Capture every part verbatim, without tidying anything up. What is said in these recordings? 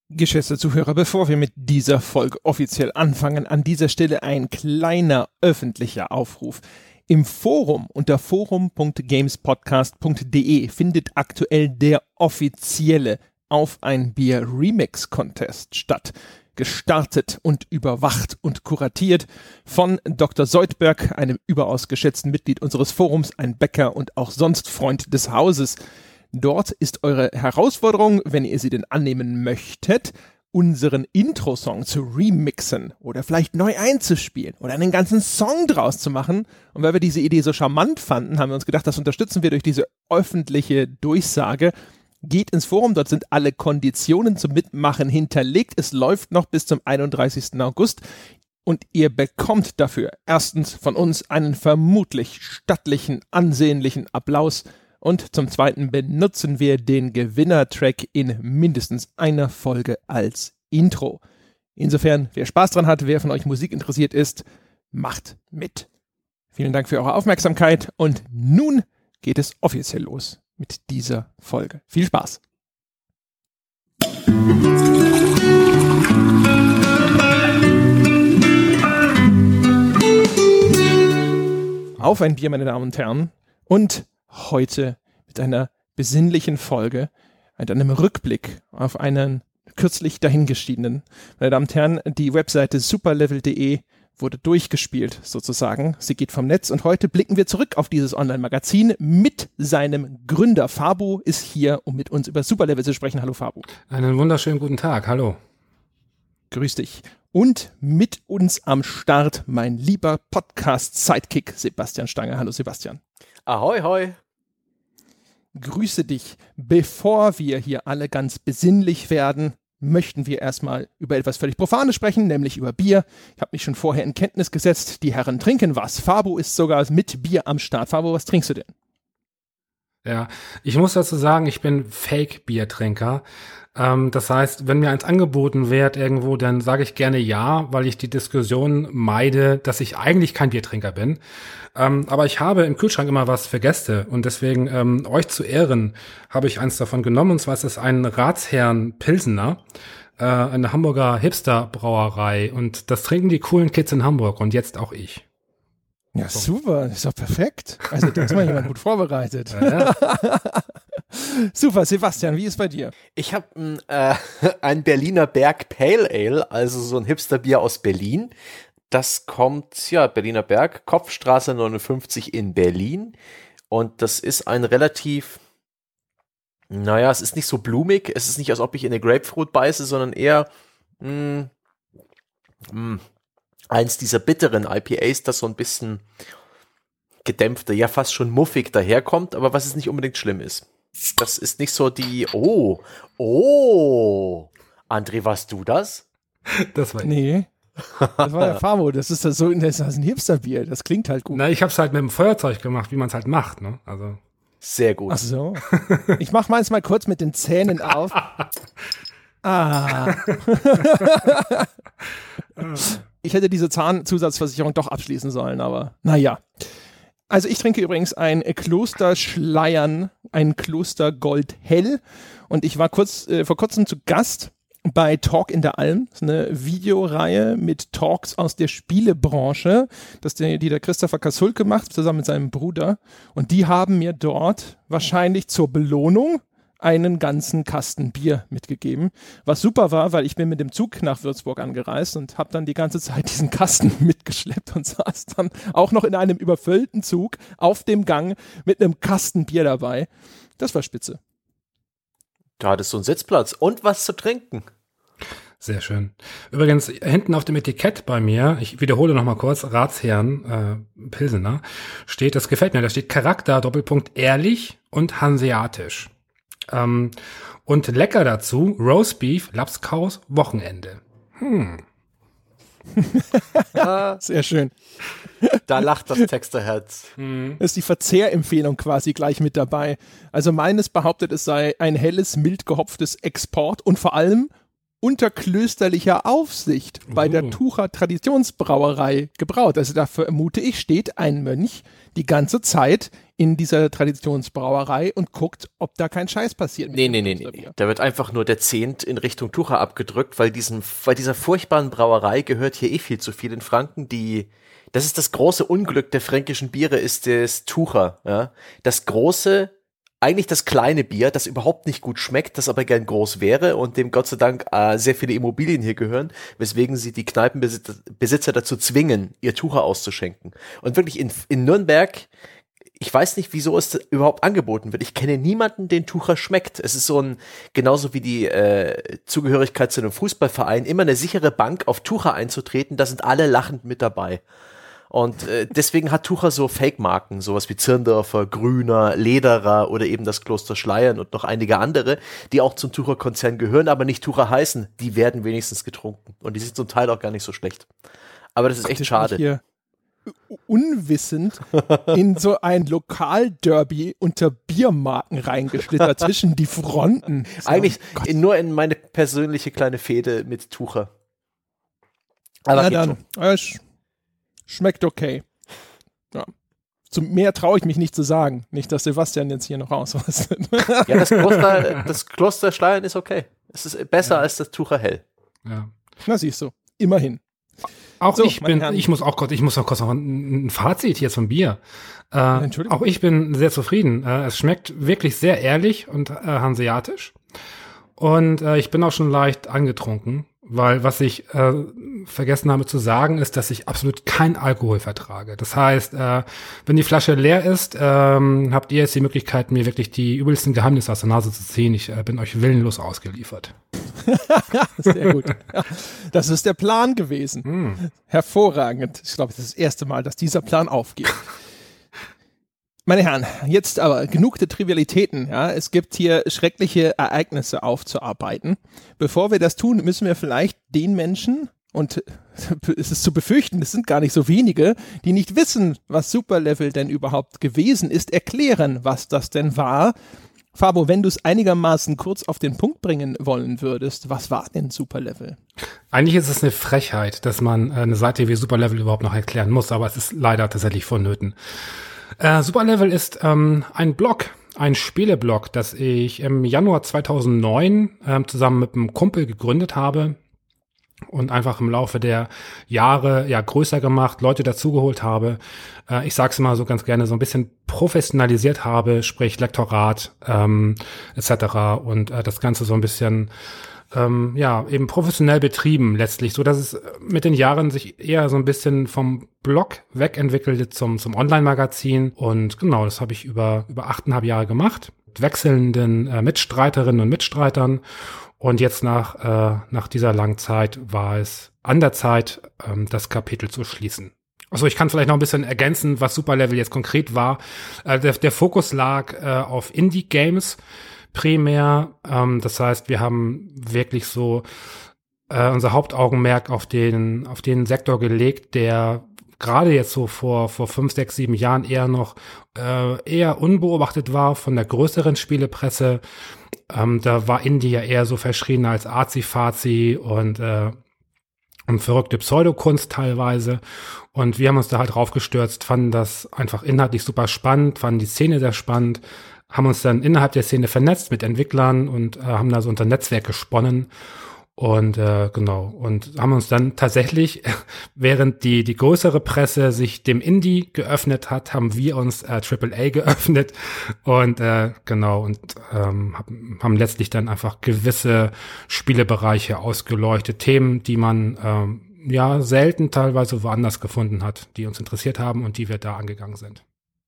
Geschätzte Zuhörer, bevor wir mit dieser Folge offiziell anfangen, an dieser Stelle ein kleiner öffentlicher Aufruf. Im Forum unter forum punkt gamespodcast punkt de findet aktuell der offizielle Auf ein Bier Remix Contest statt. Gestartet und überwacht und kuratiert von Doktor Seudberg, einem überaus geschätzten Mitglied unseres Forums, ein Bäcker und auch sonst Freund des Hauses. Dort ist eure Herausforderung, wenn ihr sie denn annehmen möchtet, unseren Intro-Song zu remixen oder vielleicht neu einzuspielen oder einen ganzen Song draus zu machen. Und weil wir diese Idee so charmant fanden, haben wir uns gedacht, das unterstützen wir durch diese öffentliche Durchsage. Geht ins Forum, dort sind alle Konditionen zum Mitmachen hinterlegt. Es läuft noch bis zum einunddreißigsten August. Und ihr bekommt dafür erstens von uns einen vermutlich stattlichen, ansehnlichen Applaus. Und zum Zweiten benutzen wir den Gewinnertrack in mindestens einer Folge als Intro. Insofern, wer Spaß dran hat, wer von euch Musik interessiert ist, macht mit. Vielen Dank für eure Aufmerksamkeit und nun geht es offiziell los mit dieser Folge. Viel Spaß! Auf ein Bier, meine Damen und Herren, und heute mit einer besinnlichen Folge, mit einem Rückblick auf einen kürzlich dahingestiegenen. Meine Damen und Herren, die Webseite superlevel punkt de wurde durchgespielt sozusagen. Sie geht vom Netz und heute blicken wir zurück auf dieses Online-Magazin mit seinem Gründer. Fabu ist hier, um mit uns über Superlevel zu sprechen. Hallo Fabu. Einen wunderschönen guten Tag, hallo. Grüß dich. Und mit uns am Start mein lieber Podcast-Sidekick Sebastian Stange. Hallo Sebastian. Ahoi, hoi. Grüße dich. Bevor wir hier alle ganz besinnlich werden, möchten wir erstmal über etwas völlig Profanes sprechen, nämlich über Bier. Ich habe mich schon vorher in Kenntnis gesetzt, die Herren trinken was. Fabu ist sogar mit Bier am Start. Fabu, was trinkst du denn? Ja, ich muss dazu sagen, ich bin Fake-Biertrinker. Ähm, das heißt, wenn mir eins angeboten wird irgendwo, dann sage ich gerne ja, weil ich die Diskussion meide, dass ich eigentlich kein Biertrinker bin. Ähm, aber ich habe im Kühlschrank immer was für Gäste und deswegen ähm, euch zu Ehren habe ich eins davon genommen, und zwar ist es ein Ratsherrn Pilsener, äh, eine Hamburger Hipster-Brauerei, und das trinken die coolen Kids in Hamburg und jetzt auch ich. Ja, super, ist doch perfekt. Also da ist mal jemand gut vorbereitet. Ja, ja. Super, Sebastian, wie ist bei dir? Ich habe äh, ein Berliner Berg Pale Ale, also so ein Hipsterbier aus Berlin. Das kommt, ja, Berliner Berg, Kopfstraße neunundfünfzig in Berlin. Und das ist ein relativ, naja, es ist nicht so blumig. Es ist nicht, als ob ich in eine Grapefruit beiße, sondern eher mh, mh, eins dieser bitteren I P As, das so ein bisschen gedämpfter, ja fast schon muffig daherkommt, aber was es nicht unbedingt schlimm ist. Das ist nicht so die, oh, oh, André, warst du das? Das war ich. Nee, das war der Fabo, das ist das so, das ist ein Hipsterbier, das klingt halt gut. Na, ich hab's halt mit dem Feuerzeug gemacht, wie man es halt macht, ne? Also. Sehr gut. Ach so. Ich mach meins mal kurz mit den Zähnen auf. Ah. Ich hätte diese Zahnzusatzversicherung doch abschließen sollen, aber naja. Also ich trinke übrigens ein Klosterschleiern, ein Klostergold Hell, und ich war kurz äh, vor kurzem zu Gast bei Talk in der Alm, das ist eine Videoreihe mit Talks aus der Spielebranche, das die, die der Christopher Kasulke macht, zusammen mit seinem Bruder, und die haben mir dort wahrscheinlich zur Belohnung einen ganzen Kasten Bier mitgegeben, was super war, weil ich bin mit dem Zug nach Würzburg angereist und habe dann die ganze Zeit diesen Kasten mitgeschleppt und saß dann auch noch in einem überfüllten Zug auf dem Gang mit einem Kasten Bier dabei. Das war spitze. Da hattest du einen Sitzplatz und was zu trinken. Sehr schön. Übrigens, hinten auf dem Etikett bei mir, ich wiederhole nochmal kurz, Ratsherrn äh, Pilsener, steht, das gefällt mir, da steht Charakter, Doppelpunkt, ehrlich und hanseatisch. Ähm, und lecker dazu, Roastbeef, Lapskaus, Wochenende. Hm. Sehr schön. Da lacht das Texterherz. Hm. Das ist die Verzehrempfehlung quasi gleich mit dabei. Also meines behauptet, es sei ein helles, mild gehopftes Export und vor allem unter klösterlicher Aufsicht bei Oh. der Tucher Traditionsbrauerei gebraut. Also da vermute ich, steht ein Mönch die ganze Zeit in dieser Traditionsbrauerei und guckt, ob da kein Scheiß passiert. mit Nee, dem nee, nee, nee. Klosterbier. Da wird einfach nur der Zehnt in Richtung Tucher abgedrückt, weil diesen, weil dieser furchtbaren Brauerei gehört hier eh viel zu viel in Franken. Die, das ist das große Unglück der fränkischen Biere, ist das Tucher, ja. Das große, eigentlich das kleine Bier, das überhaupt nicht gut schmeckt, das aber gern groß wäre und dem Gott sei Dank äh, sehr viele Immobilien hier gehören, weswegen sie die Kneipenbesitzer Besitzer dazu zwingen, ihr Tucher auszuschenken. Und wirklich in, in Nürnberg, ich weiß nicht, wieso es überhaupt angeboten wird. Ich kenne niemanden, den Tucher schmeckt. Es ist so ein, genauso wie die äh, Zugehörigkeit zu einem Fußballverein, immer eine sichere Bank, auf Tucher einzutreten, da sind alle lachend mit dabei. Und äh, deswegen hat Tucher so Fake-Marken, sowas wie Zirndorfer, Grüner, Lederer oder eben das Kloster Schleiern und noch einige andere, die auch zum Tucher-Konzern gehören, aber nicht Tucher heißen. Die werden wenigstens getrunken. Und die sind zum Teil auch gar nicht so schlecht. Aber das ist echt Ich bin schade. hier unwissend in so ein Lokalderby unter Biermarken reingeschlittert zwischen die Fronten. So, Eigentlich Gott. in, nur in meine persönliche kleine Fehde mit Tucher. Aber Na geht dann, äh, sch schmeckt okay. Ja. Zu mehr traue ich mich nicht zu sagen. Nicht, dass Sebastian jetzt hier noch rausrastet. Ja, das Kloster, das Kloster Schleiern ist okay. Es ist besser Ja. als das Tucher Hell. Ja. Na siehst du, immerhin. Auch So, ich meine bin, Herren. ich muss auch kurz, ich muss noch kurz noch ein, ein Fazit jetzt vom Bier. Äh, Entschuldigung. auch ich bin sehr zufrieden. Äh, es schmeckt wirklich sehr ehrlich und äh, hanseatisch. Und äh, ich bin auch schon leicht angetrunken, weil was ich äh, vergessen habe zu sagen, ist, dass ich absolut kein Alkohol vertrage. Das heißt, äh, wenn die Flasche leer ist, ähm, habt ihr jetzt die Möglichkeit, mir wirklich die übelsten Geheimnisse aus der Nase zu ziehen. Ich äh, bin euch willenlos ausgeliefert. Sehr gut. Ja, das ist der Plan gewesen. Mm. Hervorragend. Ich glaube, das ist das erste Mal, dass dieser Plan aufgeht. Meine Herren, jetzt aber genug der Trivialitäten. Ja, es gibt hier schreckliche Ereignisse aufzuarbeiten. Bevor wir das tun, müssen wir vielleicht den Menschen, und es ist zu befürchten, es sind gar nicht so wenige, die nicht wissen, was Superlevel denn überhaupt gewesen ist, erklären, was das denn war. Fabo, wenn du es einigermaßen kurz auf den Punkt bringen wollen würdest, was war denn Superlevel? Eigentlich ist es eine Frechheit, dass man äh, eine Seite wie Superlevel überhaupt noch erklären muss, aber es ist leider tatsächlich vonnöten. Äh, Superlevel ist ähm, ein Blog, ein Spieleblog, das ich im Januar zweitausendneun ähm, zusammen mit einem Kumpel gegründet habe und einfach im Laufe der Jahre ja größer gemacht, Leute dazugeholt habe. Äh, ich sag's immer so ganz gerne, so ein bisschen professionalisiert habe, sprich Lektorat ähm, et cetera und äh, das Ganze so ein bisschen ähm, ja eben professionell betrieben letztlich, so dass es mit den Jahren sich eher so ein bisschen vom Blog wegentwickelte zum zum Online-Magazin und genau, das habe ich über über achteinhalb Jahre gemacht, mit wechselnden äh, Mitstreiterinnen und Mitstreitern. Und jetzt nach, äh, nach dieser langen Zeit war es an der Zeit, ähm, das Kapitel zu schließen. Also ich kann vielleicht noch ein bisschen ergänzen, was Superlevel jetzt konkret war. Äh, der, der Fokus lag äh, auf Indie-Games primär. Ähm, das heißt, wir haben wirklich so äh, unser Hauptaugenmerk auf den, auf den Sektor gelegt, der gerade jetzt so vor, vor fünf, sechs, sieben Jahren eher noch äh, eher unbeobachtet war von der größeren Spielepresse. Ähm, da war Indie ja eher so verschrien als Azi-Fazi und, äh, und verrückte Pseudokunst teilweise. Und wir haben uns da halt draufgestürzt, fanden das einfach inhaltlich super spannend, fanden die Szene sehr spannend, haben uns dann innerhalb der Szene vernetzt mit Entwicklern und äh, haben da so unser Netzwerk gesponnen. Und äh, genau, und haben uns dann tatsächlich, während die die größere Presse sich dem Indie geöffnet hat, haben wir uns äh, Triple A geöffnet und äh, genau und ähm, haben, haben letztlich dann einfach gewisse Spielebereiche ausgeleuchtet, Themen, die man ähm, ja selten teilweise woanders gefunden hat, die uns interessiert haben und die wir da angegangen sind.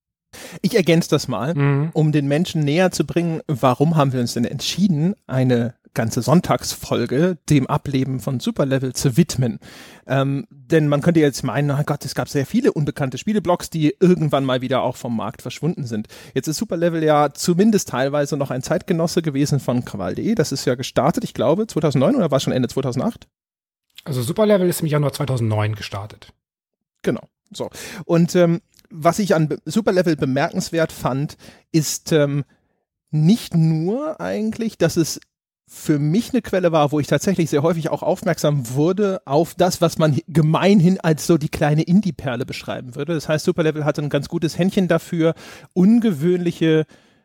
Ich ergänze das mal, Mhm. um den Menschen näher zu bringen, warum haben wir uns denn entschieden, eine ganze Sonntagsfolge dem Ableben von Superlevel zu widmen. Ähm, denn man könnte jetzt meinen, oh Gott, es gab sehr viele unbekannte Spieleblogs, die irgendwann mal wieder auch vom Markt verschwunden sind. Jetzt ist Superlevel ja zumindest teilweise noch ein Zeitgenosse gewesen von Krawall punkt de. Das ist ja gestartet, ich glaube, zweitausendneun oder war es schon Ende zweitausendacht? Also Superlevel ist im Januar zweitausendneun gestartet. Genau, so. Und ähm, was ich an Be- Superlevel bemerkenswert fand, ist ähm, nicht nur eigentlich, dass es für mich eine Quelle war, wo ich tatsächlich sehr häufig auch aufmerksam wurde auf das, was man gemeinhin als so die kleine Indie-Perle beschreiben würde. Das heißt, Superlevel hatte ein ganz gutes Händchen dafür, ungewöhnliche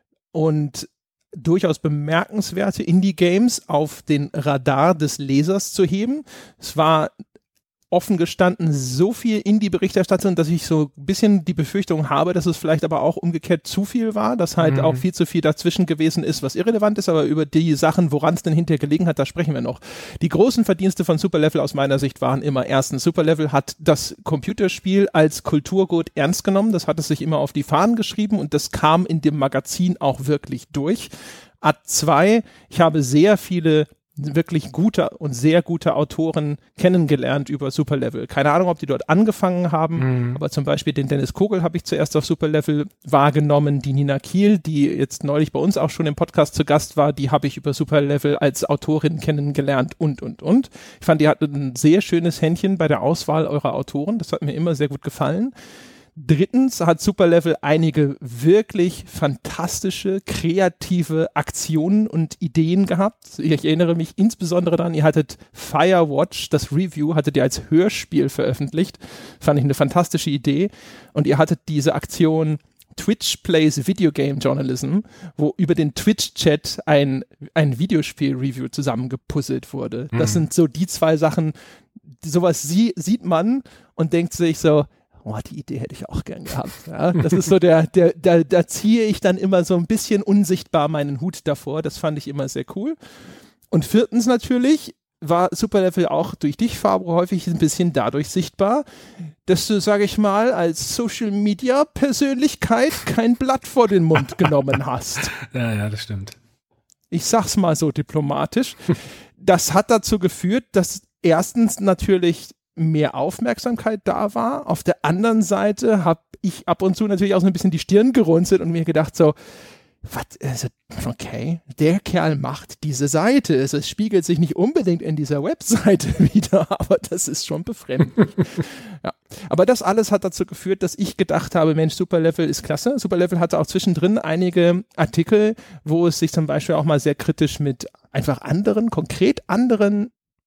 und durchaus bemerkenswerte Indie-Games auf den Radar des Lesers zu heben. Es war offen gestanden so viel Indie-Berichterstattung, dass ich so ein bisschen die Befürchtung habe, dass es vielleicht aber auch umgekehrt zu viel war, dass halt mhm. auch viel zu viel dazwischen gewesen ist, was irrelevant ist, aber über die Sachen, woran es denn hinterher gelegen hat, da sprechen wir noch. Die großen Verdienste von Superlevel aus meiner Sicht waren immer erstens, Superlevel hat das Computerspiel als Kulturgut ernst genommen, das hat es sich immer auf die Fahnen geschrieben und das kam in dem Magazin auch wirklich durch. Ad zwei, ich habe sehr viele wirklich gute und sehr gute Autoren kennengelernt über Superlevel. Keine Ahnung, ob die dort angefangen haben, mhm. aber zum Beispiel den Dennis Kogel habe ich zuerst auf Superlevel wahrgenommen, die Nina Kiel, die jetzt neulich bei uns auch schon im Podcast zu Gast war, die habe ich über Superlevel als Autorin kennengelernt und, und, und. Ich fand, die hatten ein sehr schönes Händchen bei der Auswahl eurer Autoren, das hat mir immer sehr gut gefallen. Drittens hat Superlevel einige wirklich fantastische, kreative Aktionen und Ideen gehabt. Ich erinnere mich insbesondere daran, ihr hattet Firewatch, das Review, hattet ihr als Hörspiel veröffentlicht. Fand ich eine fantastische Idee. Und ihr hattet diese Aktion Twitch Plays Video Game Journalism, wo über den Twitch-Chat ein, ein Videospiel-Review zusammengepuzzelt wurde. Mhm. Das sind so die zwei Sachen, sowas sie, sieht man und denkt sich so, oh, die Idee hätte ich auch gern gehabt. Ja, das ist so der, der, der, da ziehe ich dann immer so ein bisschen unsichtbar meinen Hut davor. Das fand ich immer sehr cool. Und viertens natürlich war Superlevel auch durch dich, Fabro, häufig ein bisschen dadurch sichtbar, dass du, sage ich mal, als Social-Media-Persönlichkeit kein Blatt vor den Mund genommen hast. Ja, ja, das stimmt. Ich sag's mal so diplomatisch. Das hat dazu geführt, dass erstens natürlich mehr Aufmerksamkeit da war. Auf der anderen Seite habe ich ab und zu natürlich auch so ein bisschen die Stirn gerunzelt und mir gedacht so, was, also, okay, der Kerl macht diese Seite. Es spiegelt sich nicht unbedingt in dieser Webseite wieder, aber das ist schon befremdlich. Ja. Aber das alles hat dazu geführt, dass ich gedacht habe, Mensch, Superlevel ist klasse. Superlevel hatte auch zwischendrin einige Artikel, wo es sich zum Beispiel auch mal sehr kritisch mit einfach anderen, konkret anderen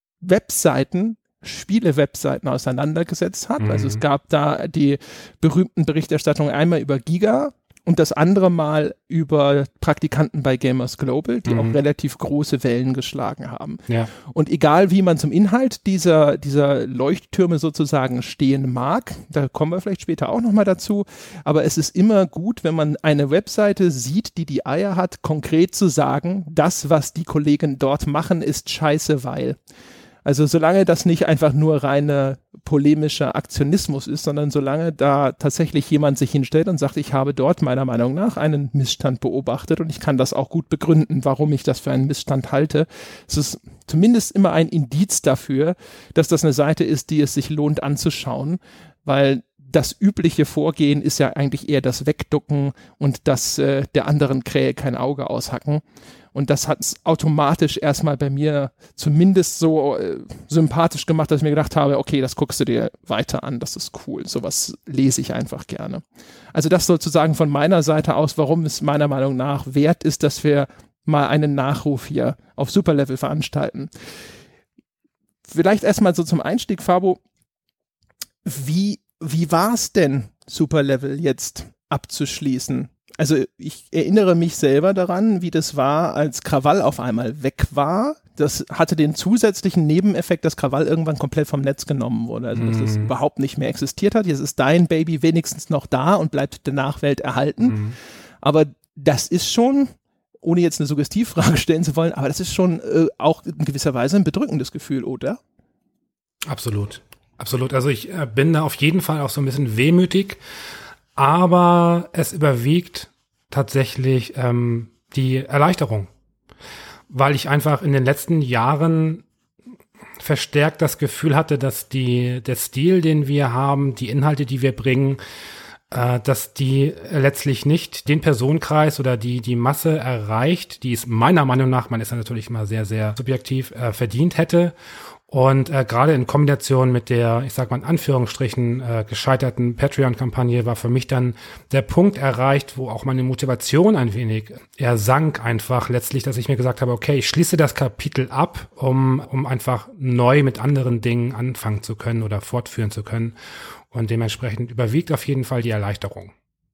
Webseiten Spiele-Webseiten auseinandergesetzt hat. Mhm. Also es gab da die berühmten Berichterstattungen einmal über Giga und das andere Mal über Praktikanten bei Gamers Global, die mhm. auch relativ große Wellen geschlagen haben. Ja. Und egal wie man zum Inhalt dieser, dieser Leuchttürme sozusagen stehen mag, da kommen wir vielleicht später auch nochmal dazu, aber es ist immer gut, wenn man eine Webseite sieht, die die Eier hat, konkret zu sagen, das, was die Kollegen dort machen, ist scheiße, weil. Also solange das nicht einfach nur reiner polemischer Aktionismus ist, sondern solange da tatsächlich jemand sich hinstellt und sagt, ich habe dort meiner Meinung nach einen Missstand beobachtet und ich kann das auch gut begründen, warum ich das für einen Missstand halte. Es ist zumindest immer ein Indiz dafür, dass das eine Seite ist, die es sich lohnt anzuschauen, weil das übliche Vorgehen ist ja eigentlich eher das Wegducken und das äh, der anderen Krähe kein Auge aushacken. Und das hat es automatisch erstmal bei mir zumindest so äh, sympathisch gemacht, dass ich mir gedacht habe, okay, das guckst du dir weiter an, das ist cool. Sowas lese ich einfach gerne. Also das sozusagen von meiner Seite aus, warum es meiner Meinung nach wert ist, dass wir mal einen Nachruf hier auf Superlevel veranstalten. Vielleicht erstmal so zum Einstieg, Fabo, wie, wie war es denn, Superlevel jetzt abzuschließen? Also ich erinnere mich selber daran, wie das war, als Krawall auf einmal weg war. Das hatte den zusätzlichen Nebeneffekt, dass Krawall irgendwann komplett vom Netz genommen wurde. Also dass es mm. überhaupt nicht mehr existiert hat. Jetzt ist dein Baby wenigstens noch da und bleibt der Nachwelt erhalten. Mm. Aber das ist schon, ohne jetzt eine Suggestivfrage stellen zu wollen, aber das ist schon äh, auch in gewisser Weise ein bedrückendes Gefühl, oder? Absolut. Absolut. Also ich äh, bin da auf jeden Fall auch so ein bisschen wehmütig. Aber es überwiegt tatsächlich ähm, die Erleichterung, weil ich einfach in den letzten Jahren verstärkt das Gefühl hatte, dass die der Stil, den wir haben, die Inhalte, die wir bringen, äh, dass die letztlich nicht den Personenkreis oder die die Masse erreicht, die es meiner Meinung nach, man ist ja natürlich immer sehr, sehr subjektiv, äh, verdient hätte. Und äh, gerade in Kombination mit der, ich sag mal in Anführungsstrichen, äh, gescheiterten Patreon-Kampagne war für mich dann der Punkt erreicht, wo auch meine Motivation ein wenig eher sank einfach letztlich, dass ich mir gesagt habe, okay, ich schließe das Kapitel ab, um um einfach neu mit anderen Dingen anfangen zu können oder fortführen zu können. Und dementsprechend überwiegt auf jeden Fall die Erleichterung.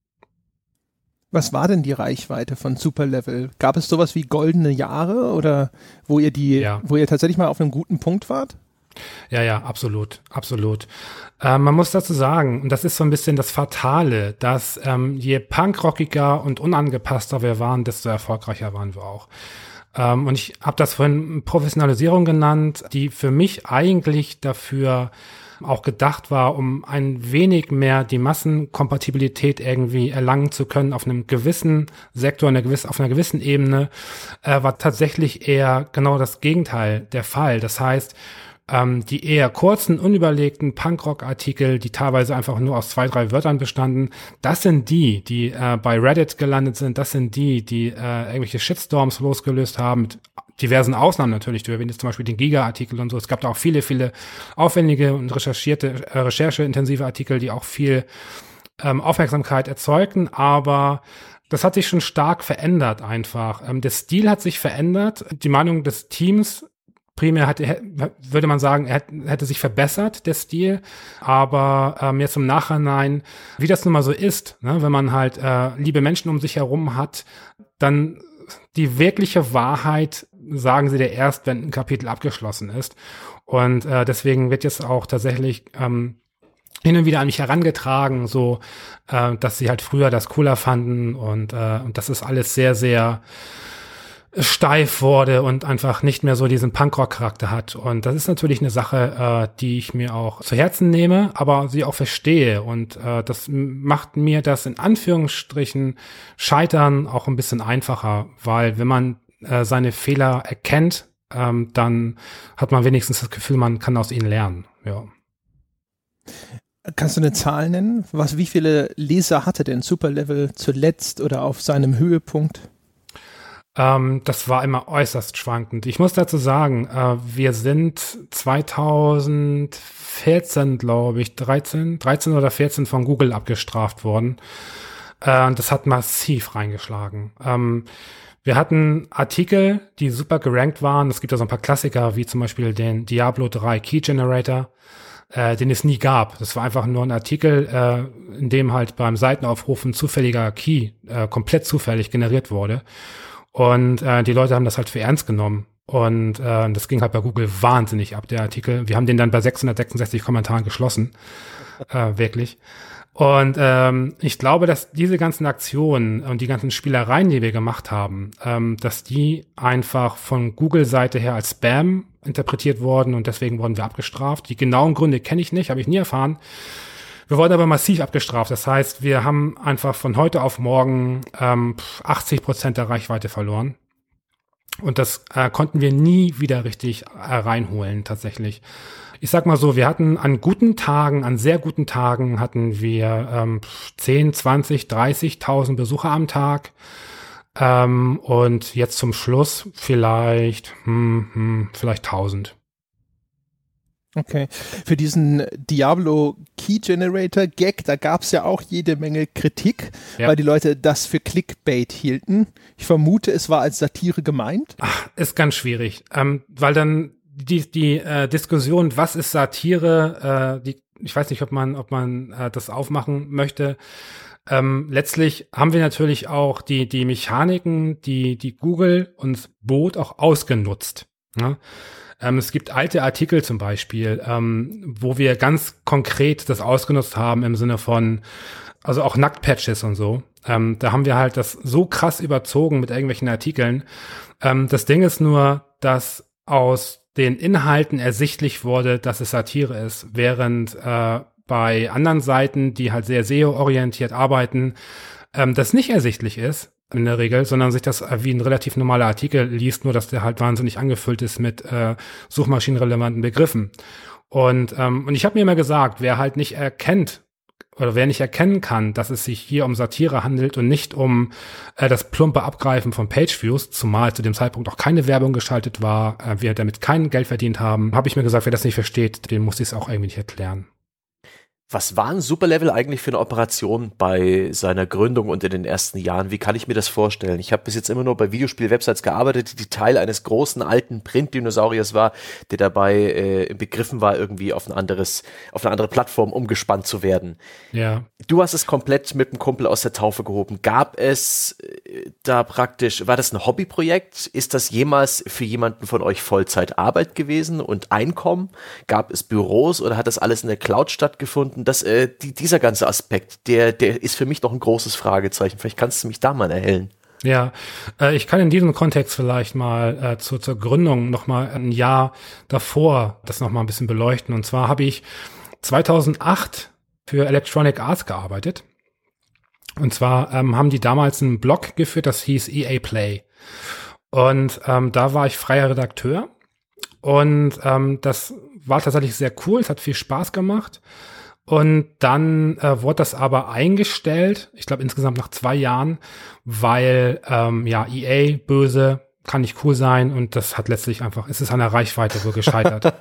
Was war denn die Reichweite von Superlevel? Gab es sowas wie goldene Jahre oder wo ihr die, ja. wo ihr tatsächlich mal auf einem guten Punkt wart? Ja, ja, absolut, absolut. Ähm, man muss dazu sagen, und das ist so ein bisschen das Fatale, dass ähm, je punkrockiger und unangepasster wir waren, desto erfolgreicher waren wir auch. Ähm, und ich habe das vorhin Professionalisierung genannt, die für mich eigentlich dafür auch gedacht war, um ein wenig mehr die Massenkompatibilität irgendwie erlangen zu können auf einem gewissen Sektor, einer gewissen, auf einer gewissen Ebene, äh, war tatsächlich eher genau das Gegenteil der Fall. Das heißt, ähm, die eher kurzen, unüberlegten Punkrock-Artikel, die teilweise einfach nur aus zwei, drei Wörtern bestanden, das sind die, die äh, bei Reddit gelandet sind, das sind die, die äh, irgendwelche Shitstorms losgelöst haben, mit diversen Ausnahmen natürlich. Du erwähnst zum Beispiel den Giga-Artikel und so. Es gab da auch viele, viele aufwendige und recherchierte, äh, rechercheintensive Artikel, die auch viel ähm, Aufmerksamkeit erzeugten, aber das hat sich schon stark verändert einfach. Ähm, der Stil hat sich verändert. Die Meinung des Teams primär hat, würde man sagen, er hätte sich verbessert, der Stil. Aber ähm, jetzt im Nachhinein, wie das nun mal so ist, ne, wenn man halt äh, liebe Menschen um sich herum hat, dann die wirkliche Wahrheit sagen sie dir erst, wenn ein Kapitel abgeschlossen ist. Und äh, deswegen wird jetzt auch tatsächlich ähm, hin und wieder an mich herangetragen, so, äh, dass sie halt früher das cooler fanden und, äh, und das ist alles sehr, sehr steif wurde und einfach nicht mehr so diesen Punkrock-Charakter hat. Und das ist natürlich eine Sache, äh, die ich mir auch zu Herzen nehme, aber sie auch verstehe. Und äh, das macht mir das in Anführungsstrichen Scheitern auch ein bisschen einfacher, weil wenn man äh, seine Fehler erkennt, ähm, dann hat man wenigstens das Gefühl, man kann aus ihnen lernen. Ja. Kannst du eine Zahl nennen? Was, wie viele Leser hatte denn Superlevel zuletzt oder auf seinem Höhepunkt? Ähm, das war immer äußerst schwankend. Ich muss dazu sagen, äh, wir sind zweitausendvierzehn, glaube ich, dreizehn, dreizehn oder vierzehn von Google abgestraft worden. Äh, das hat massiv reingeschlagen. Ähm, wir hatten Artikel, die super gerankt waren. Es gibt ja so ein paar Klassiker, wie zum Beispiel den Diablo drei Key Generator, äh, den es nie gab. Das war einfach nur ein Artikel, äh, in dem halt beim Seitenaufruf ein zufälliger Key äh, komplett zufällig generiert wurde. Und äh, die Leute haben das halt für ernst genommen. Und äh, das ging halt bei Google wahnsinnig ab, der Artikel. Wir haben den dann bei sechshundertsechsundsechzig Kommentaren geschlossen. Äh, wirklich. Und ähm, ich glaube, dass diese ganzen Aktionen und die ganzen Spielereien, die wir gemacht haben, ähm, dass die einfach von Google-Seite her als Spam interpretiert wurden und deswegen wurden wir abgestraft. Die genauen Gründe kenne ich nicht, habe ich nie erfahren. Wir wurden aber massiv abgestraft. Das heißt, wir haben einfach von heute auf morgen ähm, achtzig Prozent der Reichweite verloren. Und das äh, konnten wir nie wieder richtig äh, reinholen, tatsächlich. Ich sag mal so, wir hatten an guten Tagen, an sehr guten Tagen hatten wir ähm, zehn, zwanzig, dreißigtausend Besucher am Tag. Ähm, und jetzt zum Schluss vielleicht, hm, hm, vielleicht tausend. Okay. Für diesen Diablo Key Generator Gag, da gab es ja auch jede Menge Kritik, ja, weil die Leute das für Clickbait hielten. Ich vermute, es war als Satire gemeint. Ach, ist ganz schwierig, ähm, weil dann die die äh, Diskussion, was ist Satire, äh, die, ich weiß nicht, ob man ob man äh, das aufmachen möchte. Ähm, letztlich haben wir natürlich auch die die Mechaniken, die die Google uns bot, auch ausgenutzt. Ja? Ähm, es gibt alte Artikel zum Beispiel, ähm, wo wir ganz konkret das ausgenutzt haben im Sinne von, also auch Nacktpatches und so. Ähm, da haben wir halt das so krass überzogen mit irgendwelchen Artikeln. Ähm, das Ding ist nur, dass aus den Inhalten ersichtlich wurde, dass es Satire ist, während äh, bei anderen Seiten, die halt sehr S E O-orientiert arbeiten, ähm, das nicht ersichtlich ist in der Regel, sondern sich das wie ein relativ normaler Artikel liest, nur dass der halt wahnsinnig angefüllt ist mit äh, suchmaschinenrelevanten Begriffen. Und ähm, und ich habe mir immer gesagt, wer halt nicht erkennt, oder wer nicht erkennen kann, dass es sich hier um Satire handelt und nicht um äh, das plumpe Abgreifen von Pageviews, zumal zu dem Zeitpunkt auch keine Werbung geschaltet war, äh, wir damit kein Geld verdient haben, habe ich mir gesagt, wer das nicht versteht, dem muss ich es auch irgendwie nicht erklären. Was war ein Superlevel eigentlich für eine Operation bei seiner Gründung und in den ersten Jahren? Wie kann ich mir das vorstellen? Ich habe bis jetzt immer nur bei Videospiel-Websites gearbeitet, die Teil eines großen alten Print-Dinosauriers war, der dabei äh, im Begriffen war, irgendwie auf ein anderes, auf eine andere Plattform umgespannt zu werden. Ja. Du hast es komplett mit dem Kumpel aus der Taufe gehoben. Gab es äh, da praktisch, war das ein Hobbyprojekt? Ist das jemals für jemanden von euch Vollzeitarbeit gewesen und Einkommen? Gab es Büros oder hat das alles in der Cloud stattgefunden? Das, äh, die, dieser ganze Aspekt, der, der ist für mich noch ein großes Fragezeichen. Vielleicht kannst du mich da mal erhellen. Ja, äh, ich kann in diesem Kontext vielleicht mal äh, zu, zur Gründung noch mal ein Jahr davor das noch mal ein bisschen beleuchten. Und zwar habe ich zweitausendacht für Electronic Arts gearbeitet. Und zwar ähm, haben die damals einen Blog geführt, das hieß E A Play. Und ähm, da war ich freier Redakteur. Und ähm, das war tatsächlich sehr cool, es hat viel Spaß gemacht. Und dann äh, wurde das aber eingestellt, ich glaube insgesamt nach zwei Jahren, weil ähm, ja E A böse, kann nicht cool sein und das hat letztlich einfach, es ist an der Reichweite wohl gescheitert.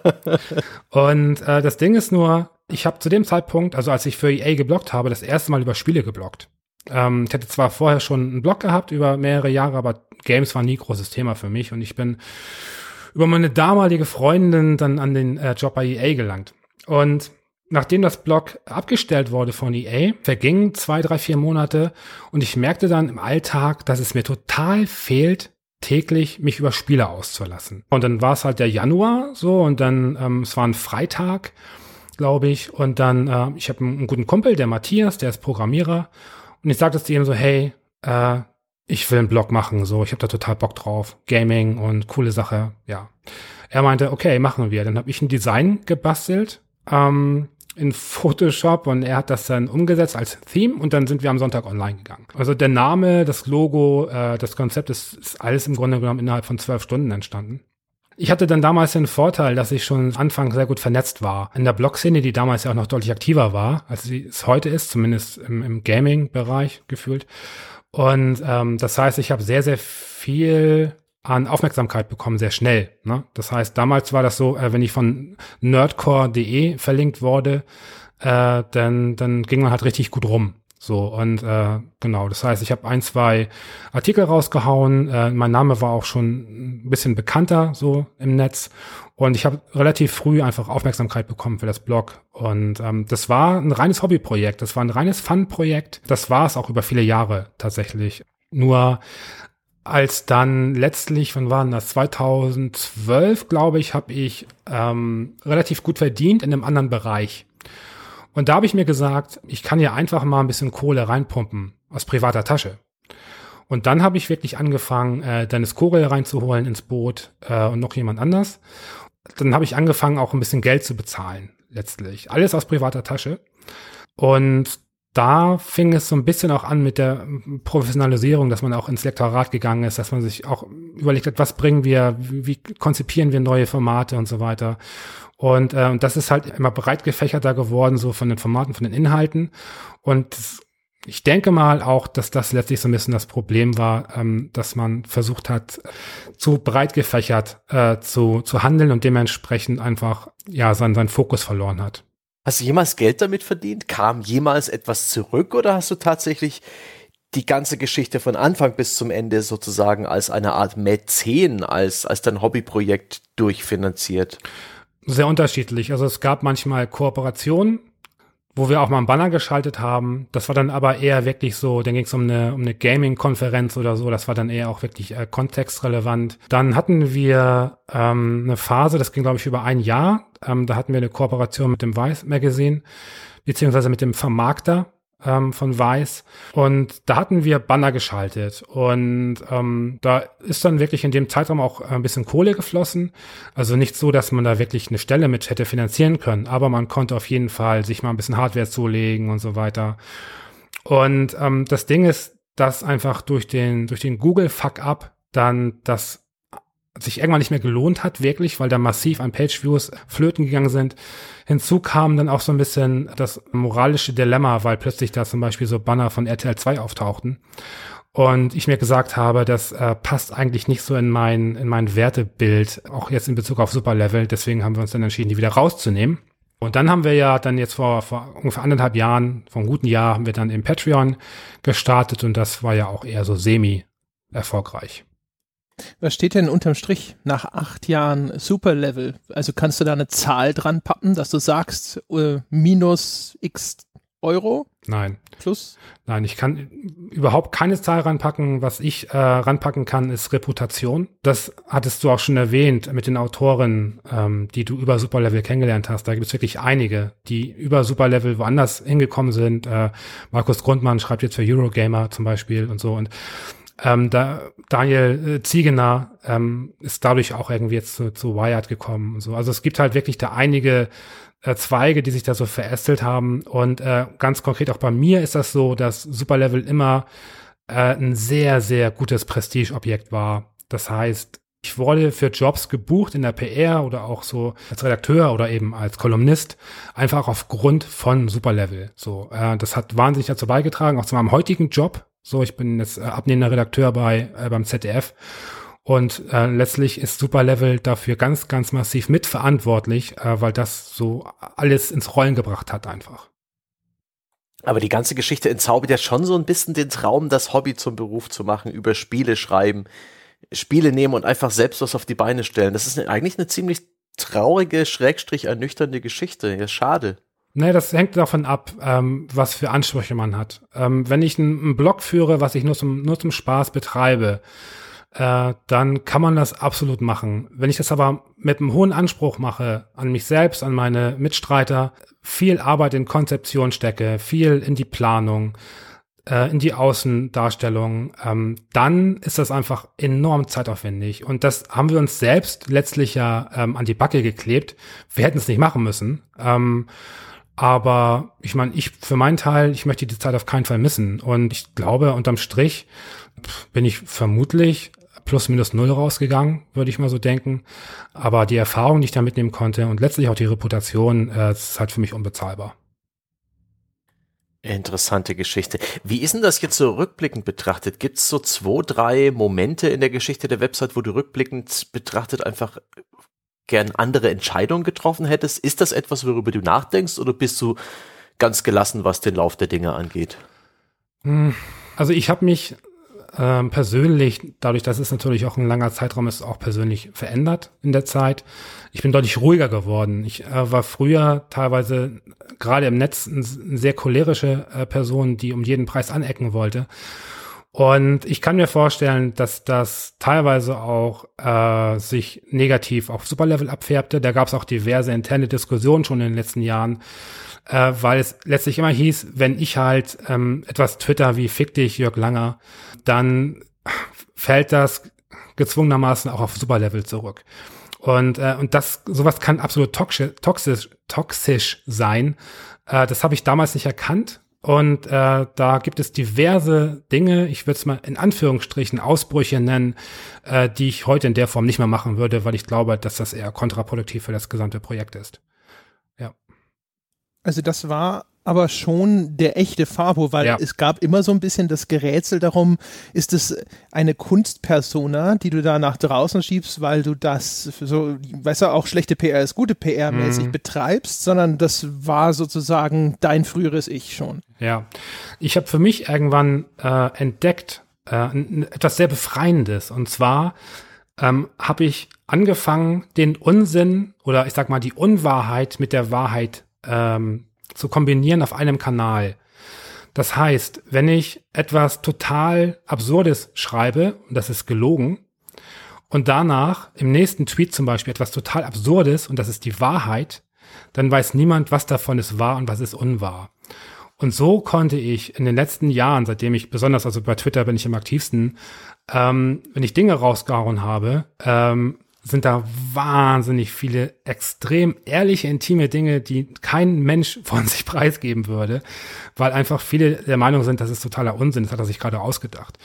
Und äh, das Ding ist nur, ich habe zu dem Zeitpunkt, also als ich für E A gebloggt habe, das erste Mal über Spiele gebloggt. Ähm, ich hatte zwar vorher schon einen Blog gehabt über mehrere Jahre, aber Games war nie großes Thema für mich und ich bin über meine damalige Freundin dann an den äh, Job bei E A gelangt. Und nachdem das Blog abgestellt wurde von E A, vergingen zwei, drei, vier Monate und ich merkte dann im Alltag, dass es mir total fehlt, täglich mich über Spiele auszulassen. Und dann war es halt der Januar so und dann, ähm, es war ein Freitag, glaube ich, und dann, äh, ich habe einen, einen guten Kumpel, der Matthias, der ist Programmierer und ich sagte zu ihm so, hey, äh, ich will einen Blog machen, so, ich habe da total Bock drauf, Gaming und coole Sache, ja. Er meinte, okay, machen wir. Dann habe ich ein Design gebastelt, ähm, in Photoshop und er hat das dann umgesetzt als Theme und dann sind wir am Sonntag online gegangen. Also der Name, das Logo, äh, das Konzept ist, ist alles im Grunde genommen innerhalb von zwölf Stunden entstanden. Ich hatte dann damals den Vorteil, dass ich schon Anfang sehr gut vernetzt war. In der Blog-Szene, die damals ja auch noch deutlich aktiver war, als sie es heute ist, zumindest im, im Gaming-Bereich gefühlt. Und ähm, das heißt, ich habe sehr, sehr viel an Aufmerksamkeit bekommen, sehr schnell. Ne? Das heißt, damals war das so, äh, wenn ich von nerdcore punkt de verlinkt wurde, äh, dann, dann ging man halt richtig gut rum. So, und äh, genau, das heißt, ich habe ein, zwei Artikel rausgehauen, äh, mein Name war auch schon ein bisschen bekannter so im Netz und ich habe relativ früh einfach Aufmerksamkeit bekommen für das Blog und ähm, das war ein reines Hobbyprojekt, das war ein reines Fun-Projekt, das war es auch über viele Jahre tatsächlich. Nur als dann letztlich, wann war denn das, zweitausendzwölf, glaube ich, habe ich ähm, relativ gut verdient in einem anderen Bereich. Und da habe ich mir gesagt, ich kann ja einfach mal ein bisschen Kohle reinpumpen aus privater Tasche. Und dann habe ich wirklich angefangen, äh, Dennis Kogel reinzuholen ins Boot äh, und noch jemand anders. Dann habe ich angefangen, auch ein bisschen Geld zu bezahlen, letztlich. Alles aus privater Tasche. Und da fing es so ein bisschen auch an mit der Professionalisierung, dass man auch ins Lektorat gegangen ist, dass man sich auch überlegt hat, was bringen wir, wie, wie konzipieren wir neue Formate und so weiter. Und, äh, und das ist halt immer breit gefächerter geworden, so von den Formaten, von den Inhalten. Und ich denke mal auch, dass das letztlich so ein bisschen das Problem war, ähm, dass man versucht hat, zu breit gefächert äh, zu, zu handeln und dementsprechend einfach ja seinen, seinen Fokus verloren hat. Hast du jemals Geld damit verdient? Kam jemals etwas zurück oder hast du tatsächlich die ganze Geschichte von Anfang bis zum Ende sozusagen als eine Art Mäzen, als, als dein Hobbyprojekt durchfinanziert? Sehr unterschiedlich. Also es gab manchmal Kooperationen, wo wir auch mal einen Banner geschaltet haben. Das war dann aber eher wirklich so, dann ging es um eine, um eine Gaming-Konferenz oder so. Das war dann eher auch wirklich äh, kontextrelevant. Dann hatten wir ähm, eine Phase, das ging glaube ich über ein Jahr. Ähm, da hatten wir eine Kooperation mit dem Vice Magazine, beziehungsweise mit dem Vermarkter ähm, von Vice. Und da hatten wir Banner geschaltet. Und ähm, da ist dann wirklich in dem Zeitraum auch ein bisschen Kohle geflossen. Also nicht so, dass man da wirklich eine Stelle mit hätte finanzieren können. Aber man konnte auf jeden Fall sich mal ein bisschen Hardware zulegen und so weiter. Und ähm, das Ding ist, dass einfach durch den, durch den Google-Fuck-Up dann das sich irgendwann nicht mehr gelohnt hat, wirklich, weil da massiv an Page-Views flöten gegangen sind. Hinzu kam dann auch so ein bisschen das moralische Dilemma, weil plötzlich da zum Beispiel so Banner von R T L zwei auftauchten. Und ich mir gesagt habe, das äh, passt eigentlich nicht so in mein, in mein Wertebild, auch jetzt in Bezug auf Superlevel. Deswegen haben wir uns dann entschieden, die wieder rauszunehmen. Und dann haben wir ja dann jetzt vor, vor ungefähr anderthalb Jahren, vor einem guten Jahr, haben wir dann im Patreon gestartet und das war ja auch eher so semi-erfolgreich. Was steht denn unterm Strich nach acht Jahren Superlevel? Also kannst du da eine Zahl dran pappen, dass du sagst, äh, minus x Euro? Nein. Plus? Nein, ich kann überhaupt keine Zahl ranpacken. Was ich äh, ranpacken kann, ist Reputation. Das hattest du auch schon erwähnt mit den Autoren, ähm, die du über Superlevel kennengelernt hast. Da gibt es wirklich einige, die über Superlevel woanders hingekommen sind. Äh, Markus Grundmann schreibt jetzt für Eurogamer zum Beispiel und so. Und ähm, da Daniel äh, Ziegener ähm, ist dadurch auch irgendwie jetzt zu, zu Wired gekommen und so. Also es gibt halt wirklich da einige äh, Zweige, die sich da so verästelt haben. Und äh, ganz konkret auch bei mir ist das so, dass Superlevel immer äh, ein sehr, sehr gutes Prestigeobjekt war. Das heißt, ich wurde für Jobs gebucht in der P R oder auch so als Redakteur oder eben als Kolumnist, einfach aufgrund von Superlevel. So, äh, das hat wahnsinnig dazu beigetragen, auch zu meinem heutigen Job. So, ich bin jetzt äh, abnehmender Redakteur bei äh, beim Z D F und äh, letztlich ist Superlevel dafür ganz, ganz massiv mitverantwortlich, äh, weil das so alles ins Rollen gebracht hat einfach. Aber die ganze Geschichte entzaubert ja schon so ein bisschen den Traum, das Hobby zum Beruf zu machen, über Spiele schreiben, Spiele nehmen und einfach selbst was auf die Beine stellen. Das ist eigentlich eine ziemlich traurige, schrägstrich ernüchternde Geschichte. Ja, schade. Nee, das hängt davon ab, ähm, was für Ansprüche man hat. Ähm, wenn ich einen, einen Blog führe, was ich nur zum, nur zum Spaß betreibe, äh, dann kann man das absolut machen. Wenn ich das aber mit einem hohen Anspruch mache, an mich selbst, an meine Mitstreiter, viel Arbeit in Konzeption stecke, viel in die Planung, äh, in die Außendarstellung, ähm, dann ist das einfach enorm zeitaufwendig. Und das haben wir uns selbst letztlich ja ähm, an die Backe geklebt. Wir hätten es nicht machen müssen. Ähm, Aber ich meine, ich für meinen Teil, ich möchte die Zeit auf keinen Fall missen. Und ich glaube, unterm Strich bin ich vermutlich plus minus null rausgegangen, würde ich mal so denken. Aber die Erfahrung, die ich da mitnehmen konnte und letztlich auch die Reputation, äh, ist halt für mich unbezahlbar. Interessante Geschichte. Wie ist denn das jetzt so rückblickend betrachtet? Gibt es so zwei, drei Momente in der Geschichte der Website, wo du rückblickend betrachtet einfach gern andere Entscheidungen getroffen hättest? Ist das etwas, worüber du nachdenkst, oder bist du ganz gelassen, was den Lauf der Dinge angeht? Also ich habe mich ähm, persönlich, dadurch, dass es natürlich auch ein langer Zeitraum ist, auch persönlich verändert in der Zeit. Ich bin deutlich ruhiger geworden. Ich äh, war früher teilweise gerade im Netz eine sehr cholerische äh, Person, die um jeden Preis anecken wollte. Und ich kann mir vorstellen, dass das teilweise auch äh, sich negativ auf Superlevel abfärbte. Da gab es auch diverse interne Diskussionen schon in den letzten Jahren, äh, weil es letztlich immer hieß, wenn ich halt ähm, etwas twitter wie fick dich, Jörg Langer, dann fällt das gezwungenermaßen auch auf Superlevel zurück. Und äh, und das sowas kann absolut toxisch toxisch toxisch sein. Äh, das habe ich damals nicht erkannt. Und äh, da gibt es diverse Dinge, ich würde es mal in Anführungsstrichen Ausbrüche nennen, äh, die ich heute in der Form nicht mehr machen würde, weil ich glaube, dass das eher kontraproduktiv für das gesamte Projekt ist. Ja. Also das war aber schon der echte Fabo, weil ja. es gab immer so ein bisschen das Gerätsel darum, ist es eine Kunstpersona, die du da nach draußen schiebst, weil du das so, weißt du, auch schlechte P R ist gute P R-mäßig mhm. betreibst, sondern das war sozusagen dein früheres Ich schon. Ja, ich habe für mich irgendwann äh, entdeckt, äh, etwas sehr Befreiendes, und zwar ähm, habe ich angefangen, den Unsinn oder ich sag mal die Unwahrheit mit der Wahrheit ähm, zu kombinieren auf einem Kanal. Das heißt, wenn ich etwas total Absurdes schreibe, und das ist gelogen, und danach im nächsten Tweet zum Beispiel etwas total Absurdes, und das ist die Wahrheit, dann weiß niemand, was davon ist wahr und was ist unwahr. Und so konnte ich in den letzten Jahren, seitdem ich besonders, also bei Twitter bin ich am aktivsten, ähm, wenn ich Dinge rausgehauen habe, ähm, sind da wahnsinnig viele extrem ehrliche, intime Dinge, die kein Mensch von sich preisgeben würde, weil einfach viele der Meinung sind, das ist totaler Unsinn, das hat er sich gerade ausgedacht.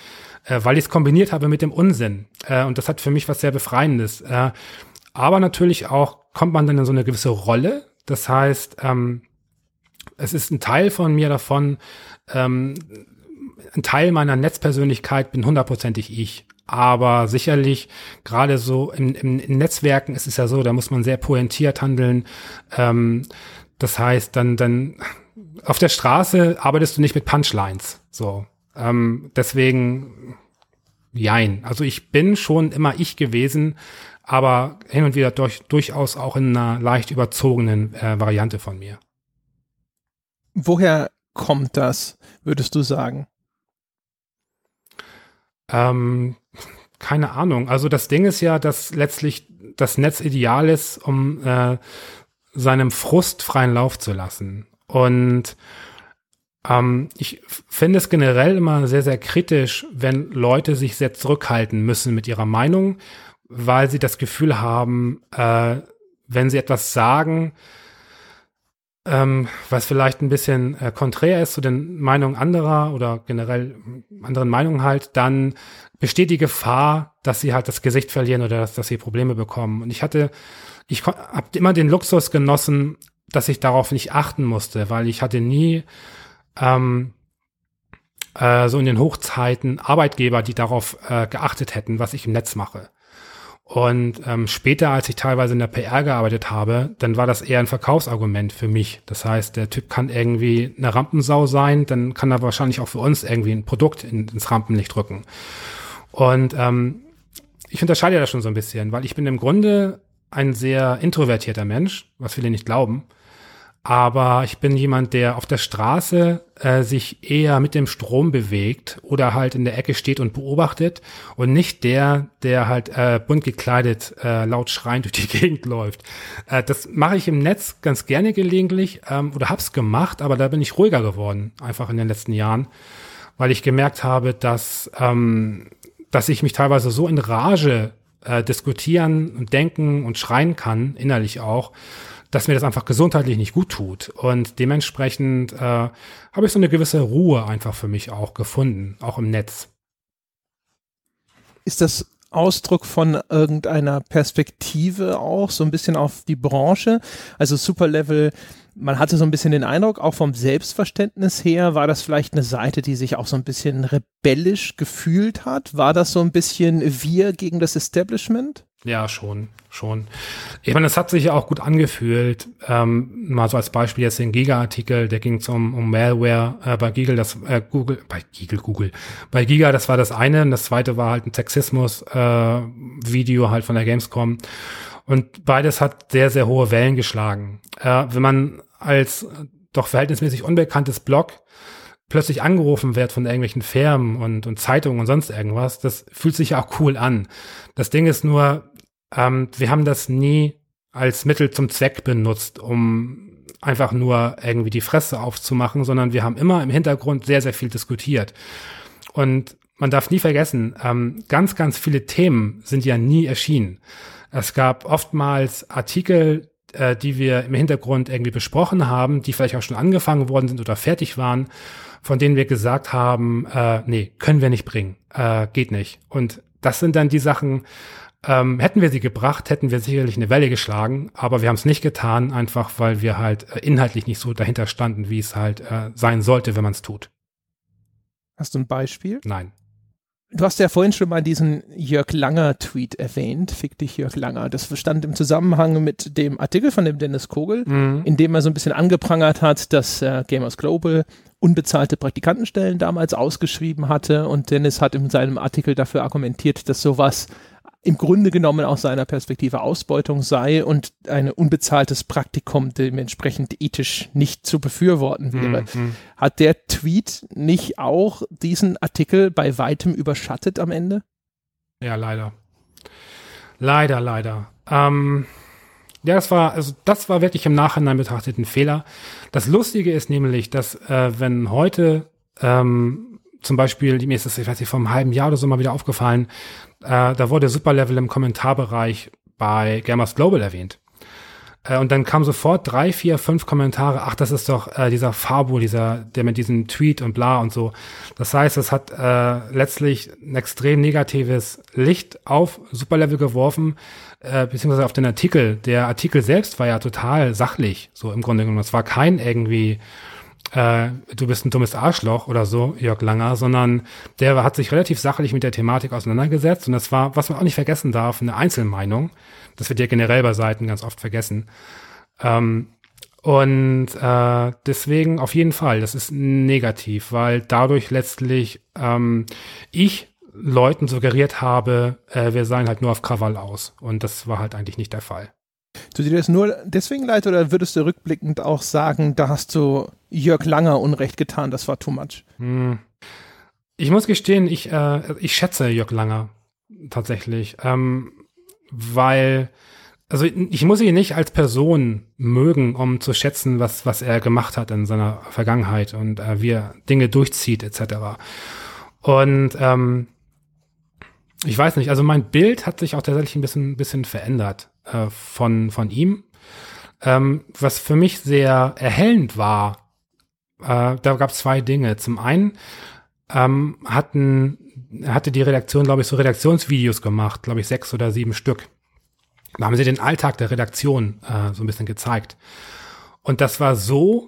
äh, weil ich es kombiniert habe mit dem Unsinn. Äh, und das hat für mich was sehr Befreiendes. Äh, aber natürlich auch kommt man dann in so eine gewisse Rolle. Das heißt, ähm, es ist ein Teil von mir davon, ähm, ein Teil meiner Netzpersönlichkeit bin hundertprozentig ich. Aber sicherlich, gerade so in, in, in Netzwerken ist es ja so, da muss man sehr pointiert handeln. Ähm, das heißt, dann, dann auf der Straße arbeitest du nicht mit Punchlines. So, ähm, deswegen, jein. Also ich bin schon immer ich gewesen, aber hin und wieder durch, durchaus auch in einer leicht überzogenen äh, Variante von mir. Woher kommt das, würdest du sagen? Ähm, keine Ahnung. Also das Ding ist ja, dass letztlich das Netz ideal ist, um äh, seinem Frust freien Lauf zu lassen. Und ähm, ich finde es generell immer sehr, sehr kritisch, wenn Leute sich sehr zurückhalten müssen mit ihrer Meinung, weil sie das Gefühl haben, äh, wenn sie etwas sagen, Ähm, was vielleicht ein bisschen äh, konträr ist zu den Meinungen anderer oder generell anderen Meinungen halt, dann besteht die Gefahr, dass sie halt das Gesicht verlieren oder dass, dass sie Probleme bekommen. Und ich hatte, ich habe immer den Luxus genossen, dass ich darauf nicht achten musste, weil ich hatte nie ähm, äh, so in den Hochzeiten Arbeitgeber, die darauf äh, geachtet hätten, was ich im Netz mache. Und ähm, später, als ich teilweise in der P R gearbeitet habe, dann war das eher ein Verkaufsargument für mich. Das heißt, der Typ kann irgendwie eine Rampensau sein, dann kann er wahrscheinlich auch für uns irgendwie ein Produkt in, ins Rampenlicht rücken. Und ähm, ich unterscheide das schon so ein bisschen, weil ich bin im Grunde ein sehr introvertierter Mensch, was viele nicht glauben. Aber ich bin jemand, der auf der Straße äh, sich eher mit dem Strom bewegt oder halt in der Ecke steht und beobachtet und nicht der, der halt äh, bunt gekleidet äh, laut schreiend durch die Gegend läuft. Äh, das mache ich im Netz ganz gerne gelegentlich ähm, oder hab's gemacht, aber da bin ich ruhiger geworden, einfach in den letzten Jahren, weil ich gemerkt habe, dass ähm, dass ich mich teilweise so in Rage äh, diskutieren und denken und schreien kann, innerlich auch, dass mir das einfach gesundheitlich nicht gut tut. Und dementsprechend äh, habe ich so eine gewisse Ruhe einfach für mich auch gefunden, auch im Netz. Ist das Ausdruck von irgendeiner Perspektive auch, so ein bisschen auf die Branche? Also Superlevel, man hatte so ein bisschen den Eindruck, auch vom Selbstverständnis her, war das vielleicht eine Seite, die sich auch so ein bisschen rebellisch gefühlt hat? War das so ein bisschen wir gegen das Establishment? Ja, schon, schon. Ich meine, es hat sich ja auch gut angefühlt. Ähm, mal so als Beispiel jetzt den Giga-Artikel, der ging um, um Malware äh, bei Google, das äh, Google, bei Google, Google, bei Giga, das war das eine. Und das zweite war halt ein Sexismus-Video äh, halt von der Gamescom. Und beides hat sehr, sehr hohe Wellen geschlagen. Äh, wenn man als doch verhältnismäßig unbekanntes Blog plötzlich angerufen wird von irgendwelchen Firmen und, und Zeitungen und sonst irgendwas, das fühlt sich ja auch cool an. Das Ding ist nur, ähm, wir haben das nie als Mittel zum Zweck benutzt, um einfach nur irgendwie die Fresse aufzumachen, sondern wir haben immer im Hintergrund sehr, sehr viel diskutiert. Und man darf nie vergessen, ähm, ganz, ganz viele Themen sind ja nie erschienen. Es gab oftmals Artikel, äh, die wir im Hintergrund irgendwie besprochen haben, die vielleicht auch schon angefangen worden sind oder fertig waren, von denen wir gesagt haben, äh, nee, können wir nicht bringen, äh, geht nicht. Und das sind dann die Sachen, ähm, hätten wir sie gebracht, hätten wir sicherlich eine Welle geschlagen, aber wir haben es nicht getan, einfach weil wir halt äh, inhaltlich nicht so dahinter standen, wie es halt äh, sein sollte, wenn man es tut. Hast du ein Beispiel? Nein. Du hast ja vorhin schon mal diesen Jörg Langer-Tweet erwähnt, fick dich Jörg Langer. Das stand im Zusammenhang mit dem Artikel von dem Dennis Kogel, mhm. in dem er so ein bisschen angeprangert hat, dass äh, Gamers Global unbezahlte Praktikantenstellen damals ausgeschrieben hatte, und Dennis hat in seinem Artikel dafür argumentiert, dass sowas im Grunde genommen aus seiner Perspektive Ausbeutung sei und ein unbezahltes Praktikum dementsprechend ethisch nicht zu befürworten wäre. Mhm. Hat der Tweet nicht auch diesen Artikel bei weitem überschattet am Ende? Ja, leider. Leider, leider. Ähm, ja, das war, also das war wirklich im Nachhinein betrachtet ein Fehler. Das Lustige ist nämlich, dass äh, wenn heute ähm, zum Beispiel, mir ist das, ich weiß nicht, vor einem halben Jahr oder so mal wieder aufgefallen, äh, da wurde Superlevel im Kommentarbereich bei Gamers Global erwähnt. Äh, und dann kamen sofort drei, vier, fünf Kommentare, ach, das ist doch äh, dieser Fabo, dieser, der mit diesem Tweet und bla und so. Das heißt, es hat äh, letztlich ein extrem negatives Licht auf Superlevel geworfen, äh, beziehungsweise auf den Artikel. Der Artikel selbst war ja total sachlich, so im Grunde genommen. Es war kein irgendwie Äh, du bist ein dummes Arschloch oder so, Jörg Langer, sondern der hat sich relativ sachlich mit der Thematik auseinandergesetzt und das war, was man auch nicht vergessen darf, eine Einzelmeinung. Das wird ja generell bei Seiten ganz oft vergessen. Ähm, und äh, deswegen auf jeden Fall, das ist negativ, weil dadurch letztlich ähm, ich Leuten suggeriert habe, äh, wir seien halt nur auf Krawall aus und das war halt eigentlich nicht der Fall. Tut dir das nur deswegen leid oder würdest du rückblickend auch sagen, da hast du Jörg Langer Unrecht getan, das war too much? Hm. Ich muss gestehen, ich, äh, ich schätze Jörg Langer tatsächlich, ähm, weil, also ich muss ihn nicht als Person mögen, um zu schätzen, was, was er gemacht hat in seiner Vergangenheit und äh, wie er Dinge durchzieht et cetera. Und ähm, ich weiß nicht, also mein Bild hat sich auch tatsächlich ein bisschen, bisschen verändert äh, von, von ihm. Ähm, was für mich sehr erhellend war, äh, da gab es zwei Dinge. Zum einen ähm, hatten, hatte die Redaktion, glaube ich, so Redaktionsvideos gemacht, glaube ich, sechs oder sieben Stück. Da haben sie den Alltag der Redaktion äh, so ein bisschen gezeigt. Und das war so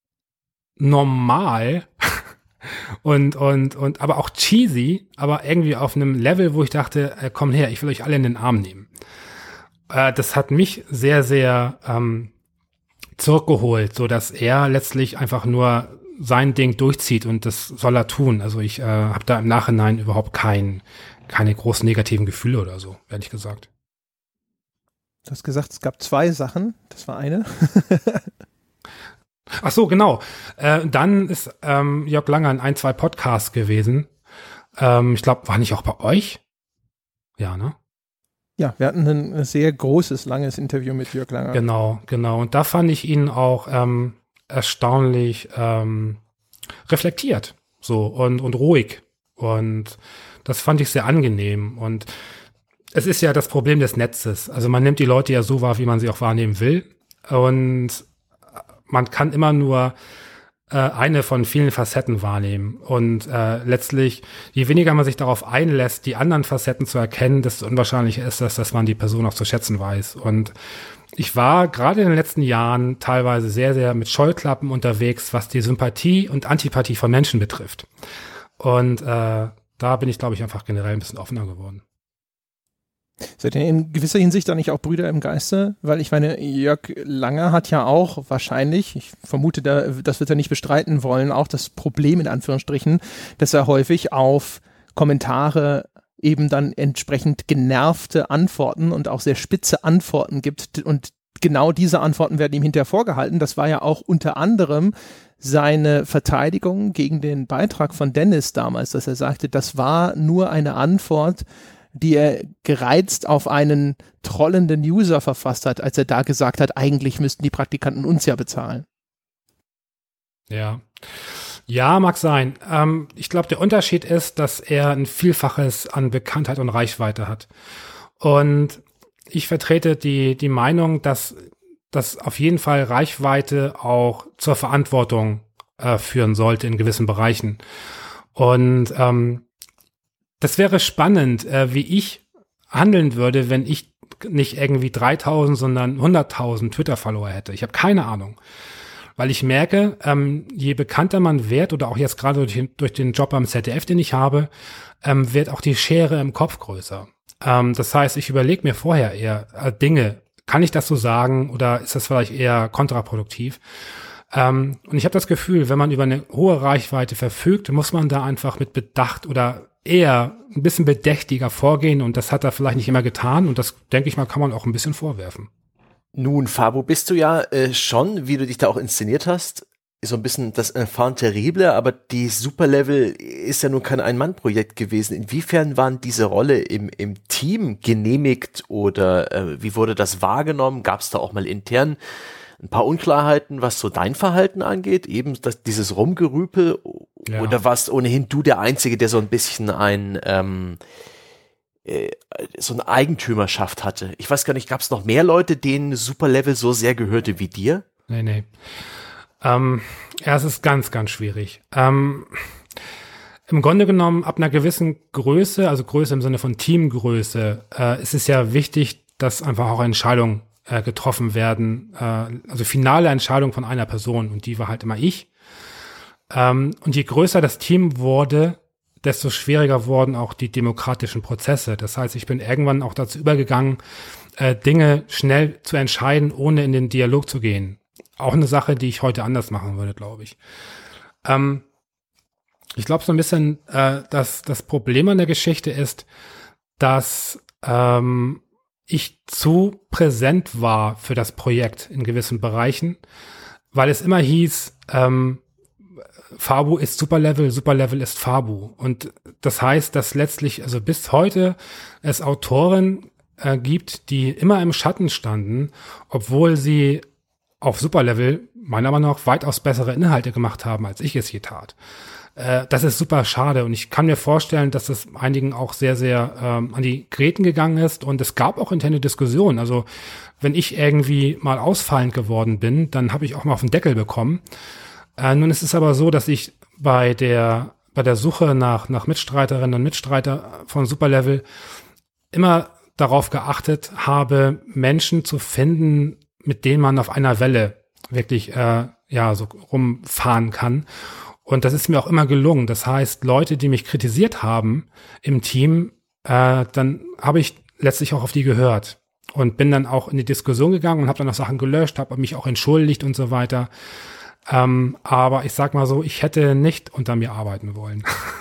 normal und, und, und, aber auch cheesy, aber irgendwie auf einem Level, wo ich dachte, äh, komm her, ich will euch alle in den Arm nehmen. Äh, das hat mich sehr, sehr ähm, zurückgeholt, so dass er letztlich einfach nur sein Ding durchzieht und das soll er tun. Also ich äh, habe da im Nachhinein überhaupt kein, keine großen negativen Gefühle oder so, ehrlich gesagt. Du hast gesagt, es gab zwei Sachen. Das war eine. Ach so, genau. Äh, dann ist ähm, Jörg Langer in ein, zwei Podcasts gewesen. Ähm, ich glaube, war nicht auch bei euch? Ja, ne? Ja, wir hatten ein sehr großes, langes Interview mit Jörg Langer. Genau, genau. Und da fand ich ihn auch ähm, erstaunlich ähm, reflektiert so und, und ruhig. Und das fand ich sehr angenehm. Und es ist ja das Problem des Netzes. Also man nimmt die Leute ja so wahr, wie man sie auch wahrnehmen will. Und man kann immer nur äh, eine von vielen Facetten wahrnehmen. Und äh, letztlich, je weniger man sich darauf einlässt, die anderen Facetten zu erkennen, desto unwahrscheinlicher ist es, dass man die Person auch zu schätzen weiß. Und ich war gerade in den letzten Jahren teilweise sehr, sehr mit Scheuklappen unterwegs, was die Sympathie und Antipathie von Menschen betrifft. Und äh, da bin ich, glaube ich, einfach generell ein bisschen offener geworden. Seid ihr in gewisser Hinsicht dann nicht auch Brüder im Geiste? Weil ich meine, Jörg Langer hat ja auch wahrscheinlich, ich vermute, da, das wird er nicht bestreiten wollen, auch das Problem in Anführungsstrichen, dass er häufig auf Kommentare eben dann entsprechend genervte Antworten und auch sehr spitze Antworten gibt. Und genau diese Antworten werden ihm hinterher vorgehalten. Das war ja auch unter anderem seine Verteidigung gegen den Beitrag von Dennis damals, dass er sagte, das war nur eine Antwort, die er gereizt auf einen trollenden User verfasst hat, als er da gesagt hat, eigentlich müssten die Praktikanten uns ja bezahlen. Ja, ja, mag sein. Ähm, ich glaube, der Unterschied ist, dass er ein Vielfaches an Bekanntheit und Reichweite hat. Und ich vertrete die, die Meinung, dass, dass auf jeden Fall Reichweite auch zur Verantwortung äh, führen sollte in gewissen Bereichen. Und ähm, das wäre spannend, äh, wie ich handeln würde, wenn ich nicht irgendwie dreitausend, sondern hunderttausend Twitter-Follower hätte. Ich habe keine Ahnung. Weil ich merke, ähm, je bekannter man wird, oder auch jetzt gerade durch, durch den Job am Z D F, den ich habe, ähm, wird auch die Schere im Kopf größer. Ähm, das heißt, ich überlege mir vorher eher äh, Dinge. Kann ich das so sagen oder ist das vielleicht eher kontraproduktiv? Ähm, und ich habe das Gefühl, wenn man über eine hohe Reichweite verfügt, muss man da einfach mit Bedacht oder eher ein bisschen bedächtiger vorgehen und das hat er vielleicht nicht immer getan und das, denke ich mal, kann man auch ein bisschen vorwerfen. Nun, Fabo, bist du ja äh, schon, wie du dich da auch inszeniert hast, so ein bisschen das Enfant terrible, aber die Superlevel ist ja nun kein Ein-Mann-Projekt gewesen. Inwiefern waren diese Rolle im, im Team genehmigt oder äh, wie wurde das wahrgenommen? Gab es da auch mal intern ein paar Unklarheiten, was so dein Verhalten angeht? Eben das, dieses Rumgerüpel ja. Oder warst ohnehin du der Einzige, der so ein bisschen ein, ähm, äh, so eine Eigentümerschaft hatte. Ich weiß gar nicht, gab es noch mehr Leute, denen Superlevel so sehr gehörte wie dir? Nee, nee. Ähm, ja, es ist ganz, ganz schwierig. Ähm, Im Grunde genommen, ab einer gewissen Größe, also Größe im Sinne von Teamgröße, äh, ist es ja wichtig, dass einfach auch Entscheidungen äh, getroffen werden, äh, also finale Entscheidungen von einer Person, und die war halt immer ich. Ähm, und je größer das Team wurde, desto schwieriger wurden auch die demokratischen Prozesse. Das heißt, ich bin irgendwann auch dazu übergegangen, äh, Dinge schnell zu entscheiden, ohne in den Dialog zu gehen. Auch eine Sache, die ich heute anders machen würde, glaube ich. Ähm, ich glaube so ein bisschen, äh, dass das Problem an der Geschichte ist, dass ähm, ich zu präsent war für das Projekt in gewissen Bereichen, weil es immer hieß, ähm, Fabu ist Superlevel, Superlevel ist Fabu. Und das heißt, dass letztlich, also bis heute, es Autoren äh, gibt, die immer im Schatten standen, obwohl sie auf Superlevel meiner Meinung nach weitaus bessere Inhalte gemacht haben, als ich es je tat. Äh, das ist super schade, und ich kann mir vorstellen, dass das einigen auch sehr, sehr ähm, an die Gräten gegangen ist, und es gab auch interne Diskussionen. Also wenn ich irgendwie mal ausfallend geworden bin, dann habe ich auch mal auf den Deckel bekommen. Äh, nun ist es aber so, dass ich bei der bei der Suche nach nach Mitstreiterinnen und Mitstreiter von Superlevel immer darauf geachtet habe, Menschen zu finden, mit denen man auf einer Welle wirklich äh, ja so rumfahren kann. Und das ist mir auch immer gelungen. Das heißt, Leute, die mich kritisiert haben im Team, äh, dann habe ich letztlich auch auf die gehört und bin dann auch in die Diskussion gegangen und habe dann auch Sachen gelöscht, habe mich auch entschuldigt und so weiter. Ähm, aber ich sag mal so, ich hätte nicht unter mir arbeiten wollen.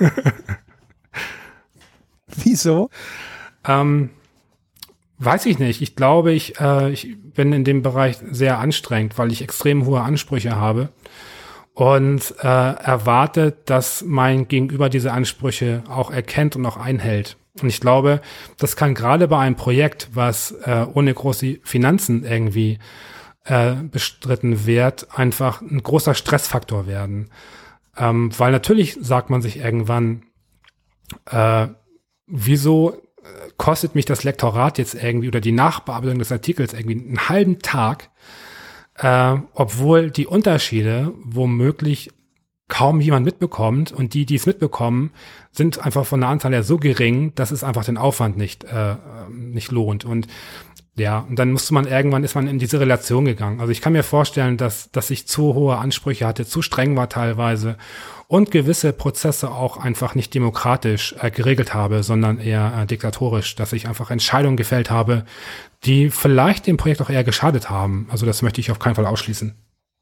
Wieso? Ähm, weiß ich nicht. Ich glaube, ich, äh, ich bin in dem Bereich sehr anstrengend, weil ich extrem hohe Ansprüche habe und äh, erwartet, dass mein Gegenüber diese Ansprüche auch erkennt und auch einhält. Und ich glaube, das kann gerade bei einem Projekt, was äh, ohne große Finanzen irgendwie äh, bestritten wird, einfach ein großer Stressfaktor werden. Ähm, weil natürlich sagt man sich irgendwann, äh, wieso kostet mich das Lektorat jetzt irgendwie oder die Nachbearbeitung des Artikels irgendwie einen halben Tag, äh, obwohl die Unterschiede womöglich kaum jemand mitbekommt, und die, die es mitbekommen, sind einfach von der Anzahl her so gering, dass es einfach den Aufwand nicht äh, nicht lohnt. Und ja, und dann musste man irgendwann, ist man in diese Relation gegangen. Also ich kann mir vorstellen, dass dass ich zu hohe Ansprüche hatte, zu streng war teilweise und gewisse Prozesse auch einfach nicht demokratisch äh, geregelt habe, sondern eher äh, diktatorisch, dass ich einfach Entscheidungen gefällt habe, die vielleicht dem Projekt auch eher geschadet haben. Also das möchte ich auf keinen Fall ausschließen.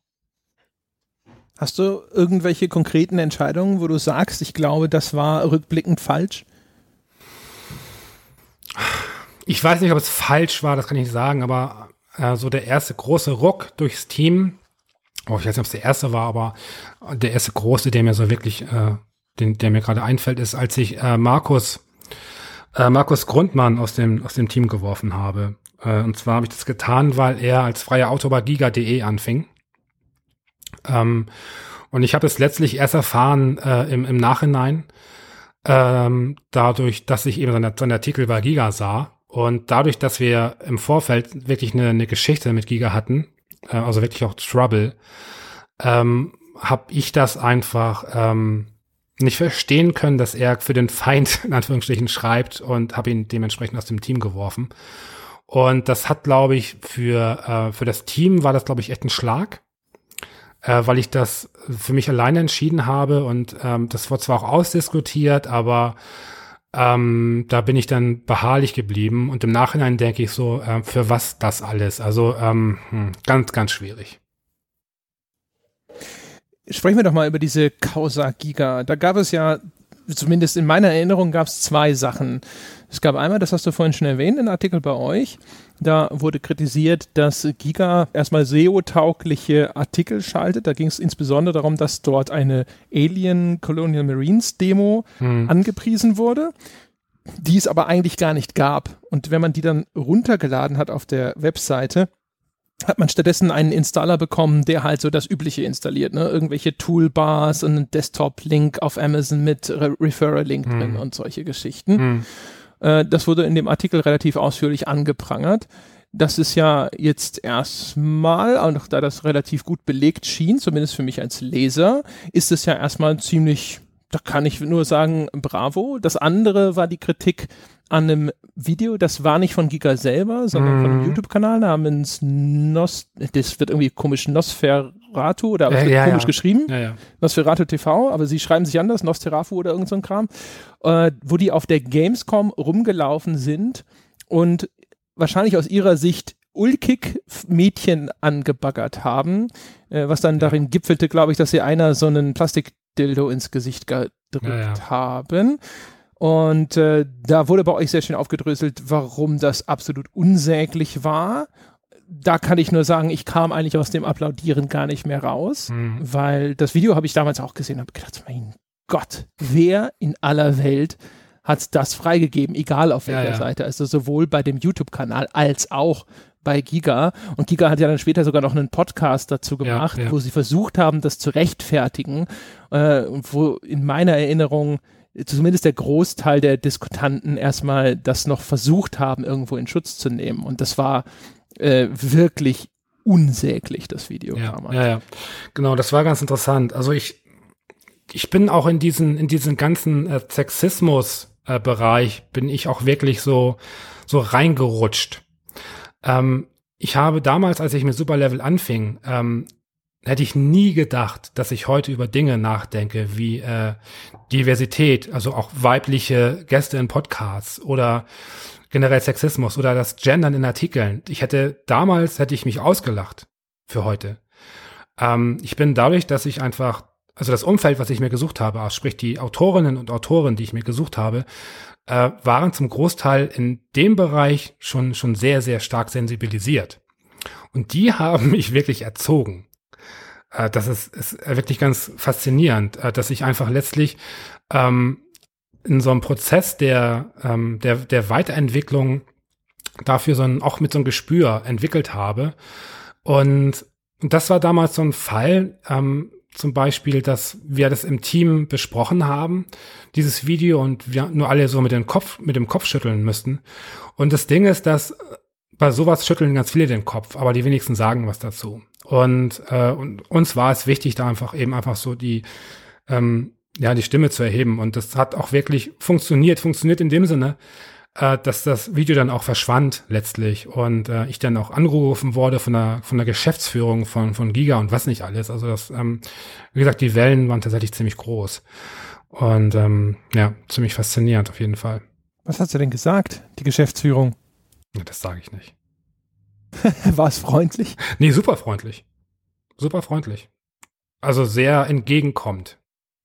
Hast du irgendwelche konkreten Entscheidungen, wo du sagst, ich glaube, das war rückblickend falsch? Ich weiß nicht, ob es falsch war, das kann ich nicht sagen, aber äh, so der erste große Ruck durchs Team, oh, ich weiß nicht, ob es der erste war, aber der erste große, der mir so wirklich, äh, den, der mir gerade einfällt, ist, als ich äh, Markus äh, Markus Grundmann aus dem aus dem Team geworfen habe. Äh, und zwar habe ich das getan, weil er als freier Autor bei giga punkt de anfing. Ähm, und ich habe es letztlich erst erfahren äh, im, im Nachhinein, ähm, dadurch, dass ich eben seinen seine Artikel bei Giga sah. Und dadurch, dass wir im Vorfeld wirklich eine, eine Geschichte mit Giga hatten, äh, also wirklich auch Trouble, ähm, habe ich das einfach ähm, nicht verstehen können, dass er für den Feind in Anführungsstrichen schreibt, und habe ihn dementsprechend aus dem Team geworfen. Und das hat, glaube ich, für äh, für das Team war das, glaube ich, echt ein Schlag, äh, weil ich das für mich alleine entschieden habe, und ähm, das wurde zwar auch ausdiskutiert, aber Ähm, da bin ich dann beharrlich geblieben, und im Nachhinein denke ich so, äh, für was das alles? Also ähm, hm, ganz, ganz schwierig. Sprechen wir doch mal über diese Causa Giga. Da gab es ja, zumindest in meiner Erinnerung, gab es zwei Sachen. Es gab einmal, das hast du vorhin schon erwähnt, einen Artikel bei euch. Da wurde kritisiert, dass Giga erstmal S E O-taugliche Artikel schaltet. Da ging es insbesondere darum, dass dort eine Alien Colonial Marines Demo hm. angepriesen wurde, die es aber eigentlich gar nicht gab. Und wenn man die dann runtergeladen hat auf der Webseite, hat man stattdessen einen Installer bekommen, der halt so das Übliche installiert, ne? Irgendwelche Toolbars und einen Desktop-Link auf Amazon mit Re- Referral-Link hm. drin und solche Geschichten. Hm. Äh, das wurde in dem Artikel relativ ausführlich angeprangert. Das ist ja jetzt erstmal, auch da das relativ gut belegt schien, zumindest für mich als Leser, ist es ja erstmal ziemlich, da kann ich nur sagen, bravo. Das andere war die Kritik an einem Video, das war nicht von Giga selber, sondern mm. von einem YouTube-Kanal namens Nos, das wird irgendwie komisch Nosferatu oder aber es äh, wird ja, komisch ja. geschrieben. Ja, ja. Nosferatu T V, aber sie schreiben sich anders, Nosferatu oder irgend so ein Kram, äh, wo die auf der Gamescom rumgelaufen sind und wahrscheinlich aus ihrer Sicht ulkig Mädchen angebaggert haben, äh, was dann darin gipfelte, glaube ich, dass sie einer so einen Plastikdildo ins Gesicht gedrückt ja, ja. haben. Und äh, da wurde bei euch sehr schön aufgedröselt, warum das absolut unsäglich war. Da kann ich nur sagen, ich kam eigentlich aus dem Applaudieren gar nicht mehr raus, mhm. weil das Video habe ich damals auch gesehen und habe gedacht, mein Gott, wer in aller Welt hat das freigegeben, egal auf welcher ja, ja. Seite, also sowohl bei dem YouTube-Kanal als auch bei Giga. Und Giga hat ja dann später sogar noch einen Podcast dazu gemacht, ja, ja. wo sie versucht haben, das zu rechtfertigen, äh, wo in meiner Erinnerung zumindest der Großteil der Diskutanten erstmal das noch versucht haben, irgendwo in Schutz zu nehmen. Und das war äh, wirklich unsäglich, das Video. Ja, ja, ja, genau, das war ganz interessant. Also ich ich bin auch in diesen in diesen ganzen äh, Sexismus äh, Bereich bin ich auch wirklich so so reingerutscht. Ähm, ich habe damals, als ich mit Superlevel anfing, ähm, hätte ich nie gedacht, dass ich heute über Dinge nachdenke wie äh, Diversität, also auch weibliche Gäste in Podcasts oder generell Sexismus oder das Gendern in Artikeln. Ich hätte damals hätte ich mich ausgelacht für heute. Ähm, ich bin dadurch, dass ich einfach Also das Umfeld, was ich mir gesucht habe, sprich die Autorinnen und Autoren, die ich mir gesucht habe, äh, waren zum Großteil in dem Bereich schon schon sehr, sehr stark sensibilisiert. Und die haben mich wirklich erzogen. Äh, das ist, ist wirklich ganz faszinierend, äh, dass ich einfach letztlich ähm, in so einem Prozess der ähm, der der Weiterentwicklung dafür so ein, auch mit so einem Gespür entwickelt habe. Und das war damals so ein Fall, ähm, zum Beispiel, dass wir das im Team besprochen haben, dieses Video, und wir nur alle so mit dem Kopf, mit dem Kopf schütteln müssten. Und das Ding ist, dass bei sowas schütteln ganz viele den Kopf, aber die wenigsten sagen was dazu. Und, äh, und uns war es wichtig, da einfach eben einfach so die, ähm, ja, die Stimme zu erheben. Und das hat auch wirklich funktioniert, funktioniert in dem Sinne, äh, dass das Video dann auch verschwand letztlich und äh, ich dann auch angerufen wurde von der von der Geschäftsführung von von Giga und was nicht alles. Also das, ähm, wie gesagt, die Wellen waren tatsächlich ziemlich groß und ähm, ja, ziemlich faszinierend auf jeden Fall. Was hat sie denn gesagt, die Geschäftsführung? Ja, das sage ich nicht. War es freundlich? Nee, super freundlich. Super freundlich. Also sehr entgegenkommend.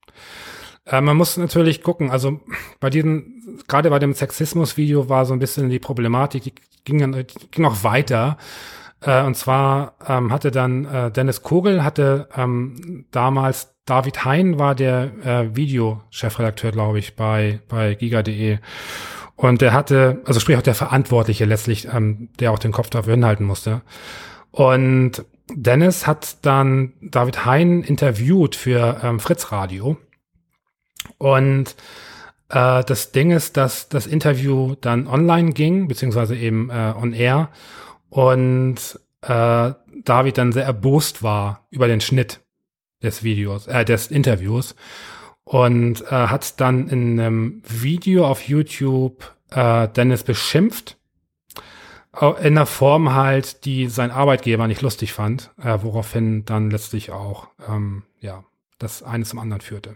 Äh, man muss natürlich gucken, also bei diesem, gerade bei dem Sexismus-Video war so ein bisschen die Problematik, die ging, dann, die ging auch weiter. Äh, und zwar ähm, hatte dann äh, Dennis Kogel, hatte ähm, damals, David Hein war der äh, Videochefredakteur, glaube ich, bei bei giga punkt de. Und der hatte, also sprich auch der Verantwortliche letztlich, ähm, der auch den Kopf dafür hinhalten musste. Und Dennis hat dann David Hein interviewt für ähm, Fritz Radio. Und äh, das Ding ist, dass das Interview dann online ging, beziehungsweise eben äh, on air. Und äh, David dann sehr erbost war über den Schnitt des Videos, äh, des Interviews. Und äh, hat dann in einem Video auf YouTube äh, Dennis beschimpft. In einer Form halt, die sein Arbeitgeber nicht lustig fand, äh, woraufhin dann letztlich auch ähm, ja das eine zum anderen führte.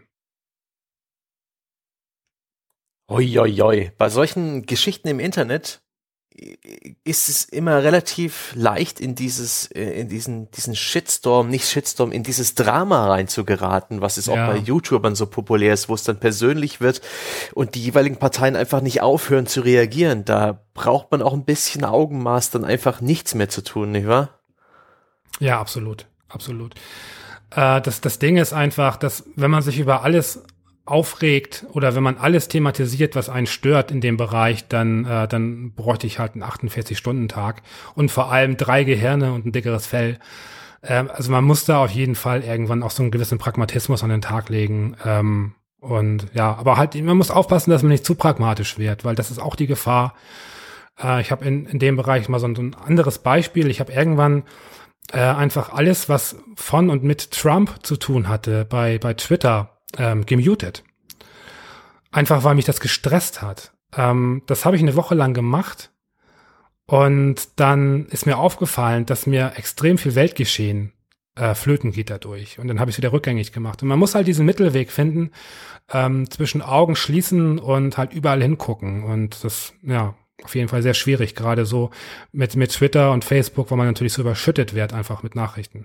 Uiuiui. Bei solchen Geschichten im Internet ist es immer relativ leicht, in dieses, in diesen, diesen Shitstorm, nicht Shitstorm, in dieses Drama reinzugeraten, was es Ja. auch bei YouTubern so populär ist, wo es dann persönlich wird und die jeweiligen Parteien einfach nicht aufhören zu reagieren. Da braucht man auch ein bisschen Augenmaß, dann einfach nichts mehr zu tun, nicht wahr? Ja, absolut, absolut. Äh, das, das Ding ist einfach, dass wenn man sich über alles aufregt oder wenn man alles thematisiert, was einen stört in dem Bereich, dann äh, dann bräuchte ich halt einen achtundvierzig-Stunden-Tag und vor allem drei Gehirne und ein dickeres Fell. Ähm, also man muss da auf jeden Fall irgendwann auch so einen gewissen Pragmatismus an den Tag legen ähm, Und ja, aber halt, man muss aufpassen, dass man nicht zu pragmatisch wird, weil das ist auch die Gefahr. Äh, ich habe in, in dem Bereich mal so ein, so ein anderes Beispiel. Ich habe irgendwann äh, einfach alles, was von und mit Trump zu tun hatte, bei, bei Twitter ähm, gemutet. Einfach, weil mich das gestresst hat. Ähm, das habe ich eine Woche lang gemacht und dann ist mir aufgefallen, dass mir extrem viel Weltgeschehen äh, flöten geht dadurch. Und dann habe ich es wieder rückgängig gemacht. Und man muss halt diesen Mittelweg finden, ähm, zwischen Augen schließen und halt überall hingucken. Und das, ja, auf jeden Fall sehr schwierig, gerade so mit, mit Twitter und Facebook, wo man natürlich so überschüttet wird, einfach mit Nachrichten.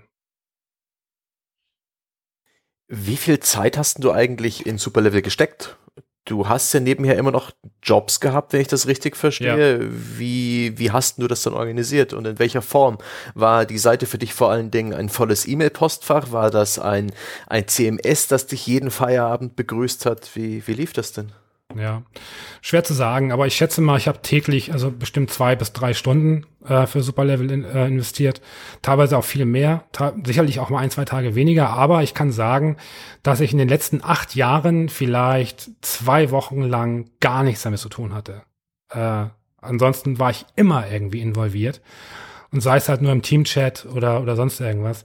Wie viel Zeit hast du eigentlich in Superlevel gesteckt? Du hast ja nebenher immer noch Jobs gehabt, wenn ich das richtig verstehe. Ja. Wie, wie hast du das dann organisiert und in welcher Form? War die Seite für dich vor allen Dingen ein volles E-Mail-Postfach? War das ein, ein C M S, das dich jeden Feierabend begrüßt hat? Wie, wie lief das denn? Ja, schwer zu sagen, aber ich schätze mal, ich habe täglich also bestimmt zwei bis drei Stunden äh, für Superlevel in, äh, investiert, teilweise auch viel mehr, ta- sicherlich auch mal ein, zwei Tage weniger, aber ich kann sagen, dass ich in den letzten acht Jahren vielleicht zwei Wochen lang gar nichts damit zu tun hatte. Äh, ansonsten war ich immer irgendwie involviert und sei es halt nur im Teamchat oder oder sonst irgendwas,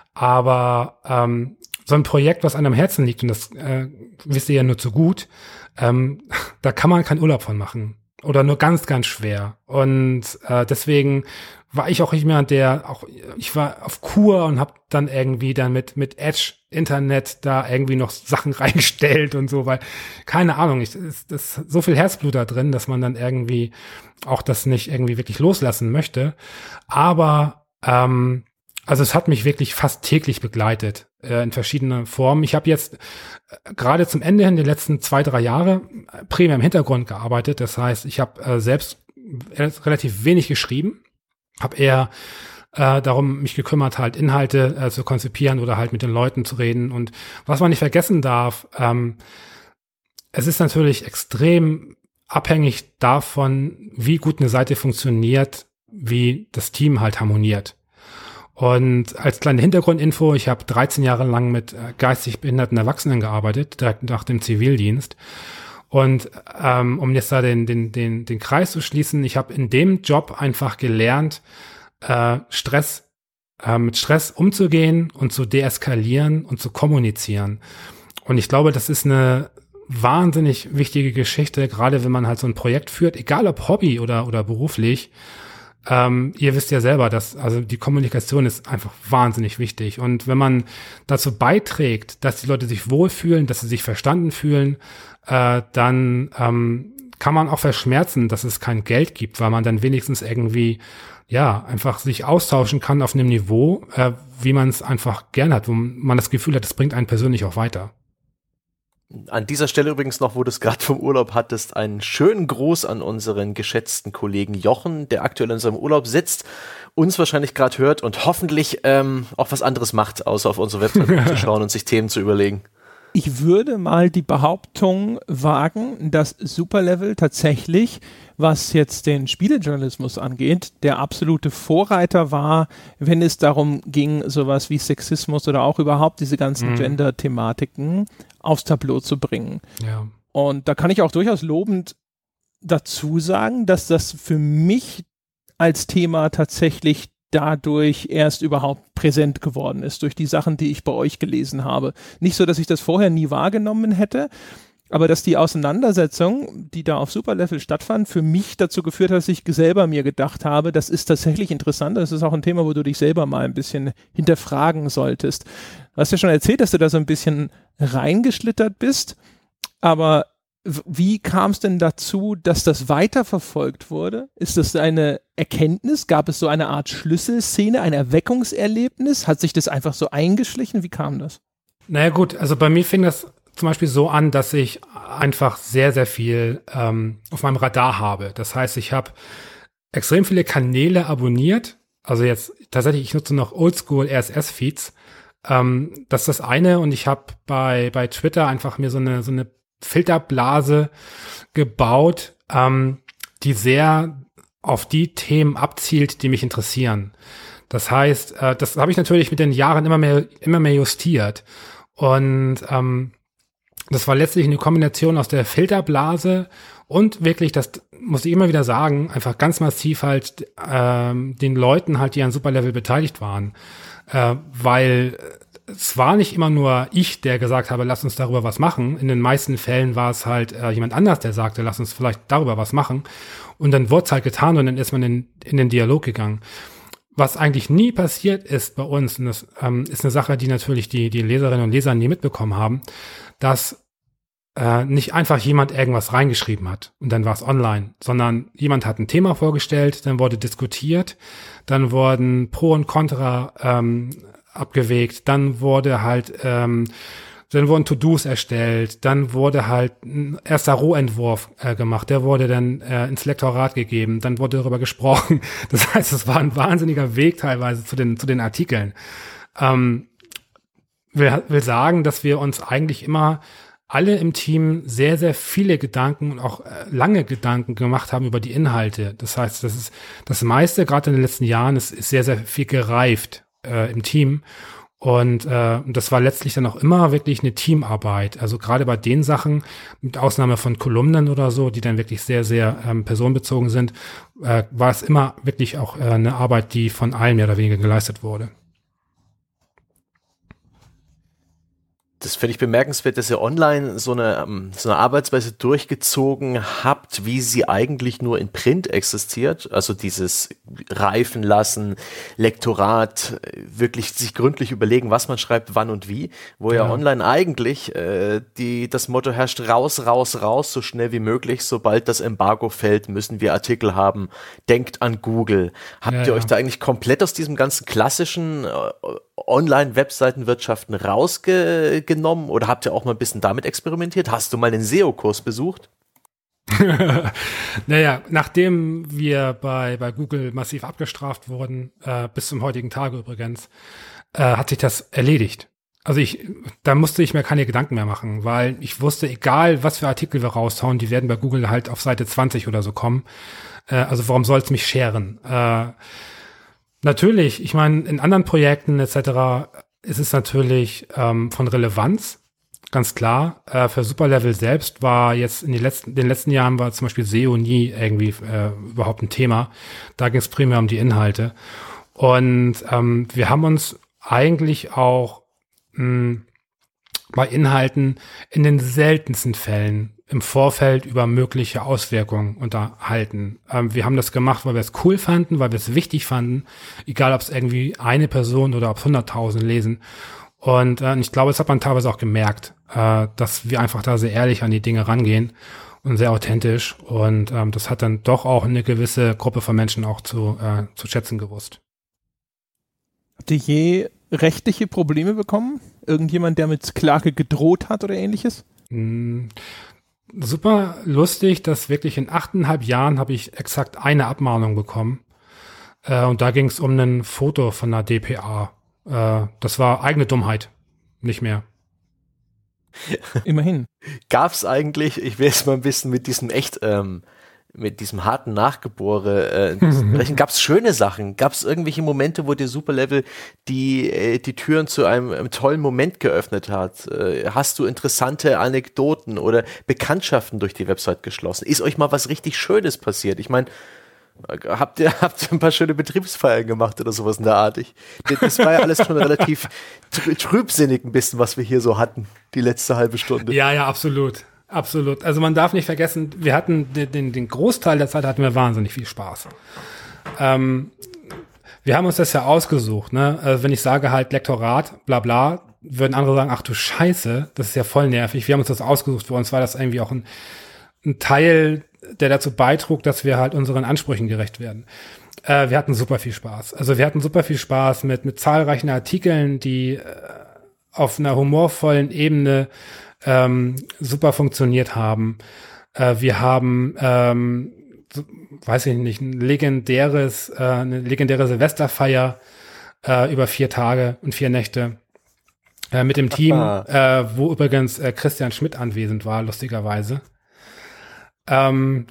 aber ähm, so ein Projekt, was einem am Herzen liegt, und das äh, wisst ihr ja nur zu gut, ähm, da kann man keinen Urlaub von machen. Oder nur ganz, ganz schwer. Und äh, deswegen war ich auch nicht mehr der, auch ich war auf Kur und habe dann irgendwie dann mit mit Edge Internet da irgendwie noch Sachen reingestellt und so, weil, keine Ahnung, ich, ist, ist so viel Herzblut da drin, dass man dann irgendwie auch das nicht irgendwie wirklich loslassen möchte. Aber ähm, also es hat mich wirklich fast täglich begleitet, äh, in verschiedenen Formen. Ich habe jetzt äh, gerade zum Ende hin, die letzten zwei, drei Jahre, äh, primär im Hintergrund gearbeitet. Das heißt, ich habe äh, selbst äh, relativ wenig geschrieben, habe eher äh, darum mich gekümmert, halt Inhalte äh, zu konzipieren oder halt mit den Leuten zu reden. Und was man nicht vergessen darf, ähm, es ist natürlich extrem abhängig davon, wie gut eine Seite funktioniert, wie das Team halt harmoniert. Und als kleine Hintergrundinfo, ich habe dreizehn Jahre lang mit äh, geistig behinderten Erwachsenen gearbeitet, direkt nach dem Zivildienst. Und ähm, um jetzt da den, den, den, den Kreis zu schließen, ich habe in dem Job einfach gelernt, äh, Stress, äh, mit Stress umzugehen und zu deeskalieren und zu kommunizieren. Und ich glaube, das ist eine wahnsinnig wichtige Geschichte, gerade wenn man halt so ein Projekt führt, egal ob Hobby oder, oder beruflich. Ähm, ihr wisst ja selber, dass also die Kommunikation ist einfach wahnsinnig wichtig. Und wenn man dazu beiträgt, dass die Leute sich wohlfühlen, dass sie sich verstanden fühlen, äh, dann ähm, kann man auch verschmerzen, dass es kein Geld gibt, weil man dann wenigstens irgendwie ja einfach sich austauschen kann auf einem Niveau, äh, wie man es einfach gern hat, wo man das Gefühl hat, es bringt einen persönlich auch weiter. An dieser Stelle übrigens noch, wo du es gerade vom Urlaub hattest, einen schönen Gruß an unseren geschätzten Kollegen Jochen, der aktuell in seinem Urlaub sitzt, uns wahrscheinlich gerade hört und hoffentlich ähm, auch was anderes macht, außer auf unsere Website zu schauen und sich Themen zu überlegen. Ich würde mal die Behauptung wagen, dass Superlevel tatsächlich, was jetzt den Spielejournalismus angeht, der absolute Vorreiter war, wenn es darum ging, sowas wie Sexismus oder auch überhaupt diese ganzen mhm. Gender-Thematiken aufs Tableau zu bringen. Ja. Und da kann ich auch durchaus lobend dazu sagen, dass das für mich als Thema tatsächlich dadurch erst überhaupt präsent geworden ist, durch die Sachen, die ich bei euch gelesen habe. Nicht so, dass ich das vorher nie wahrgenommen hätte, aber dass die Auseinandersetzung, die da auf Superlevel stattfand, für mich dazu geführt hat, dass ich selber mir gedacht habe, das ist tatsächlich interessant, das ist auch ein Thema, wo du dich selber mal ein bisschen hinterfragen solltest. Du hast ja schon erzählt, dass du da so ein bisschen reingeschlittert bist, aber wie kam es denn dazu, dass das weiterverfolgt wurde? Ist das eine Erkenntnis? Gab es so eine Art Schlüsselszene, ein Erweckungserlebnis? Hat sich das einfach so eingeschlichen? Wie kam das? Naja gut, also bei mir fing das zum Beispiel so an, dass ich einfach sehr, sehr viel ähm, auf meinem Radar habe. Das heißt, ich habe extrem viele Kanäle abonniert. Also jetzt tatsächlich, ich nutze noch Oldschool R S S-Feeds. Ähm, das ist das eine. Und ich habe bei bei Twitter einfach mir so eine so eine Filterblase gebaut, ähm, die sehr auf die Themen abzielt, die mich interessieren. Das heißt, äh, das habe ich natürlich mit den Jahren immer mehr, immer mehr justiert. Und ähm, Das war letztlich eine Kombination aus der Filterblase und wirklich, das muss ich immer wieder sagen, einfach ganz massiv halt ähm, den Leuten halt, die an Superlevel beteiligt waren. Äh, weil es war nicht immer nur ich, der gesagt habe, lass uns darüber was machen. In den meisten Fällen war es halt äh, jemand anders, der sagte, lass uns vielleicht darüber was machen. Und dann wurde es halt getan und dann ist man in, in den Dialog gegangen. Was eigentlich nie passiert ist bei uns, und das ähm, ist eine Sache, die natürlich die, die Leserinnen und Leser nie mitbekommen haben, dass äh, nicht einfach jemand irgendwas reingeschrieben hat und dann war es online, sondern jemand hat ein Thema vorgestellt, dann wurde diskutiert, dann wurden Pro und Contra ähm, abgewegt, dann wurde halt, ähm, dann wurden To-Dos erstellt, dann wurde halt ein erster Rohentwurf äh, gemacht, der wurde dann äh, ins Lektorat gegeben, dann wurde darüber gesprochen. Das heißt, es war ein wahnsinniger Weg teilweise zu den zu den Artikeln. Ähm, will, will sagen, dass wir uns eigentlich immer alle im Team sehr, sehr viele Gedanken und auch äh, lange Gedanken gemacht haben über die Inhalte. Das heißt, das ist das meiste, gerade in den letzten Jahren, ist, ist sehr, sehr viel gereift äh, im Team. Und äh, das war letztlich dann auch immer wirklich eine Teamarbeit. Also gerade bei den Sachen, mit Ausnahme von Kolumnen oder so, die dann wirklich sehr, sehr ähm, personenbezogen sind, äh, war es immer wirklich auch äh, eine Arbeit, die von allen mehr oder weniger geleistet wurde. Das finde ich bemerkenswert, dass ihr online so eine, so eine Arbeitsweise durchgezogen habt, wie sie eigentlich nur in Print existiert. Also dieses Reifen lassen, Lektorat, wirklich sich gründlich überlegen, was man schreibt, wann und wie. Wo ja, ja online eigentlich äh, die, das Motto herrscht, raus, raus, raus, so schnell wie möglich. Sobald das Embargo fällt, müssen wir Artikel haben. Denkt an Google. Habt ja, ihr ja. euch da eigentlich komplett aus diesem ganzen klassischen äh, Online-Webseitenwirtschaften rausgenommen oder habt ihr auch mal ein bisschen damit experimentiert? Hast du mal einen S E O-Kurs besucht? Naja, nachdem wir bei, bei Google massiv abgestraft wurden, äh, bis zum heutigen Tage übrigens, äh, hat sich das erledigt. Also ich, da musste ich mir keine Gedanken mehr machen, weil ich wusste, egal was für Artikel wir raushauen, die werden bei Google halt auf Seite zwanzig oder so kommen. Äh, also warum soll es mich scheren? Äh, Natürlich, ich meine, in anderen Projekten et cetera ist es natürlich ähm, von Relevanz, ganz klar. Äh, für Superlevel selbst war jetzt in den letzten, den letzten Jahren war zum Beispiel S E O nie irgendwie äh, überhaupt ein Thema. Da ging es primär um die Inhalte. Und ähm, wir haben uns eigentlich auch mh, bei Inhalten in den seltensten Fällen im Vorfeld über mögliche Auswirkungen unterhalten. Ähm, wir haben das gemacht, weil wir es cool fanden, weil wir es wichtig fanden, egal ob es irgendwie eine Person oder ob es hunderttausend lesen. Und äh, ich glaube, das hat man teilweise auch gemerkt, äh, dass wir einfach da sehr ehrlich an die Dinge rangehen und sehr authentisch. Und ähm, das hat dann doch auch eine gewisse Gruppe von Menschen auch zu, äh, zu schätzen gewusst. Habt ihr je rechtliche Probleme bekommen? Irgendjemand, der mit Klage gedroht hat oder ähnliches? Mm. Super lustig, dass wirklich in achteinhalb Jahren habe ich exakt eine Abmahnung bekommen. Äh, und da ging es um ein Foto von einer D P A. Äh, das war eigene Dummheit, nicht mehr. Immerhin. Gab es eigentlich, ich will jetzt mal ein bisschen mit diesem echt, ähm, mit diesem harten Nachgebore äh, gab es schöne Sachen? Gab es irgendwelche Momente, wo dir Superlevel die, äh, die Türen zu einem, einem tollen Moment geöffnet hat? Äh, hast du interessante Anekdoten oder Bekanntschaften durch die Website geschlossen? Ist euch mal was richtig Schönes passiert? Ich meine, habt ihr, habt ihr ein paar schöne Betriebsfeiern gemacht oder sowas in der Art? Ich, das war ja alles schon relativ trübsinnig ein bisschen, was wir hier so hatten, die letzte halbe Stunde. Ja, ja, absolut. Absolut. Also man darf nicht vergessen, wir hatten den, den, den Großteil der Zeit hatten wir wahnsinnig viel Spaß. Ähm, wir haben uns das ja ausgesucht, ne? Also wenn ich sage halt Lektorat, bla bla, würden andere sagen, ach du Scheiße, das ist ja voll nervig. Wir haben uns das ausgesucht, für uns war das irgendwie auch ein, ein Teil, der dazu beitrug, dass wir halt unseren Ansprüchen gerecht werden. Äh, wir hatten super viel Spaß. Also wir hatten super viel Spaß mit, mit zahlreichen Artikeln, die äh, auf einer humorvollen Ebene Ähm, super funktioniert haben. Äh, wir haben, ähm, so, weiß ich nicht, ein legendäres, äh, eine legendäre Silvesterfeier äh, über vier Tage und vier Nächte äh, mit dem Team, äh, wo übrigens äh, Christian Schmidt anwesend war, lustigerweise. Ähm,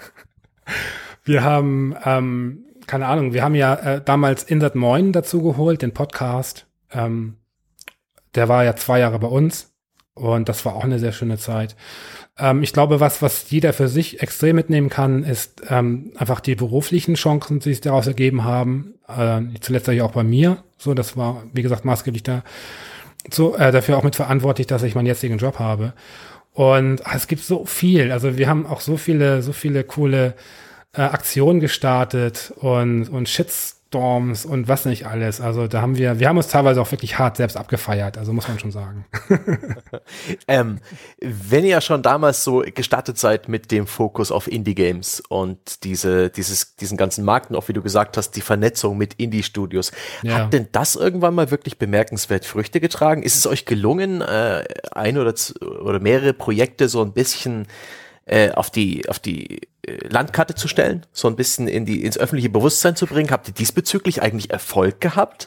wir haben, ähm, keine Ahnung, wir haben ja äh, damals Insert Moin dazu geholt, den Podcast. Ähm, der war ja zwei Jahre bei uns. Und das war auch eine sehr schöne Zeit. Ähm, ich glaube, was, was jeder für sich extrem mitnehmen kann, ist ähm, einfach die beruflichen Chancen, die sich daraus ergeben haben. Äh, zuletzt ja auch bei mir. So, das war, wie gesagt, maßgeblich da, so, äh, dafür auch mitverantwortlich, dass ich meinen jetzigen Job habe. Und ach, es gibt so viel. Also wir haben auch so viele, so viele coole äh, Aktionen gestartet und, und Shitstorms und was nicht alles. Also da haben wir, wir haben uns teilweise auch wirklich hart selbst abgefeiert. Also muss man schon sagen. ähm, wenn ihr ja schon damals so gestartet seid mit dem Fokus auf Indie-Games und diese, dieses, diesen ganzen Markt und auch, wie du gesagt hast, die Vernetzung mit Indie-Studios, ja. Hat denn das irgendwann mal wirklich bemerkenswert Früchte getragen? Ist es euch gelungen, äh, ein oder, oder mehrere Projekte so ein bisschen äh, auf die, auf die Landkarte zu stellen, so ein bisschen in die, ins öffentliche Bewusstsein zu bringen? Habt ihr diesbezüglich eigentlich Erfolg gehabt?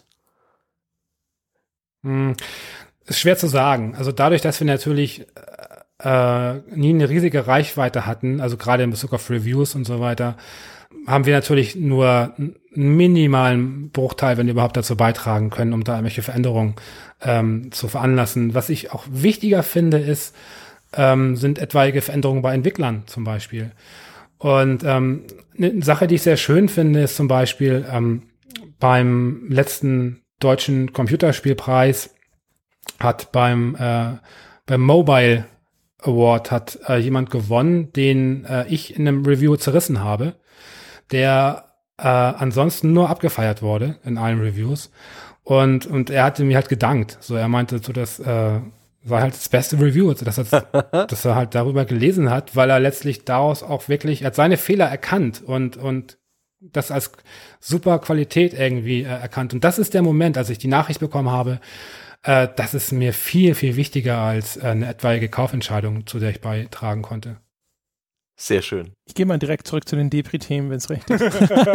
Hm, ist schwer zu sagen. Also dadurch, dass wir natürlich äh, nie eine riesige Reichweite hatten, also gerade in Bezug auf Reviews und so weiter, haben wir natürlich nur einen minimalen Bruchteil, wenn überhaupt, dazu beitragen können, um da irgendwelche Veränderungen ähm, zu veranlassen. Was ich auch wichtiger finde, ist, ähm, sind etwaige Veränderungen bei Entwicklern zum Beispiel. Und ähm, eine Sache, die ich sehr schön finde, ist zum Beispiel ähm, beim letzten deutschen Computerspielpreis hat beim äh, beim Mobile Award hat äh, jemand gewonnen, den äh, ich in einem Review zerrissen habe, der äh, ansonsten nur abgefeiert wurde in allen Reviews. Und und er hatte mir halt gedankt. So, er meinte so, dass äh, war halt das beste Review, also dass, er, dass er halt darüber gelesen hat, weil er letztlich daraus auch wirklich, er hat seine Fehler erkannt und und das als super Qualität irgendwie äh, erkannt. Und das ist der Moment, als ich die Nachricht bekommen habe, äh, das ist mir viel, viel wichtiger als äh, eine etwaige Kaufentscheidung, zu der ich beitragen konnte. Sehr schön. Ich gehe mal direkt zurück zu den Depri-Themen, wenn es recht ist.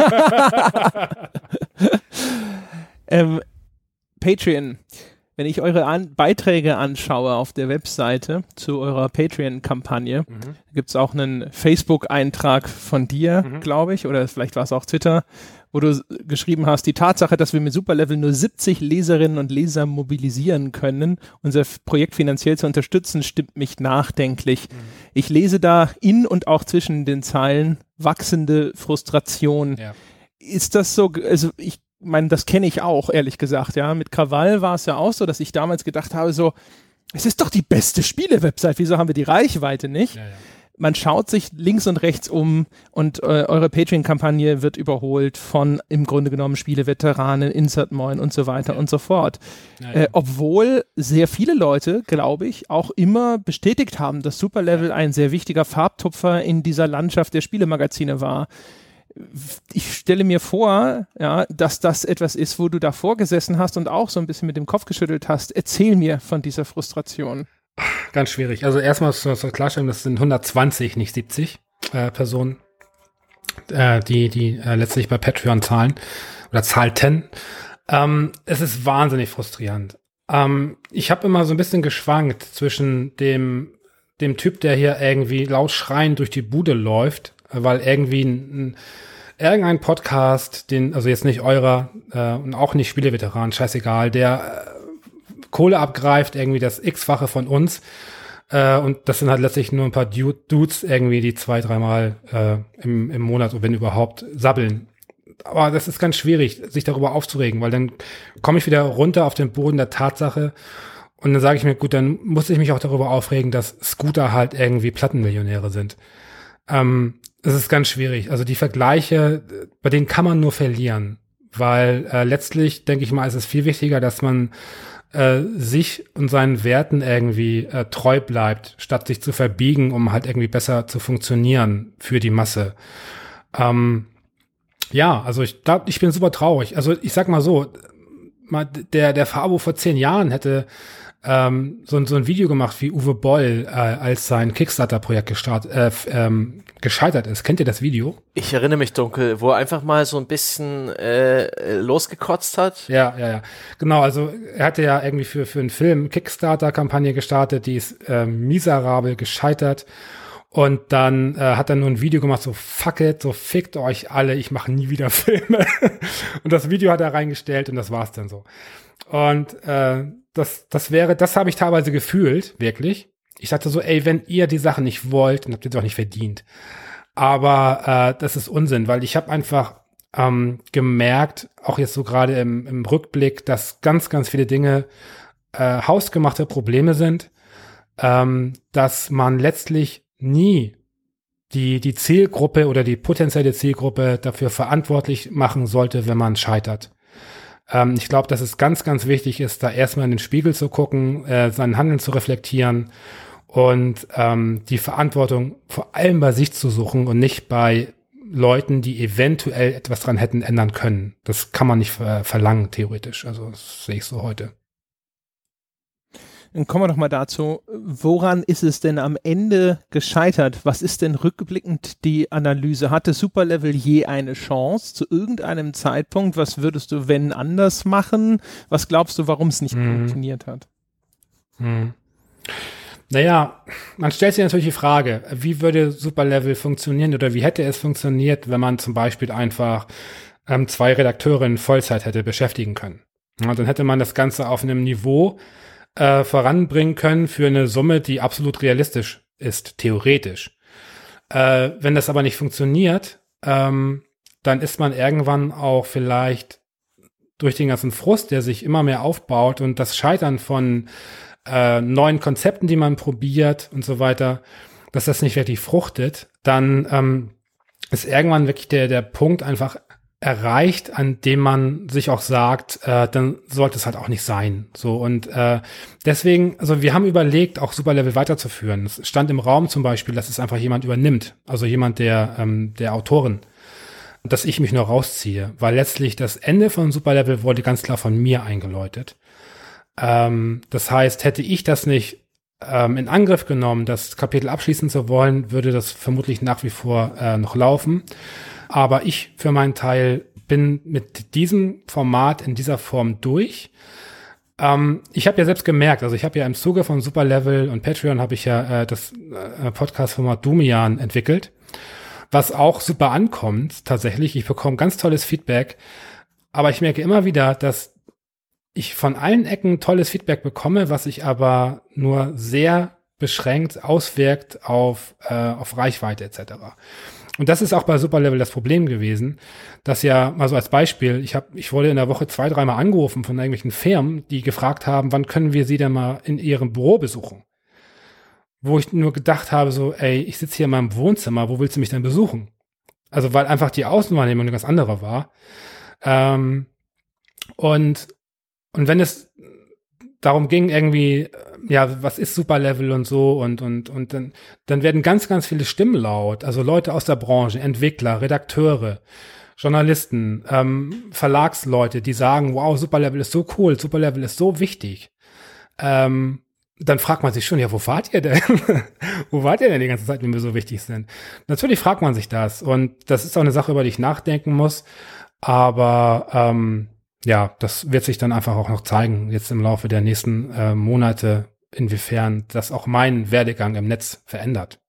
ähm, Patreon. Wenn ich eure An- Beiträge anschaue auf der Webseite zu eurer Patreon-Kampagne, mhm. gibt es auch einen Facebook-Eintrag von dir, mhm. glaube ich, oder vielleicht war es auch Twitter, wo du geschrieben hast, die Tatsache, dass wir mit Superlevel nur siebzig Leserinnen und Leser mobilisieren können, unser Projekt finanziell zu unterstützen, stimmt mich nachdenklich. Mhm. Ich lese da in und auch zwischen den Zeilen wachsende Frustration. Ja. Ist das so, also ich Ich meine, das kenne ich auch, ehrlich gesagt, ja. Mit Krawall war es ja auch so, dass ich damals gedacht habe, so, es ist doch die beste Spiele-Website, wieso haben wir die Reichweite nicht? Ja, ja. Man schaut sich links und rechts um und äh, eure Patreon-Kampagne wird überholt von im Grunde genommen Spieleveteranen, Insert Moin und so weiter ja. und so fort. Ja, ja. Äh, obwohl sehr viele Leute, glaube ich, auch immer bestätigt haben, dass Superlevel ja. ein sehr wichtiger Farbtupfer in dieser Landschaft der Spielemagazine war. Ich stelle mir vor, ja, dass das etwas ist, wo du davor gesessen hast und auch so ein bisschen mit dem Kopf geschüttelt hast. Erzähl mir von dieser Frustration. Ganz schwierig. Also erstmal zur Klarstellung, das sind hundertzwanzig, nicht siebzig äh, Personen, äh, die die äh, letztlich bei Patreon zahlen oder zahlten. Ähm, es ist wahnsinnig frustrierend. Ähm, ich habe immer so ein bisschen geschwankt zwischen dem dem Typ, der hier irgendwie laut schreiend durch die Bude läuft, weil irgendwie ein, ein, irgendein Podcast, den, also jetzt nicht eurer äh, und auch nicht Spieleveteran, scheißegal, der äh, Kohle abgreift, irgendwie das X-fache von uns äh, und das sind halt letztlich nur ein paar Dudes irgendwie, die zwei, dreimal äh, im, im Monat, wenn überhaupt, sabbeln. Aber das ist ganz schwierig, sich darüber aufzuregen, weil dann komme ich wieder runter auf den Boden der Tatsache und dann sage ich mir, gut, dann muss ich mich auch darüber aufregen, dass Scooter halt irgendwie Plattenmillionäre sind. Ähm, es ist ganz schwierig. Also die Vergleiche, bei denen kann man nur verlieren, weil äh, letztlich, denke ich mal, ist es viel wichtiger, dass man äh, sich und seinen Werten irgendwie äh, treu bleibt, statt sich zu verbiegen, um halt irgendwie besser zu funktionieren für die Masse. Ähm, ja, also ich glaube, ich bin super traurig. Also ich sag mal so, mal der der Fabo vor zehn Jahren hätte ähm, so, so ein Video gemacht wie Uwe Boll, äh, als sein Kickstarter-Projekt gestartet, äh, ähm, gescheitert ist. Kennt ihr das Video? Ich erinnere mich dunkel, wo er einfach mal so ein bisschen äh, losgekotzt hat. Ja, ja, ja. Genau, also er hatte ja irgendwie für für einen Film Kickstarter-Kampagne gestartet, die ist äh, miserabel gescheitert. Und dann äh, hat er nur ein Video gemacht, so fuck it, so fickt euch alle, ich mache nie wieder Filme. Und das Video hat er reingestellt und das war's dann so. Und äh, das, das wäre, das habe ich teilweise gefühlt, wirklich. Ich dachte so, ey, wenn ihr die Sache nicht wollt, dann habt ihr doch nicht verdient. Aber äh, das ist Unsinn, weil ich habe einfach ähm, gemerkt, auch jetzt so gerade im, im Rückblick, dass ganz, ganz viele Dinge äh, hausgemachte Probleme sind, ähm, dass man letztlich nie die die Zielgruppe oder die potenzielle Zielgruppe dafür verantwortlich machen sollte, wenn man scheitert. Ähm, ich glaube, dass es ganz, ganz wichtig ist, da erstmal in den Spiegel zu gucken, äh, sein Handeln zu reflektieren und ähm, die Verantwortung vor allem bei sich zu suchen und nicht bei Leuten, die eventuell etwas dran hätten ändern können. Das kann man nicht ver- verlangen, theoretisch. Also das sehe ich so heute. Dann kommen wir doch mal dazu, woran ist es denn am Ende gescheitert? Was ist denn rückblickend die Analyse? Hatte Superlevel je eine Chance zu irgendeinem Zeitpunkt? Was würdest du, wenn, anders machen? Was glaubst du, warum es nicht Mhm. funktioniert hat? Hm. Naja, man stellt sich natürlich die Frage, wie würde Superlevel funktionieren oder wie hätte es funktioniert, wenn man zum Beispiel einfach ähm, zwei Redakteure in Vollzeit hätte beschäftigen können. Ja, dann hätte man das Ganze auf einem Niveau äh, voranbringen können für eine Summe, die absolut realistisch ist, theoretisch. Äh, wenn das aber nicht funktioniert, ähm, dann ist man irgendwann auch vielleicht durch den ganzen Frust, der sich immer mehr aufbaut und das Scheitern von äh, neuen Konzepten, die man probiert und so weiter, dass das nicht wirklich fruchtet, dann ähm, ist irgendwann wirklich der der Punkt einfach erreicht, an dem man sich auch sagt, äh, dann sollte es halt auch nicht sein. So und äh, deswegen, also wir haben überlegt, auch Superlevel weiterzuführen. Es stand im Raum zum Beispiel, dass es einfach jemand übernimmt, also jemand der ähm, der Autorin, dass ich mich nur rausziehe, weil letztlich das Ende von Superlevel wurde ganz klar von mir eingeläutet. Ähm, das heißt, hätte ich das nicht ähm, in Angriff genommen, das Kapitel abschließen zu wollen, würde das vermutlich nach wie vor äh, noch laufen. Aber ich für meinen Teil bin mit diesem Format in dieser Form durch. Ähm, ich habe ja selbst gemerkt, also ich habe ja im Zuge von Superlevel und Patreon habe ich ja äh, das äh, Podcast-Format Dumian entwickelt, was auch super ankommt tatsächlich. Ich bekomme ganz tolles Feedback, aber ich merke immer wieder, dass ich von allen Ecken tolles Feedback bekomme, was sich aber nur sehr beschränkt auswirkt auf äh, auf Reichweite et cetera. Und das ist auch bei Superlevel das Problem gewesen, dass ja, mal so als Beispiel, ich habe, ich wurde in der Woche zwei, dreimal angerufen von irgendwelchen Firmen, die gefragt haben, wann können wir sie denn mal in ihrem Büro besuchen? Wo ich nur gedacht habe, so, ey, ich sitze hier in meinem Wohnzimmer, wo willst du mich denn besuchen? Also, weil einfach die Außenwahrnehmung eine ganz andere war. Ähm, und, und wenn es darum ging irgendwie, ja, was ist Superlevel und so und und und dann dann werden ganz ganz viele Stimmen laut, also Leute aus der Branche, Entwickler, Redakteure, Journalisten, ähm, Verlagsleute, die sagen, wow, Superlevel ist so cool, Superlevel ist so wichtig. Ähm, dann fragt man sich schon, ja, wo wart ihr denn? Wo wart ihr denn die ganze Zeit, wenn wir so wichtig sind? Natürlich fragt man sich das und das ist auch eine Sache, über die ich nachdenken muss, aber ähm, ja, das wird sich dann einfach auch noch zeigen, jetzt im Laufe der nächsten äh, Monate, inwiefern das auch meinen Werdegang im Netz verändert.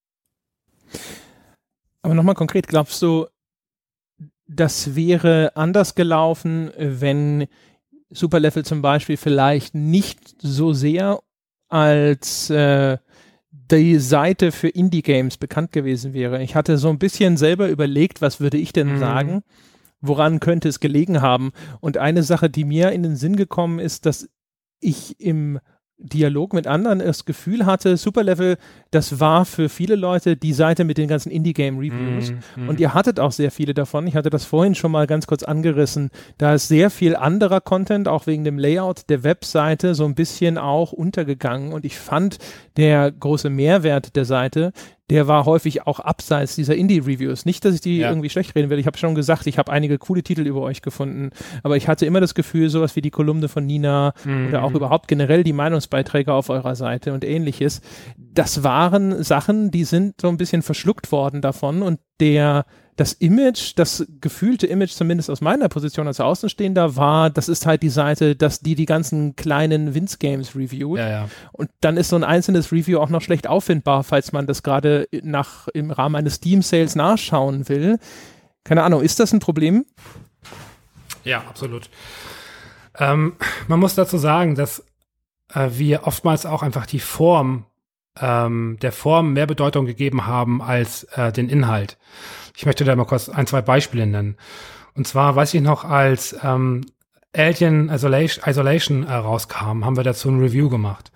Aber nochmal konkret, glaubst du, das wäre anders gelaufen, wenn Superlevel zum Beispiel vielleicht nicht so sehr als äh, die Seite für Indie-Games bekannt gewesen wäre? Ich hatte so ein bisschen selber überlegt, was würde ich denn mhm. sagen? Woran könnte es gelegen haben? Und eine Sache, die mir in den Sinn gekommen ist, dass ich im Dialog mit anderen das Gefühl hatte, Superlevel, das war für viele Leute die Seite mit den ganzen Indie-Game-Reviews. Mm, mm. Und ihr hattet auch sehr viele davon. Ich hatte das vorhin schon mal ganz kurz angerissen. Da ist sehr viel anderer Content, auch wegen dem Layout der Webseite, so ein bisschen auch untergegangen. Und ich fand, der große Mehrwert der Seite, der war häufig auch abseits dieser Indie-Reviews. Nicht, dass ich die ja. irgendwie schlecht reden will. Ich habe schon gesagt, ich habe einige coole Titel über euch gefunden. Aber ich hatte immer das Gefühl, sowas wie die Kolumne von Nina mhm. oder auch überhaupt generell die Meinungsbeiträge auf eurer Seite und ähnliches, das waren Sachen, die sind so ein bisschen verschluckt worden davon. Und der das Image, das gefühlte Image, zumindest aus meiner Position als Außenstehender, war, das ist halt die Seite, dass die die ganzen kleinen Vince-Games reviewt. Ja, ja. Und dann ist so ein einzelnes Review auch noch schlecht auffindbar, falls man das gerade nach im Rahmen eines Steam-Sales nachschauen will. Keine Ahnung, ist das ein Problem? Ja, absolut. Ähm, man muss dazu sagen, dass äh, wir oftmals auch einfach die Form, ähm, der Form mehr Bedeutung gegeben haben als äh, den Inhalt. Ich möchte da mal kurz ein, zwei Beispiele nennen. Und zwar weiß ich noch, als ähm, Alien Isolation, Isolation äh, rauskam, haben wir dazu ein Review gemacht.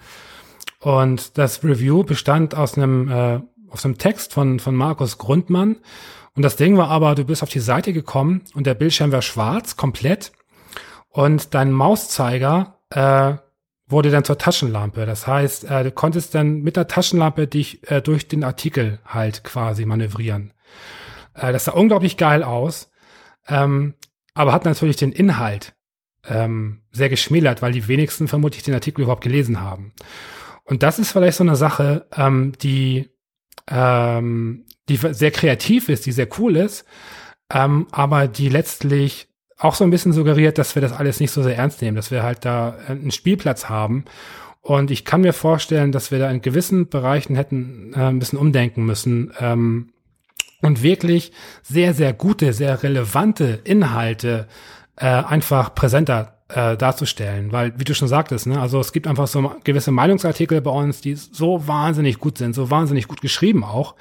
Und das Review bestand aus einem, äh, aus einem Text von, von Markus Grundmann. Und das Ding war aber, du bist auf die Seite gekommen und der Bildschirm war schwarz, komplett. Und dein Mauszeiger äh, wurde dann zur Taschenlampe. Das heißt, äh, du konntest dann mit der Taschenlampe dich äh, durch den Artikel halt quasi manövrieren. Äh, das sah unglaublich geil aus, ähm, aber hat natürlich den Inhalt ähm, sehr geschmälert, weil die wenigsten vermutlich den Artikel überhaupt gelesen haben. Und das ist vielleicht so eine Sache, ähm, die, ähm, die sehr kreativ ist, die sehr cool ist, ähm, aber die letztlich auch so ein bisschen suggeriert, dass wir das alles nicht so sehr ernst nehmen, dass wir halt da einen Spielplatz haben. Und ich kann mir vorstellen, dass wir da in gewissen Bereichen hätten äh, ein bisschen umdenken müssen ähm, und wirklich sehr, sehr gute, sehr relevante Inhalte äh, einfach präsenter äh, darzustellen. Weil, wie du schon sagtest, ne, also es gibt einfach so gewisse Meinungsartikel bei uns, die so wahnsinnig gut sind, so wahnsinnig gut geschrieben auch.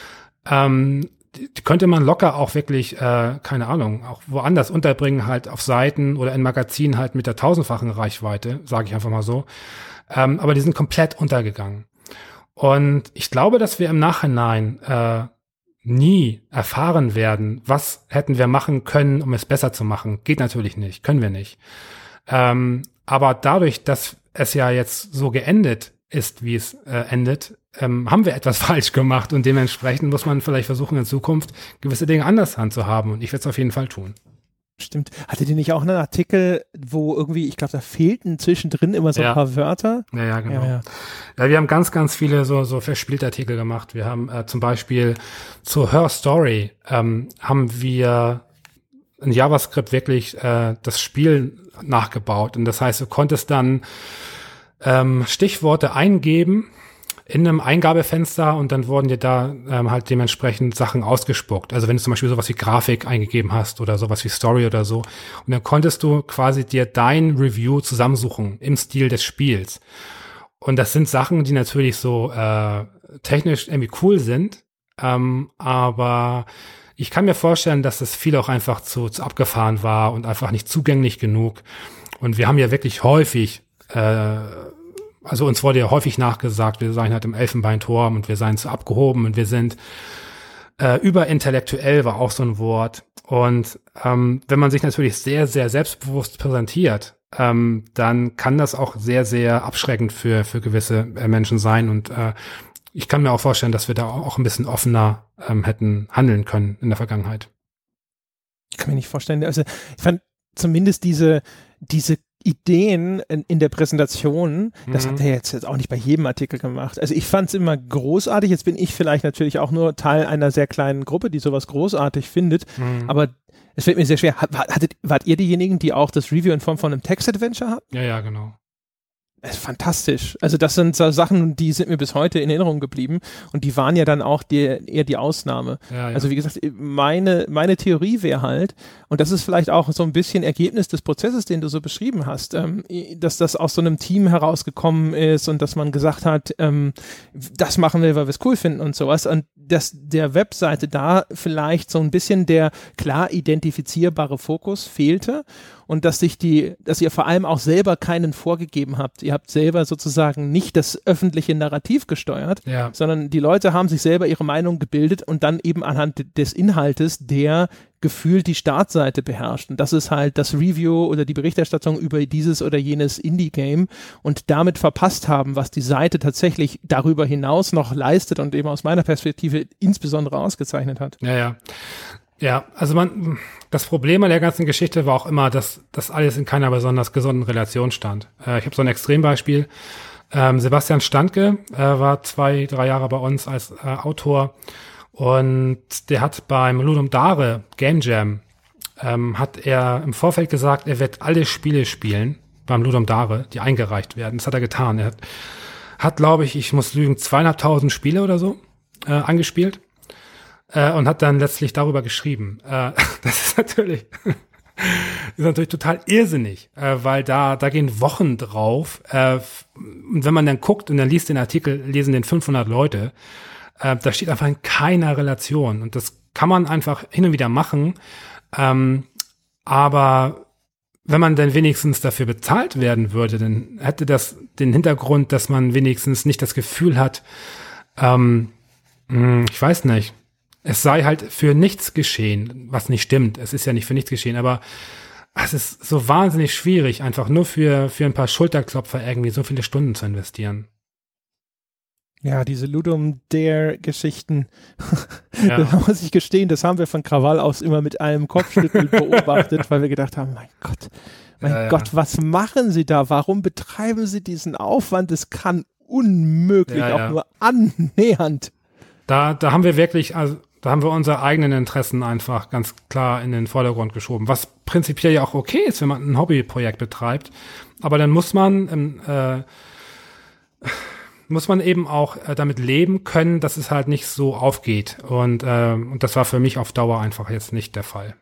Ähm, die könnte man locker auch wirklich, äh, keine Ahnung, auch woanders unterbringen, halt auf Seiten oder in Magazinen halt mit der tausendfachen Reichweite, sage ich einfach mal so. Ähm, aber die sind komplett untergegangen. Und ich glaube, dass wir im Nachhinein äh, nie erfahren werden, was hätten wir machen können, um es besser zu machen. Geht natürlich nicht, können wir nicht. Ähm, aber dadurch, dass es ja jetzt so geendet ist, wie es äh, endet, ähm, haben wir etwas falsch gemacht und dementsprechend muss man vielleicht versuchen, in Zukunft gewisse Dinge anders handzuhaben und ich werde es auf jeden Fall tun. Stimmt. Hattet ihr nicht auch einen Artikel, wo irgendwie, ich glaube, da fehlten zwischendrin immer so ja. ein paar Wörter? Ja, ja, genau. Ja, ja. Ja, wir haben ganz, ganz viele so, so verspielte Artikel gemacht. Wir haben äh, zum Beispiel zu Her Story ähm, haben wir in JavaScript wirklich äh, das Spiel nachgebaut und das heißt, du konntest dann ähm, Stichworte eingeben in einem Eingabefenster und dann wurden dir da ähm, halt dementsprechend Sachen ausgespuckt. Also wenn du zum Beispiel sowas wie Grafik eingegeben hast oder sowas wie Story oder so. Und dann konntest du quasi dir dein Review zusammensuchen im Stil des Spiels. Und das sind Sachen, die natürlich so äh, technisch irgendwie cool sind. Ähm, aber ich kann mir vorstellen, dass das viel auch einfach zu, zu abgefahren war und einfach nicht zugänglich genug. Und wir haben ja wirklich häufig äh, Also uns wurde ja häufig nachgesagt, wir seien halt im Elfenbeinturm und wir seien zu abgehoben und wir sind äh, überintellektuell, war auch so ein Wort. Und ähm, wenn man sich natürlich sehr, sehr selbstbewusst präsentiert, ähm, dann kann das auch sehr, sehr abschreckend für für gewisse äh, Menschen sein. Und äh, ich kann mir auch vorstellen, dass wir da auch ein bisschen offener ähm, hätten handeln können in der Vergangenheit. Ich kann mir nicht vorstellen, also ich fand zumindest diese diese Ideen in, in der Präsentation, das Mhm. hat er jetzt, jetzt auch nicht bei jedem Artikel gemacht. Also ich fand es immer großartig, jetzt bin ich vielleicht natürlich auch nur Teil einer sehr kleinen Gruppe, die sowas großartig findet, Mhm. aber es fällt mir sehr schwer. Hattet, wart ihr diejenigen, die auch das Review in Form von einem Text-Adventure hatten? Ja, ja, genau. Das ist fantastisch. Also das sind so Sachen, die sind mir bis heute in Erinnerung geblieben und die waren ja dann auch die, eher die Ausnahme. Ja, ja. Also wie gesagt, meine, meine Theorie wäre halt, und das ist vielleicht auch so ein bisschen Ergebnis des Prozesses, den du so beschrieben hast, ähm, dass das aus so einem Team herausgekommen ist und dass man gesagt hat, ähm, das machen wir, weil wir es cool finden und sowas. Und dass der Webseite da vielleicht so ein bisschen der klar identifizierbare Fokus fehlte. Und dass sich die, dass ihr vor allem auch selber keinen vorgegeben habt. Ihr habt selber sozusagen nicht das öffentliche Narrativ gesteuert, Ja. sondern die Leute haben sich selber ihre Meinung gebildet und dann eben anhand des Inhaltes, der gefühlt die Startseite beherrscht. Und das ist halt das Review oder die Berichterstattung über dieses oder jenes Indie-Game und damit verpasst haben, was die Seite tatsächlich darüber hinaus noch leistet und eben aus meiner Perspektive insbesondere ausgezeichnet hat. Ja, ja. Ja, also man, das Problem an der ganzen Geschichte war auch immer, dass das alles in keiner besonders gesunden Relation stand. Äh, ich habe so ein Extrembeispiel. Ähm, Sebastian Standke äh, war zwei, drei Jahre bei uns als äh, Autor und der hat beim Ludum Dare Game Jam ähm, hat er im Vorfeld gesagt, er wird alle Spiele spielen beim Ludum Dare, die eingereicht werden. Das hat er getan. Er hat, hat glaube ich, ich muss lügen, zweieinhalbtausend Spiele oder so äh, angespielt. Äh, und hat dann letztlich darüber geschrieben. Äh, das ist natürlich, ist natürlich total irrsinnig, äh, weil da da gehen Wochen drauf. Äh, und wenn man dann guckt und dann liest den Artikel, lesen den fünfhundert Leute, äh, da steht einfach in keiner Relation. Und das kann man einfach hin und wieder machen. Ähm, aber wenn man dann wenigstens dafür bezahlt werden würde, dann hätte das den Hintergrund, dass man wenigstens nicht das Gefühl hat, ähm, mh, ich weiß nicht, es sei halt für nichts geschehen, was nicht stimmt. Es ist ja nicht für nichts geschehen, aber es ist so wahnsinnig schwierig, einfach nur für, für ein paar Schulterklopfer irgendwie so viele Stunden zu investieren. Ja, diese Ludum Dare-Geschichten, Ja. da muss ich gestehen, das haben wir von Krawall aus immer mit einem Kopfschütteln beobachtet, weil wir gedacht haben, mein Gott, mein Ja, ja. Gott, was machen Sie da? Warum betreiben Sie diesen Aufwand? Das kann unmöglich, Ja, auch ja. nur annähernd. Da, da haben wir wirklich, also da haben wir unsere eigenen Interessen einfach ganz klar in den Vordergrund geschoben, was prinzipiell ja auch okay ist, wenn man ein Hobbyprojekt betreibt. Aber dann muss man, ähm, äh, muss man eben auch äh, damit leben können, dass es halt nicht so aufgeht. Und, äh, und das war für mich auf Dauer einfach jetzt nicht der Fall.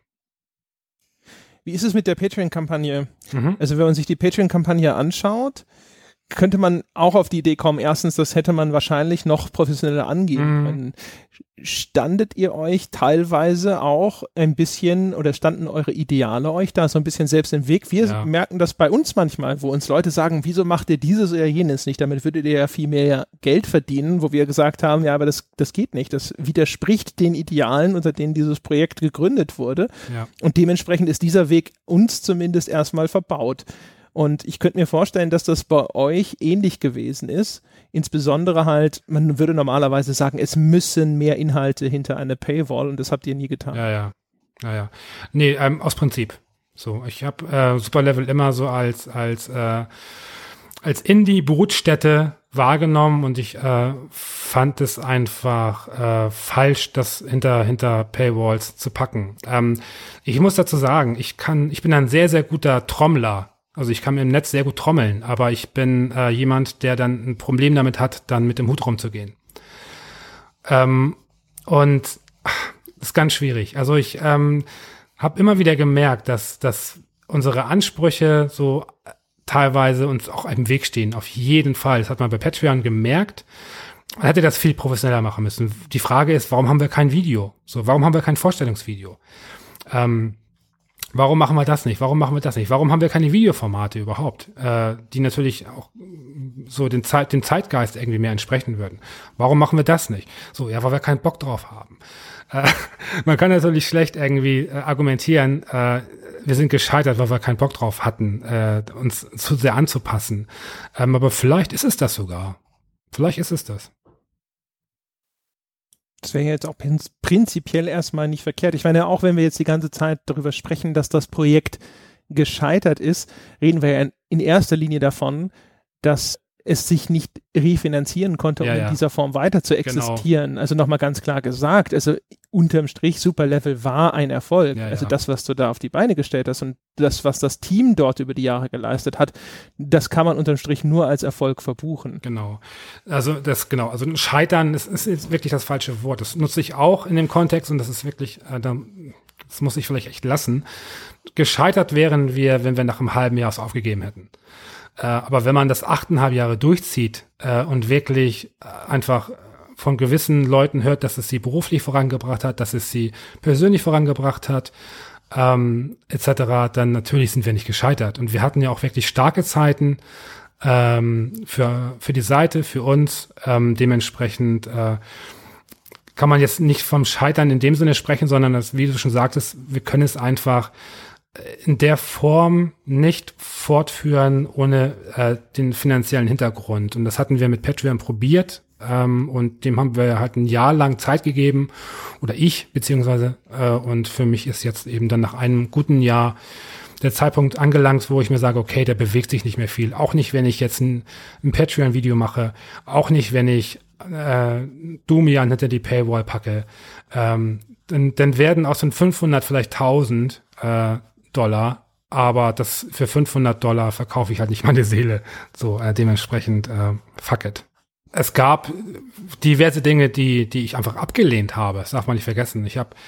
Wie ist es mit der Patreon-Kampagne? Mhm. Also wenn man sich die Patreon-Kampagne anschaut, könnte man auch auf die Idee kommen, erstens, das hätte man wahrscheinlich noch professioneller angehen Mhm. können. Standet ihr euch teilweise auch ein bisschen oder standen eure Ideale euch da so ein bisschen selbst im Weg? Wir Ja. merken das bei uns manchmal, wo uns Leute sagen, wieso macht ihr dieses oder jenes nicht? Damit würdet ihr ja viel mehr Geld verdienen, wo wir gesagt haben, ja, aber das, das geht nicht. Das widerspricht den Idealen, unter denen dieses Projekt gegründet wurde. Ja. Und dementsprechend ist dieser Weg uns zumindest erstmal verbaut. Und ich könnte mir vorstellen, dass das bei euch ähnlich gewesen ist. Insbesondere halt, man würde normalerweise sagen, es müssen mehr Inhalte hinter eine Paywall und das habt ihr nie getan. Ja, ja. Ja, ja. Nee, ähm, aus Prinzip. So, ich habe äh, Superlevel immer so als als äh, als Indie-Brutstätte wahrgenommen und ich äh, fand es einfach äh, falsch, das hinter hinter Paywalls zu packen. Ähm, ich muss dazu sagen, ich kann, ich bin ein sehr sehr guter Trommler. Also ich kann im Netz sehr gut trommeln, aber ich bin äh, jemand, der dann ein Problem damit hat, dann mit dem Hut rumzugehen. Ähm, und ach, das ist ganz schwierig. Also ich ähm, habe immer wieder gemerkt, dass, dass unsere Ansprüche so teilweise uns auch im Weg stehen. Auf jeden Fall. Das hat man bei Patreon gemerkt. Man hätte das viel professioneller machen müssen. Die Frage ist, warum haben wir kein Video? So, warum haben wir kein Vorstellungsvideo? Ähm, Warum machen wir das nicht? Warum machen wir das nicht? Warum haben wir keine Videoformate überhaupt, äh, die natürlich auch so den, Zeit, den Zeitgeist irgendwie mehr entsprechen würden? Warum machen wir das nicht? So, ja, weil wir keinen Bock drauf haben. Äh, man kann natürlich schlecht irgendwie äh, argumentieren, äh, wir sind gescheitert, weil wir keinen Bock drauf hatten, äh, uns zu sehr anzupassen. Ähm, aber vielleicht ist es das sogar. Vielleicht ist es das. Das wäre jetzt auch prinzipiell erstmal nicht verkehrt. Ich meine, auch wenn wir jetzt die ganze Zeit darüber sprechen, dass das Projekt gescheitert ist, reden wir ja in, in erster Linie davon, dass es sich nicht refinanzieren konnte, um Ja, in ja. dieser Form weiter zu existieren. Genau. Also nochmal ganz klar gesagt, also unterm Strich Superlevel war ein Erfolg. Ja, also ja. das, was du da auf die Beine gestellt hast und das, was das Team dort über die Jahre geleistet hat, das kann man unterm Strich nur als Erfolg verbuchen. Genau. Also das, genau, also Scheitern ist, ist, ist wirklich das falsche Wort. Das nutze ich auch in dem Kontext und das ist wirklich, äh, da, das muss ich vielleicht echt lassen. Gescheitert wären wir, wenn wir nach einem halben Jahr es aufgegeben hätten. Äh, aber wenn man das achteinhalb Jahre durchzieht äh, und wirklich äh, einfach von gewissen Leuten hört, dass es sie beruflich vorangebracht hat, dass es sie persönlich vorangebracht hat, ähm, et cetera, dann natürlich sind wir nicht gescheitert. Und wir hatten ja auch wirklich starke Zeiten ähm, für für die Seite, für uns. Ähm, dementsprechend äh, kann man jetzt nicht vom Scheitern in dem Sinne sprechen, sondern das, wie du schon sagtest, wir können es einfach in der Form nicht fortführen ohne äh, den finanziellen Hintergrund. Und das hatten wir mit Patreon probiert. Ähm, und dem haben wir halt ein Jahr lang Zeit gegeben, oder ich beziehungsweise, äh, und für mich ist jetzt eben dann nach einem guten Jahr der Zeitpunkt angelangt, wo ich mir sage, okay, da bewegt sich nicht mehr viel. Auch nicht, wenn ich jetzt ein, ein Patreon-Video mache, auch nicht, wenn ich äh, Domian hinter die Paywall packe. Ähm, dann, dann werden aus den fünfhundert vielleicht tausend äh, Dollar, aber das für fünfhundert Dollar verkaufe ich halt nicht meine Seele. So, äh, dementsprechend, äh, fuck it. Es gab diverse Dinge, die die ich einfach abgelehnt habe. Das darf man nicht vergessen. Ich habe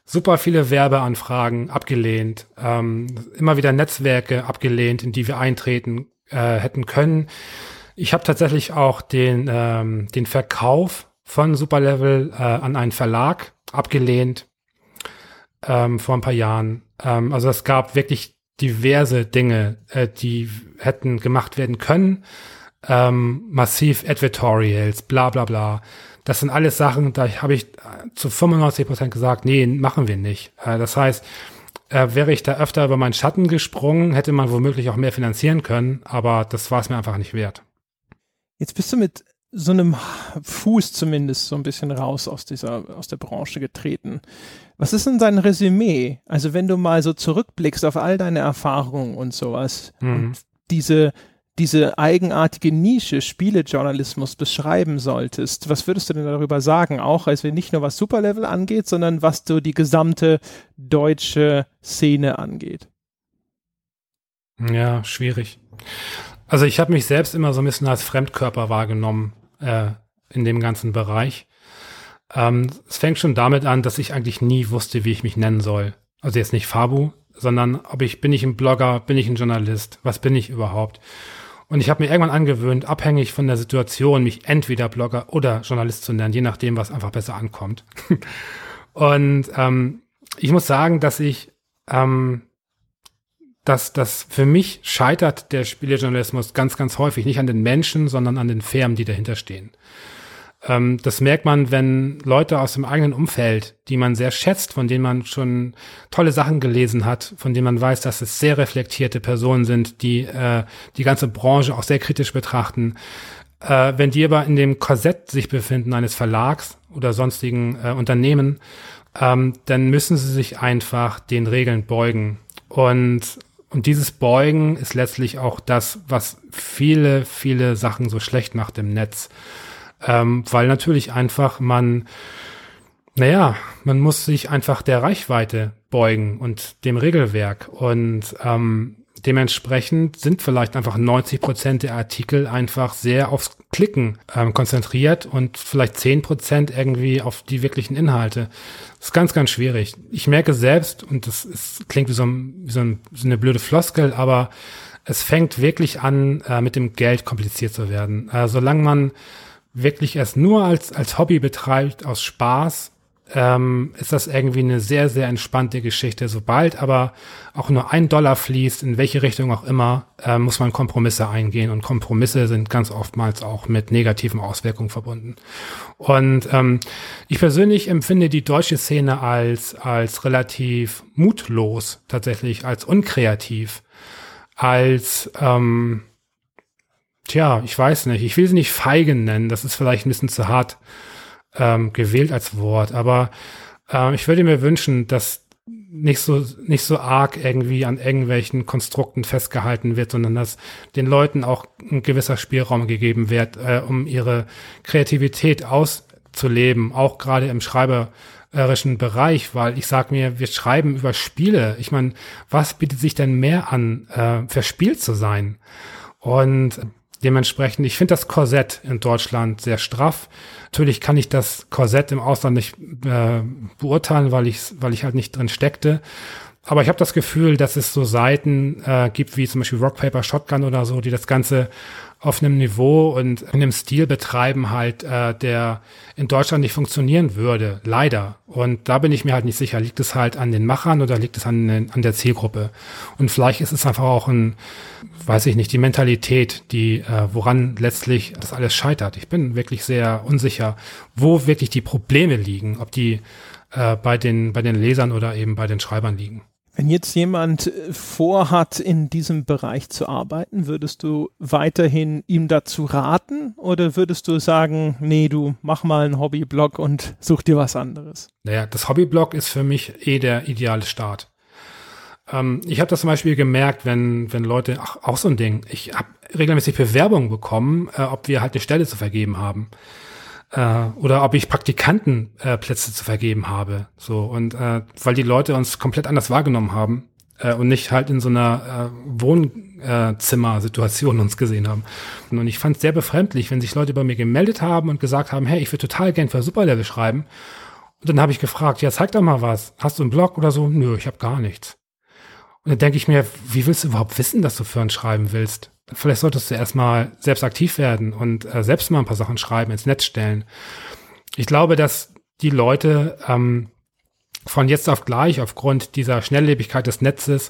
super viele Werbeanfragen abgelehnt, ähm, immer wieder Netzwerke abgelehnt, in die wir eintreten äh, hätten können. Ich habe tatsächlich auch den ähm, den Verkauf von Superlevel äh, an einen Verlag abgelehnt ähm, vor ein paar Jahren. Ähm, also es gab wirklich diverse Dinge, äh, die hätten gemacht werden können. Ähm, massiv Advertorials, bla bla bla. Das sind alles Sachen, da habe ich zu fünfundneunzig Prozent gesagt, nee, machen wir nicht. Äh, das heißt, äh, wäre ich da öfter über meinen Schatten gesprungen, hätte man womöglich auch mehr finanzieren können, aber das war es mir einfach nicht wert. Jetzt bist du mit so einem Fuß zumindest so ein bisschen raus aus dieser, aus der Branche getreten. Was ist denn dein Resümee? Also wenn du mal so zurückblickst auf all deine Erfahrungen und sowas Mhm. und diese, diese eigenartige Nische Spielejournalismus beschreiben solltest, was würdest du denn darüber sagen? Auch also nicht nur was Superlevel angeht, sondern was so die gesamte deutsche Szene angeht. Ja, schwierig. Also ich habe mich selbst immer so ein bisschen als Fremdkörper wahrgenommen äh, in dem ganzen Bereich. Ähm, es fängt schon damit an, dass ich eigentlich nie wusste, wie ich mich nennen soll. Also jetzt nicht Fabu, sondern ob ich, bin ich ein Blogger, bin ich ein Journalist, was bin ich überhaupt? Und ich habe mir irgendwann angewöhnt, abhängig von der Situation, mich entweder Blogger oder Journalist zu nennen, je nachdem, was einfach besser ankommt. Und ähm, ich muss sagen, dass ich ähm, dass das für mich scheitert der Spielejournalismus ganz, ganz häufig nicht an den Menschen, sondern an den Firmen, die dahinter stehen. Ähm, das merkt man, wenn Leute aus dem eigenen Umfeld, die man sehr schätzt, von denen man schon tolle Sachen gelesen hat, von denen man weiß, dass es sehr reflektierte Personen sind, die äh, die ganze Branche auch sehr kritisch betrachten. Äh, wenn die aber in dem Korsett sich befinden eines Verlags oder sonstigen äh, Unternehmen, ähm, dann müssen sie sich einfach den Regeln beugen. Und Und dieses Beugen ist letztlich auch das, was viele, viele Sachen so schlecht macht im Netz. Ähm, weil natürlich einfach man, naja, man muss sich einfach der Reichweite beugen und dem Regelwerk. Und ähm, dementsprechend sind vielleicht einfach neunzig Prozent der Artikel einfach sehr aufs Klicken ähm, konzentriert und vielleicht zehn Prozent irgendwie auf die wirklichen Inhalte. Das ist ganz, ganz schwierig. Ich merke selbst, und das ist, klingt wie so, ein, wie, so ein, so eine blöde Floskel, aber es fängt wirklich an, äh, mit dem Geld kompliziert zu werden. Äh, solange man wirklich es nur als, als Hobby betreibt, aus Spaß, ähm, ist das irgendwie eine sehr, sehr entspannte Geschichte. Sobald aber auch nur ein Dollar fließt, in welche Richtung auch immer, äh, muss man Kompromisse eingehen. Und Kompromisse sind ganz oftmals auch mit negativen Auswirkungen verbunden. Und ähm, ich persönlich empfinde die deutsche Szene als, als relativ mutlos, tatsächlich als unkreativ, als ähm, tja, ich weiß nicht, ich will sie nicht feige nennen, das ist vielleicht ein bisschen zu hart ähm, gewählt als Wort, aber äh, ich würde mir wünschen, dass nicht so nicht so arg irgendwie an irgendwelchen Konstrukten festgehalten wird, sondern dass den Leuten auch ein gewisser Spielraum gegeben wird, äh, um ihre Kreativität auszuleben, auch gerade im schreiberischen Bereich, weil ich sag mir, wir schreiben über Spiele. Ich meine, was bietet sich denn mehr an, äh, verspielt zu sein? Und dementsprechend, ich finde das Korsett in Deutschland sehr straff. Natürlich kann ich das Korsett im Ausland nicht äh, beurteilen, weil ich weil ich halt nicht drin steckte. Aber ich habe das Gefühl, dass es so Seiten äh, gibt, wie zum Beispiel Rock, Paper, Shotgun oder so, die das Ganze auf einem Niveau und in einem Stil betreiben halt, äh, der in Deutschland nicht funktionieren würde, leider. Und da bin ich mir halt nicht sicher, liegt es halt an den Machern oder liegt es an, an der Zielgruppe? Und vielleicht ist es einfach auch ein, weiß ich nicht, die Mentalität, die äh, woran letztlich das alles scheitert. Ich bin wirklich sehr unsicher, wo wirklich die Probleme liegen, ob die äh, bei den bei den Lesern oder eben bei den Schreibern liegen. Wenn jetzt jemand vorhat, in diesem Bereich zu arbeiten, würdest du weiterhin ihm dazu raten oder würdest du sagen, nee, du mach mal einen Hobbyblog und such dir was anderes? Naja, das Hobbyblog ist für mich eh der ideale Start. Ähm, ich habe das zum Beispiel gemerkt, wenn wenn Leute, ach, auch so ein Ding, ich habe regelmäßig Bewerbungen bekommen, äh, ob wir halt eine Stelle zu vergeben haben. Äh, oder ob ich Praktikantenplätze äh, zu vergeben habe. So, und äh, weil die Leute uns komplett anders wahrgenommen haben äh, und nicht halt in so einer äh, Wohnzimmersituation uns gesehen haben. Und ich fand es sehr befremdlich, wenn sich Leute bei mir gemeldet haben und gesagt haben, hey, ich würde total gern für Superlevel schreiben. Und dann habe ich gefragt, ja, zeig doch mal was. Hast du einen Blog oder so? Nö, ich habe gar nichts. Und dann denke ich mir, wie willst du überhaupt wissen, dass du für uns schreiben willst? Vielleicht solltest du erstmal selbst aktiv werden und äh, selbst mal ein paar Sachen schreiben, ins Netz stellen. Ich glaube, dass die Leute ähm, von jetzt auf gleich aufgrund dieser Schnelllebigkeit des Netzes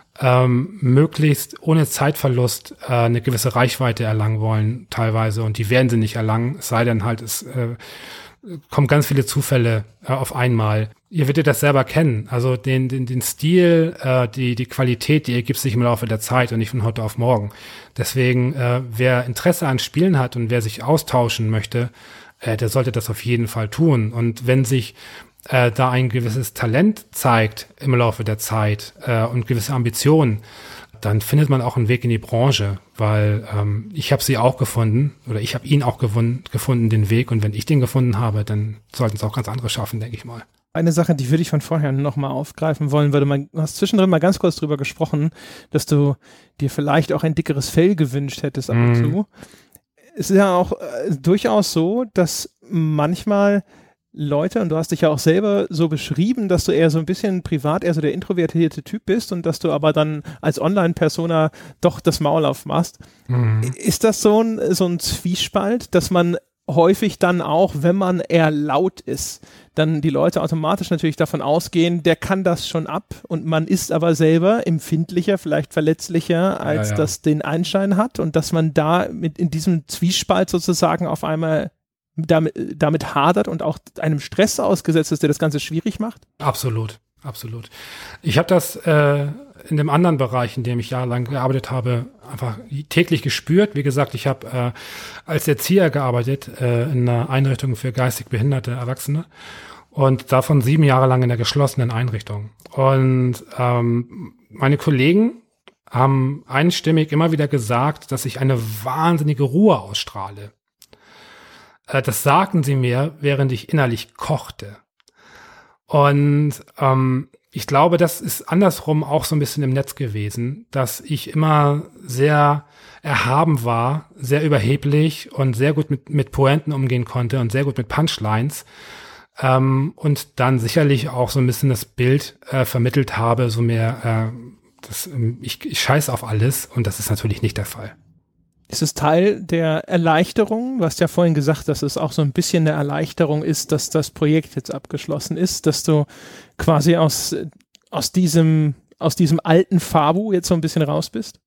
ähm, möglichst ohne Zeitverlust äh, eine gewisse Reichweite erlangen wollen teilweise, und die werden sie nicht erlangen, es sei denn halt, es äh, kommen ganz viele Zufälle äh, auf einmal. Ihr werdet das selber kennen, also den den den Stil, äh, die die Qualität, die ergibt sich im Laufe der Zeit und nicht von heute auf morgen. Deswegen, äh, wer Interesse an Spielen hat und wer sich austauschen möchte, äh, der sollte das auf jeden Fall tun. Und wenn sich äh, da ein gewisses Talent zeigt im Laufe der Zeit äh, und gewisse Ambitionen, dann findet man auch einen Weg in die Branche, weil ähm, ich habe sie auch gefunden oder ich habe ihn auch gewun- gefunden, den Weg. Und wenn ich den gefunden habe, dann sollten es auch ganz andere schaffen, denke ich mal. Eine Sache, die würde ich von vorher nochmal aufgreifen wollen, weil du mal, du hast zwischendrin mal ganz kurz drüber gesprochen, dass du dir vielleicht auch ein dickeres Fell gewünscht hättest ab und Mhm. zu. Es ist ja auch äh, durchaus so, dass manchmal Leute, und du hast dich ja auch selber so beschrieben, dass du eher so ein bisschen privat eher so der introvertierte Typ bist und dass du aber dann als Online-Persona doch das Maul aufmachst. Mhm. Ist das so ein, so ein Zwiespalt, dass man häufig dann auch, wenn man eher laut ist, dann die Leute automatisch natürlich davon ausgehen, der kann das schon ab, und man ist aber selber empfindlicher, vielleicht verletzlicher, als Ja, ja. das den Anschein hat, und dass man da mit in diesem Zwiespalt sozusagen auf einmal damit, damit hadert und auch einem Stress ausgesetzt ist, der das Ganze schwierig macht? Absolut, absolut. Ich habe das äh, in dem anderen Bereich, in dem ich jahrelang gearbeitet habe, einfach täglich gespürt. Wie gesagt, ich habe äh, als Erzieher gearbeitet äh, in einer Einrichtung für geistig behinderte Erwachsene und davon sieben Jahre lang in der geschlossenen Einrichtung. Und ähm, meine Kollegen haben einstimmig immer wieder gesagt, dass ich eine wahnsinnige Ruhe ausstrahle. Äh, das sagten sie mir, während ich innerlich kochte. Und ähm, ich glaube, das ist andersrum auch so ein bisschen im Netz gewesen, dass ich immer sehr erhaben war, sehr überheblich und sehr gut mit, mit Pointen umgehen konnte und sehr gut mit Punchlines. Ähm, und dann sicherlich auch so ein bisschen das Bild äh, vermittelt habe, so mehr, äh, das, ähm, ich, ich scheiß auf alles, und das ist natürlich nicht der Fall. Ist es Teil der Erleichterung? Du hast ja vorhin gesagt, dass es auch so ein bisschen eine Erleichterung ist, dass das Projekt jetzt abgeschlossen ist, dass du quasi aus, aus diesem, aus diesem alten Fabu jetzt so ein bisschen raus bist?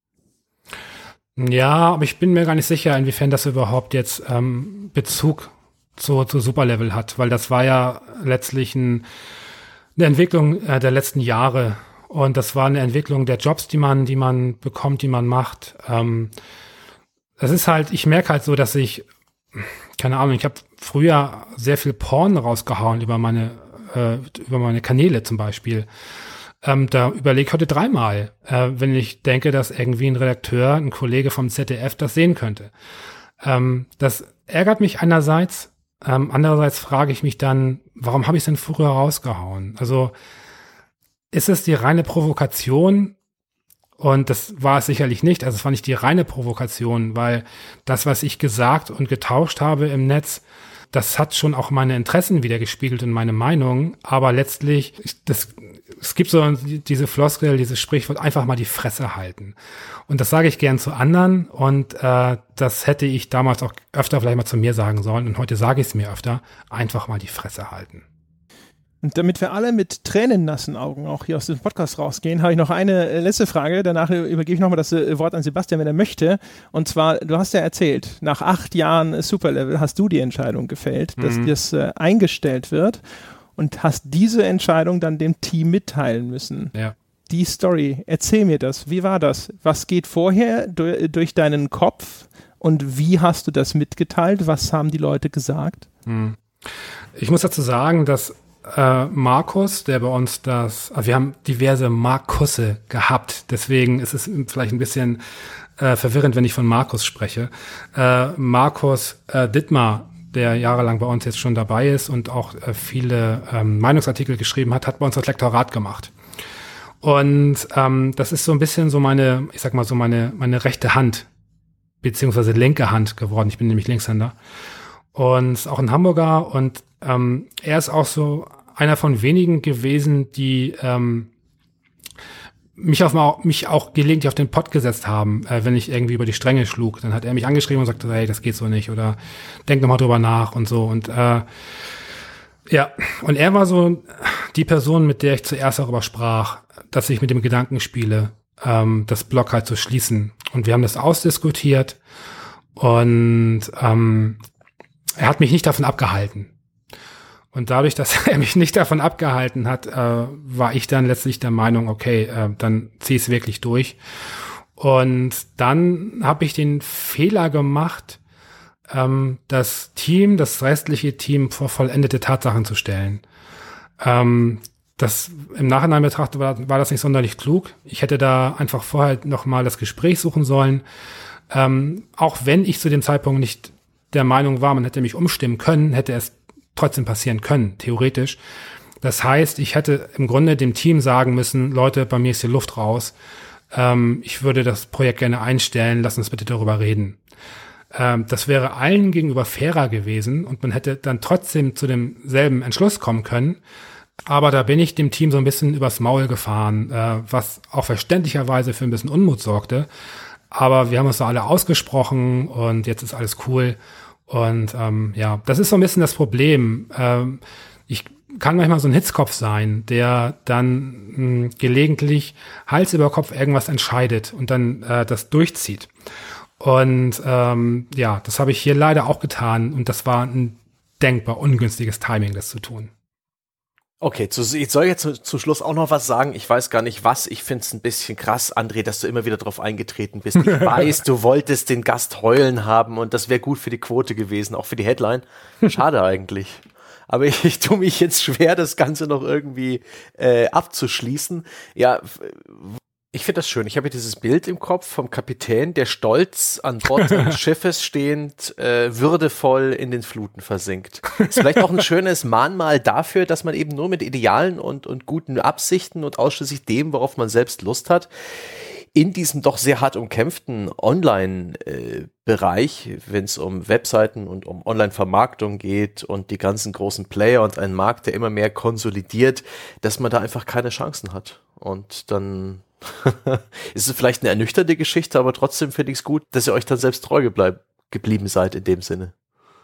Ja, aber ich bin mir gar nicht sicher, inwiefern das überhaupt jetzt ähm, Bezug zu, zu Superlevel hat, weil das war ja letztlich ein, eine Entwicklung äh, der letzten Jahre, und das war eine Entwicklung der Jobs, die man, die man bekommt, die man macht. Ähm, Das ist halt, ich merke halt so, dass ich, keine Ahnung, ich habe früher sehr viel Porn rausgehauen über meine, äh, über meine Kanäle zum Beispiel. Ähm, da überlege ich heute dreimal, äh, wenn ich denke, dass irgendwie ein Redakteur, ein Kollege vom Z D F das sehen könnte. Ähm, das ärgert mich einerseits, ähm, andererseits frage ich mich dann, warum habe ich es denn früher rausgehauen? Also ist es die reine Provokation? Und das war es sicherlich nicht. Also es war nicht die reine Provokation, weil das, was ich gesagt und getauscht habe im Netz, das hat schon auch meine Interessen wiedergespiegelt und meine Meinung. Aber letztlich, das, es gibt so diese Floskel, dieses Sprichwort, einfach mal die Fresse halten. Und das sage ich gern zu anderen. Und äh, das hätte ich damals auch öfter vielleicht mal zu mir sagen sollen. Und heute sage ich es mir öfter, einfach mal die Fresse halten. Und damit wir alle mit tränennassen Augen auch hier aus dem Podcast rausgehen, habe ich noch eine äh, letzte Frage. Danach übergebe ich nochmal das äh, Wort an Sebastian, wenn er möchte. Und zwar, du hast ja erzählt, nach acht Jahren Superlevel hast du die Entscheidung gefällt, dass Mhm. das äh, eingestellt wird, und hast diese Entscheidung dann dem Team mitteilen müssen. Ja. Die Story, erzähl mir das. Wie war das? Was geht vorher du- durch deinen Kopf, und wie hast du das mitgeteilt? Was haben die Leute gesagt? Hm. Ich muss dazu sagen, dass äh, Markus, der bei uns das, also wir haben diverse Markusse gehabt, deswegen ist es vielleicht ein bisschen äh, verwirrend, wenn ich von Markus spreche. Äh, Markus äh, Dittmar, der jahrelang bei uns jetzt schon dabei ist und auch äh, viele ähm, Meinungsartikel geschrieben hat, hat bei uns das Lektorat gemacht. Und ähm, das ist so ein bisschen so meine, ich sag mal so meine meine rechte Hand, beziehungsweise linke Hand geworden. Ich bin nämlich Linkshänder. und auch ein Hamburger und ähm, er ist auch so einer von wenigen gewesen, die ähm, mich, auf, mich auch gelegentlich auf den Pott gesetzt haben, äh, wenn ich irgendwie über die Stränge schlug. Dann hat er mich angeschrieben und sagte, hey, das geht so nicht oder denk nochmal drüber nach und so. Und äh, ja, und er war so die Person, mit der ich zuerst darüber sprach, dass ich mit dem Gedanken spiele, ähm, das Blog halt zu schließen. Und wir haben das ausdiskutiert und ähm, er hat mich nicht davon abgehalten. Und dadurch, dass er mich nicht davon abgehalten hat, äh, war ich dann letztlich der Meinung, okay, äh, dann zieh es wirklich durch. Und dann habe ich den Fehler gemacht, ähm, das Team, das restliche Team vor vollendete Tatsachen zu stellen. Ähm, das im Nachhinein betrachtet war, war das nicht sonderlich klug. Ich hätte da einfach vorher noch mal das Gespräch suchen sollen. Ähm, auch wenn ich zu dem Zeitpunkt nicht der Meinung war, man hätte mich umstimmen können, hätte es trotzdem passieren können, theoretisch. Das heißt, ich hätte im Grunde dem Team sagen müssen, Leute, bei mir ist die Luft raus. Ähm, ich würde das Projekt gerne einstellen, lass uns bitte darüber reden. Ähm, das wäre allen gegenüber fairer gewesen und man hätte dann trotzdem zu demselben Entschluss kommen können. Aber da bin ich dem Team so ein bisschen übers Maul gefahren, äh, was auch verständlicherweise für ein bisschen Unmut sorgte. Aber wir haben uns da alle ausgesprochen und jetzt ist alles cool. Und ähm, ja, das ist so ein bisschen das Problem. Ähm, ich kann manchmal so ein Hitzkopf sein, der dann mh, gelegentlich Hals über Kopf irgendwas entscheidet und dann äh, das durchzieht. Und ähm, ja, das habe ich hier leider auch getan und das war ein denkbar ungünstiges Timing, das zu tun. Okay, zu, ich soll jetzt zu, zum Schluss auch noch was sagen. Ich weiß gar nicht was. Ich finde es ein bisschen krass, André, dass du immer wieder drauf eingetreten bist. Ich weiß, du wolltest den Gast heulen haben und das wäre gut für die Quote gewesen, auch für die Headline. Schade eigentlich. Aber ich, ich tue mich jetzt schwer, das Ganze noch irgendwie äh, abzuschließen. Ja, ich finde das schön. Ich habe hier dieses Bild im Kopf vom Kapitän, der stolz an Bord des Schiffes stehend, äh, würdevoll in den Fluten versinkt. Ist vielleicht auch ein schönes Mahnmal dafür, dass man eben nur mit Idealen und, und guten Absichten und ausschließlich dem, worauf man selbst Lust hat, in diesem doch sehr hart umkämpften Online-Bereich, äh, wenn es um Webseiten und um Online-Vermarktung geht und die ganzen großen Player und einen Markt, der immer mehr konsolidiert, dass man da einfach keine Chancen hat. Und dann ist es vielleicht eine ernüchternde Geschichte, aber trotzdem finde ich es gut, dass ihr euch dann selbst treu gebleib- geblieben seid in dem Sinne.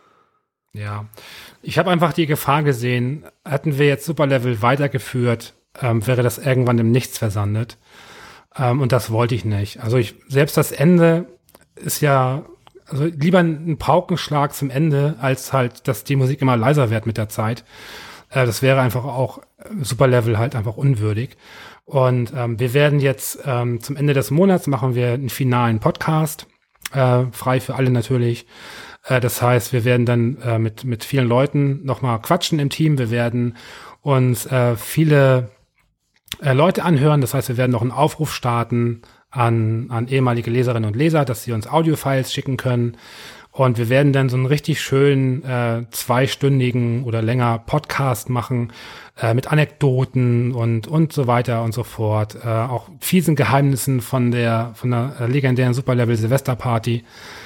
Ja, ich habe einfach die Gefahr gesehen, hätten wir jetzt Superlevel weitergeführt, ähm, wäre das irgendwann im Nichts versandet. Ähm, und das wollte ich nicht. Also ich, selbst das Ende ist ja, also lieber ein Paukenschlag zum Ende, als halt, dass die Musik immer leiser wird mit der Zeit. Äh, das wäre einfach auch Superlevel halt einfach unwürdig. Und ähm, wir werden jetzt ähm, zum Ende des Monats machen wir einen finalen Podcast, äh, frei für alle natürlich. Äh, das heißt, wir werden dann äh, mit mit vielen Leuten nochmal quatschen im Team. Wir werden uns äh, viele äh, Leute anhören. Das heißt, wir werden noch einen Aufruf starten an an ehemalige Leserinnen und Leser, dass sie uns Audiofiles schicken können. Und wir werden dann so einen richtig schönen äh, zweistündigen oder länger Podcast machen äh, mit Anekdoten und und so weiter und so fort. Äh, auch fiesen Geheimnissen von der von der äh, legendären Superlevel Silvesterparty.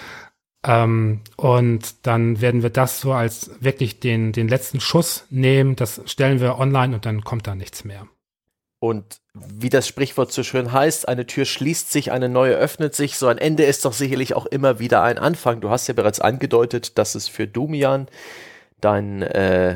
Ähm, und dann werden wir das so als wirklich den den letzten Schuss nehmen. Das stellen wir online und dann kommt da nichts mehr. Und wie das Sprichwort so schön heißt, eine Tür schließt sich, eine neue öffnet sich. So ein Ende ist doch sicherlich auch immer wieder ein Anfang. Du hast ja bereits angedeutet, dass es für Domian, dein äh,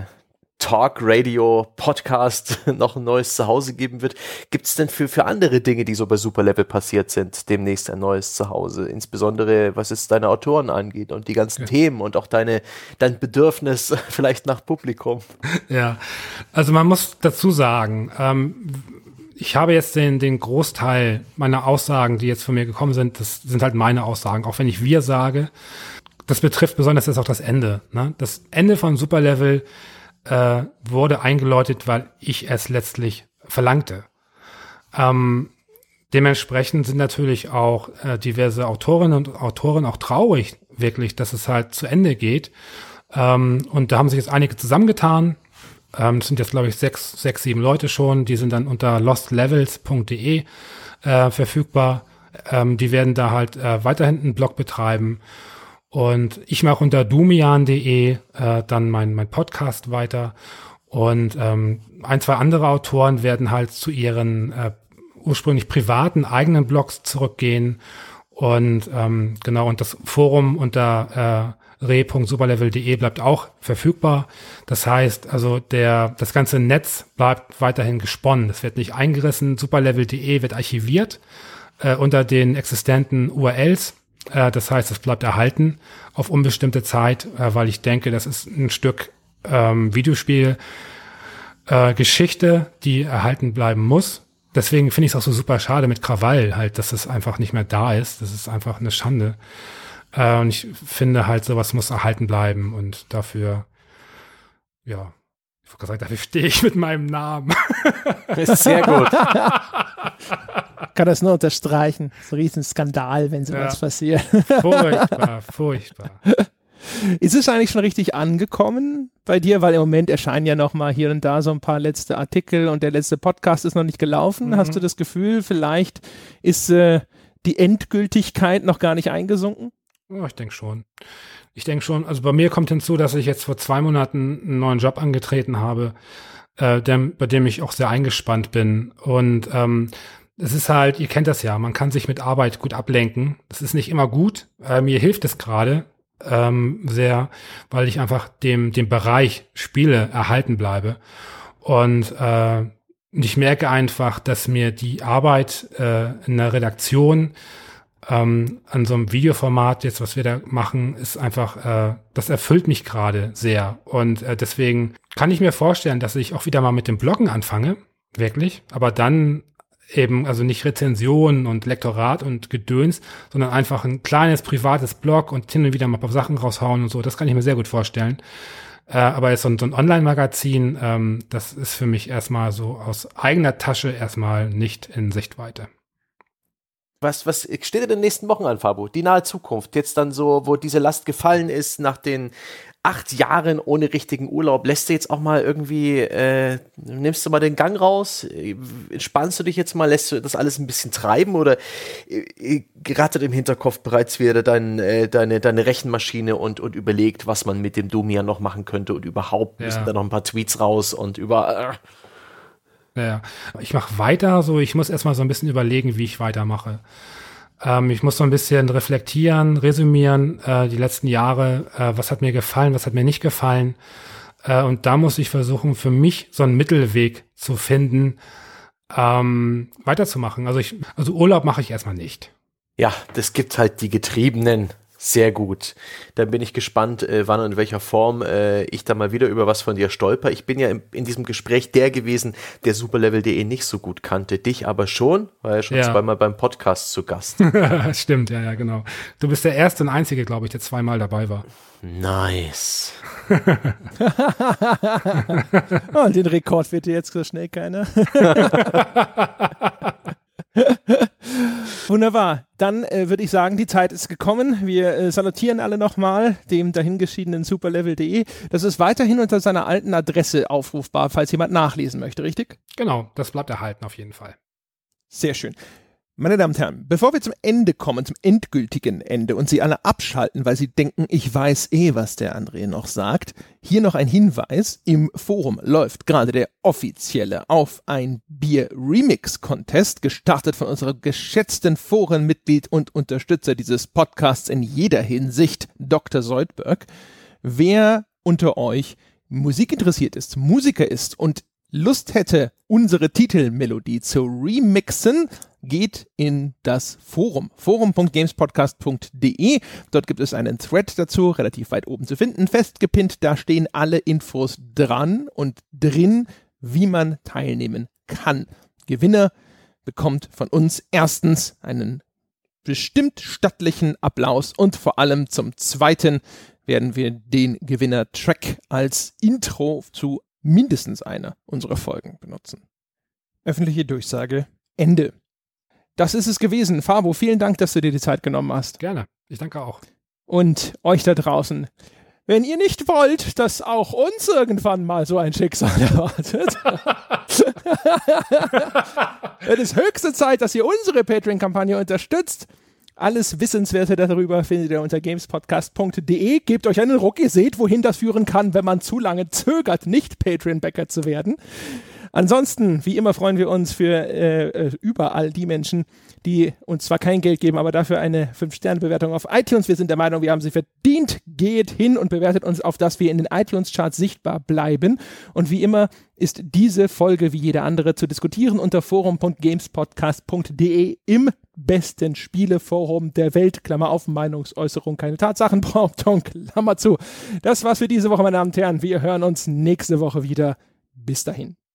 Talk-Radio-Podcast, noch ein neues Zuhause geben wird. Gibt es denn für, für andere Dinge, die so bei Superlevel passiert sind, demnächst ein neues Zuhause? Insbesondere, was es deine Autoren angeht und die ganzen ja. Themen und auch deine dein Bedürfnis vielleicht nach Publikum. Ja, also man muss dazu sagen, ähm, ich habe jetzt den, den Großteil meiner Aussagen, die jetzt von mir gekommen sind, das sind halt meine Aussagen, auch wenn ich wir sage. Das betrifft besonders jetzt auch das Ende. Ne? Das Ende von Superlevel äh, wurde eingeläutet, weil ich es letztlich verlangte. Ähm, dementsprechend sind natürlich auch äh, diverse Autorinnen und Autoren auch traurig, wirklich, dass es halt zu Ende geht. Ähm, und da haben sich jetzt einige zusammengetan. Ähm, das sind jetzt, glaube ich, sechs, sechs, sieben Leute schon. Die sind dann unter lost levels punkt de äh, verfügbar. Ähm, die werden da halt äh, weiterhin einen Blog betreiben. Und ich mache unter dumian punkt de äh, dann mein, mein Podcast weiter. Und ähm, ein, zwei andere Autoren werden halt zu ihren äh, ursprünglich privaten eigenen Blogs zurückgehen. Und ähm, genau, und das Forum unter äh, re punkt superlevel punkt de bleibt auch verfügbar. Das heißt, also der das ganze Netz bleibt weiterhin gesponnen. Es wird nicht eingerissen. superlevel punkt de wird archiviert äh, unter den existenten U R Ls. Äh, das heißt, es bleibt erhalten auf unbestimmte Zeit, äh, weil ich denke, das ist ein Stück ähm, Videospiel äh, Geschichte, die erhalten bleiben muss. Deswegen finde ich es auch so super schade mit Krawall halt, dass es einfach nicht mehr da ist. Das ist einfach eine Schande. Äh, und ich finde halt, sowas muss erhalten bleiben und dafür, ja, ich wollte gesagt, dafür stehe ich mit meinem Namen. Das ist sehr gut. Kann das nur unterstreichen. So ein Riesenskandal, wenn sowas ja. passiert. Furchtbar, furchtbar. Ist es eigentlich schon richtig angekommen bei dir? Weil im Moment erscheinen ja noch mal hier und da so ein paar letzte Artikel und der letzte Podcast ist noch nicht gelaufen. Mhm. Hast du das Gefühl, vielleicht ist äh, die Endgültigkeit noch gar nicht eingesunken? Ja, ich denke schon. Ich denke schon. Also bei mir kommt hinzu, dass ich jetzt vor zwei Monaten einen neuen Job angetreten habe, äh, dem, bei dem ich auch sehr eingespannt bin. Und ähm, es ist halt, ihr kennt das ja, man kann sich mit Arbeit gut ablenken. Das ist nicht immer gut. Äh, mir hilft es gerade ähm, sehr, weil ich einfach dem dem Bereich Spiele erhalten bleibe. Und äh, ich merke einfach, dass mir die Arbeit äh, in der Redaktion ähm, an so einem Videoformat, jetzt was wir da machen, ist einfach, äh, das erfüllt mich gerade sehr. Und äh, deswegen kann ich mir vorstellen, dass ich auch wieder mal mit dem Bloggen anfange, wirklich, aber dann eben, also nicht Rezensionen und Lektorat und Gedöns, sondern einfach ein kleines privates Blog und hin und wieder mal ein paar Sachen raushauen und so. Das kann ich mir sehr gut vorstellen. Äh, aber jetzt so ein, so ein Online-Magazin, ähm, das ist für mich erstmal so aus eigener Tasche erstmal nicht in Sichtweite. Was, was steht in den nächsten Wochen an, Fabo? Die nahe Zukunft. Jetzt dann so, wo diese Last gefallen ist, nach den acht Jahren ohne richtigen Urlaub, lässt du jetzt auch mal irgendwie, äh, nimmst du mal den Gang raus? Entspannst du dich jetzt mal? Lässt du das alles ein bisschen treiben? Oder äh, rattert im Hinterkopf bereits wieder dein, äh, deine, deine Rechenmaschine und, und überlegt, was man mit dem Dumian noch machen könnte und überhaupt, ja. müssen da noch ein paar Tweets raus und über... Äh, Ja, ich mache weiter, so ich muss erstmal so ein bisschen überlegen, wie ich weitermache. Ähm, ich muss so ein bisschen reflektieren, resümieren, äh, die letzten Jahre, äh, was hat mir gefallen, was hat mir nicht gefallen. Äh, und da muss ich versuchen, für mich so einen Mittelweg zu finden, ähm, weiterzumachen. Also ich, also Urlaub mache ich erstmal nicht. Ja, das gibt halt die Getriebenen. Sehr gut. Dann bin ich gespannt, äh, wann und in welcher Form äh, ich da mal wieder über was von dir stolper. Ich bin ja in, in diesem Gespräch der gewesen, der superlevel punkt de nicht so gut kannte. Dich aber schon, war ja schon ja. zweimal beim Podcast zu Gast. Stimmt, ja, ja, genau. Du bist der erste und einzige, glaube ich, der zweimal dabei war. Nice. Oh, den Rekord wird dir jetzt so schnell keiner. Wunderbar. Dann äh, würde ich sagen, die Zeit ist gekommen. Wir äh, salutieren alle nochmal dem dahingeschiedenen superlevel punkt de. Das ist weiterhin unter seiner alten Adresse aufrufbar, falls jemand nachlesen möchte, richtig? Genau, das bleibt erhalten auf jeden Fall. Sehr schön. Meine Damen und Herren, bevor wir zum Ende kommen, zum endgültigen Ende und Sie alle abschalten, weil Sie denken, ich weiß eh, was der André noch sagt, hier noch ein Hinweis. Im Forum läuft gerade der offizielle Auf ein Bier Remix Contest, gestartet von unserem geschätzten Forenmitglied und Unterstützer dieses Podcasts in jeder Hinsicht, Doktor Soldberg. Wer unter euch Musik interessiert ist, Musiker ist und Lust hätte, unsere Titelmelodie zu remixen, geht in das Forum, forum punkt gamespodcast punkt de. Dort gibt es einen Thread dazu, relativ weit oben zu finden, festgepinnt. Da stehen alle Infos dran und drin, wie man teilnehmen kann. Gewinner bekommt von uns erstens einen bestimmt stattlichen Applaus und vor allem zum Zweiten werden wir den Gewinner-Track als Intro zu mindestens einer unserer Folgen benutzen. Öffentliche Durchsage, Ende. Das ist es gewesen. Fabo, vielen Dank, dass du dir die Zeit genommen hast. Gerne. Ich danke auch. Und euch da draußen, wenn ihr nicht wollt, dass auch uns irgendwann mal so ein Schicksal erwartet, es ist höchste Zeit, dass ihr unsere Patreon-Kampagne unterstützt. Alles Wissenswerte darüber findet ihr unter gamespodcast punkt de. Gebt euch einen Ruck, ihr seht, wohin das führen kann, wenn man zu lange zögert, nicht Patreon-Bäcker zu werden. Ansonsten, wie immer, freuen wir uns für äh, überall die Menschen, die uns zwar kein Geld geben, aber dafür eine fünf Sterne Bewertung auf iTunes. Wir sind der Meinung, wir haben sie verdient. Geht hin und bewertet uns, auf dass wir in den iTunes-Charts sichtbar bleiben. Und wie immer ist diese Folge wie jede andere zu diskutieren unter forum punkt gamespodcast punkt de im besten Spieleforum der Welt. Klammer auf, Meinungsäußerung, keine Tatsachenbehauptung, Klammer zu. Das war's für diese Woche, meine Damen und Herren. Wir hören uns nächste Woche wieder. Bis dahin.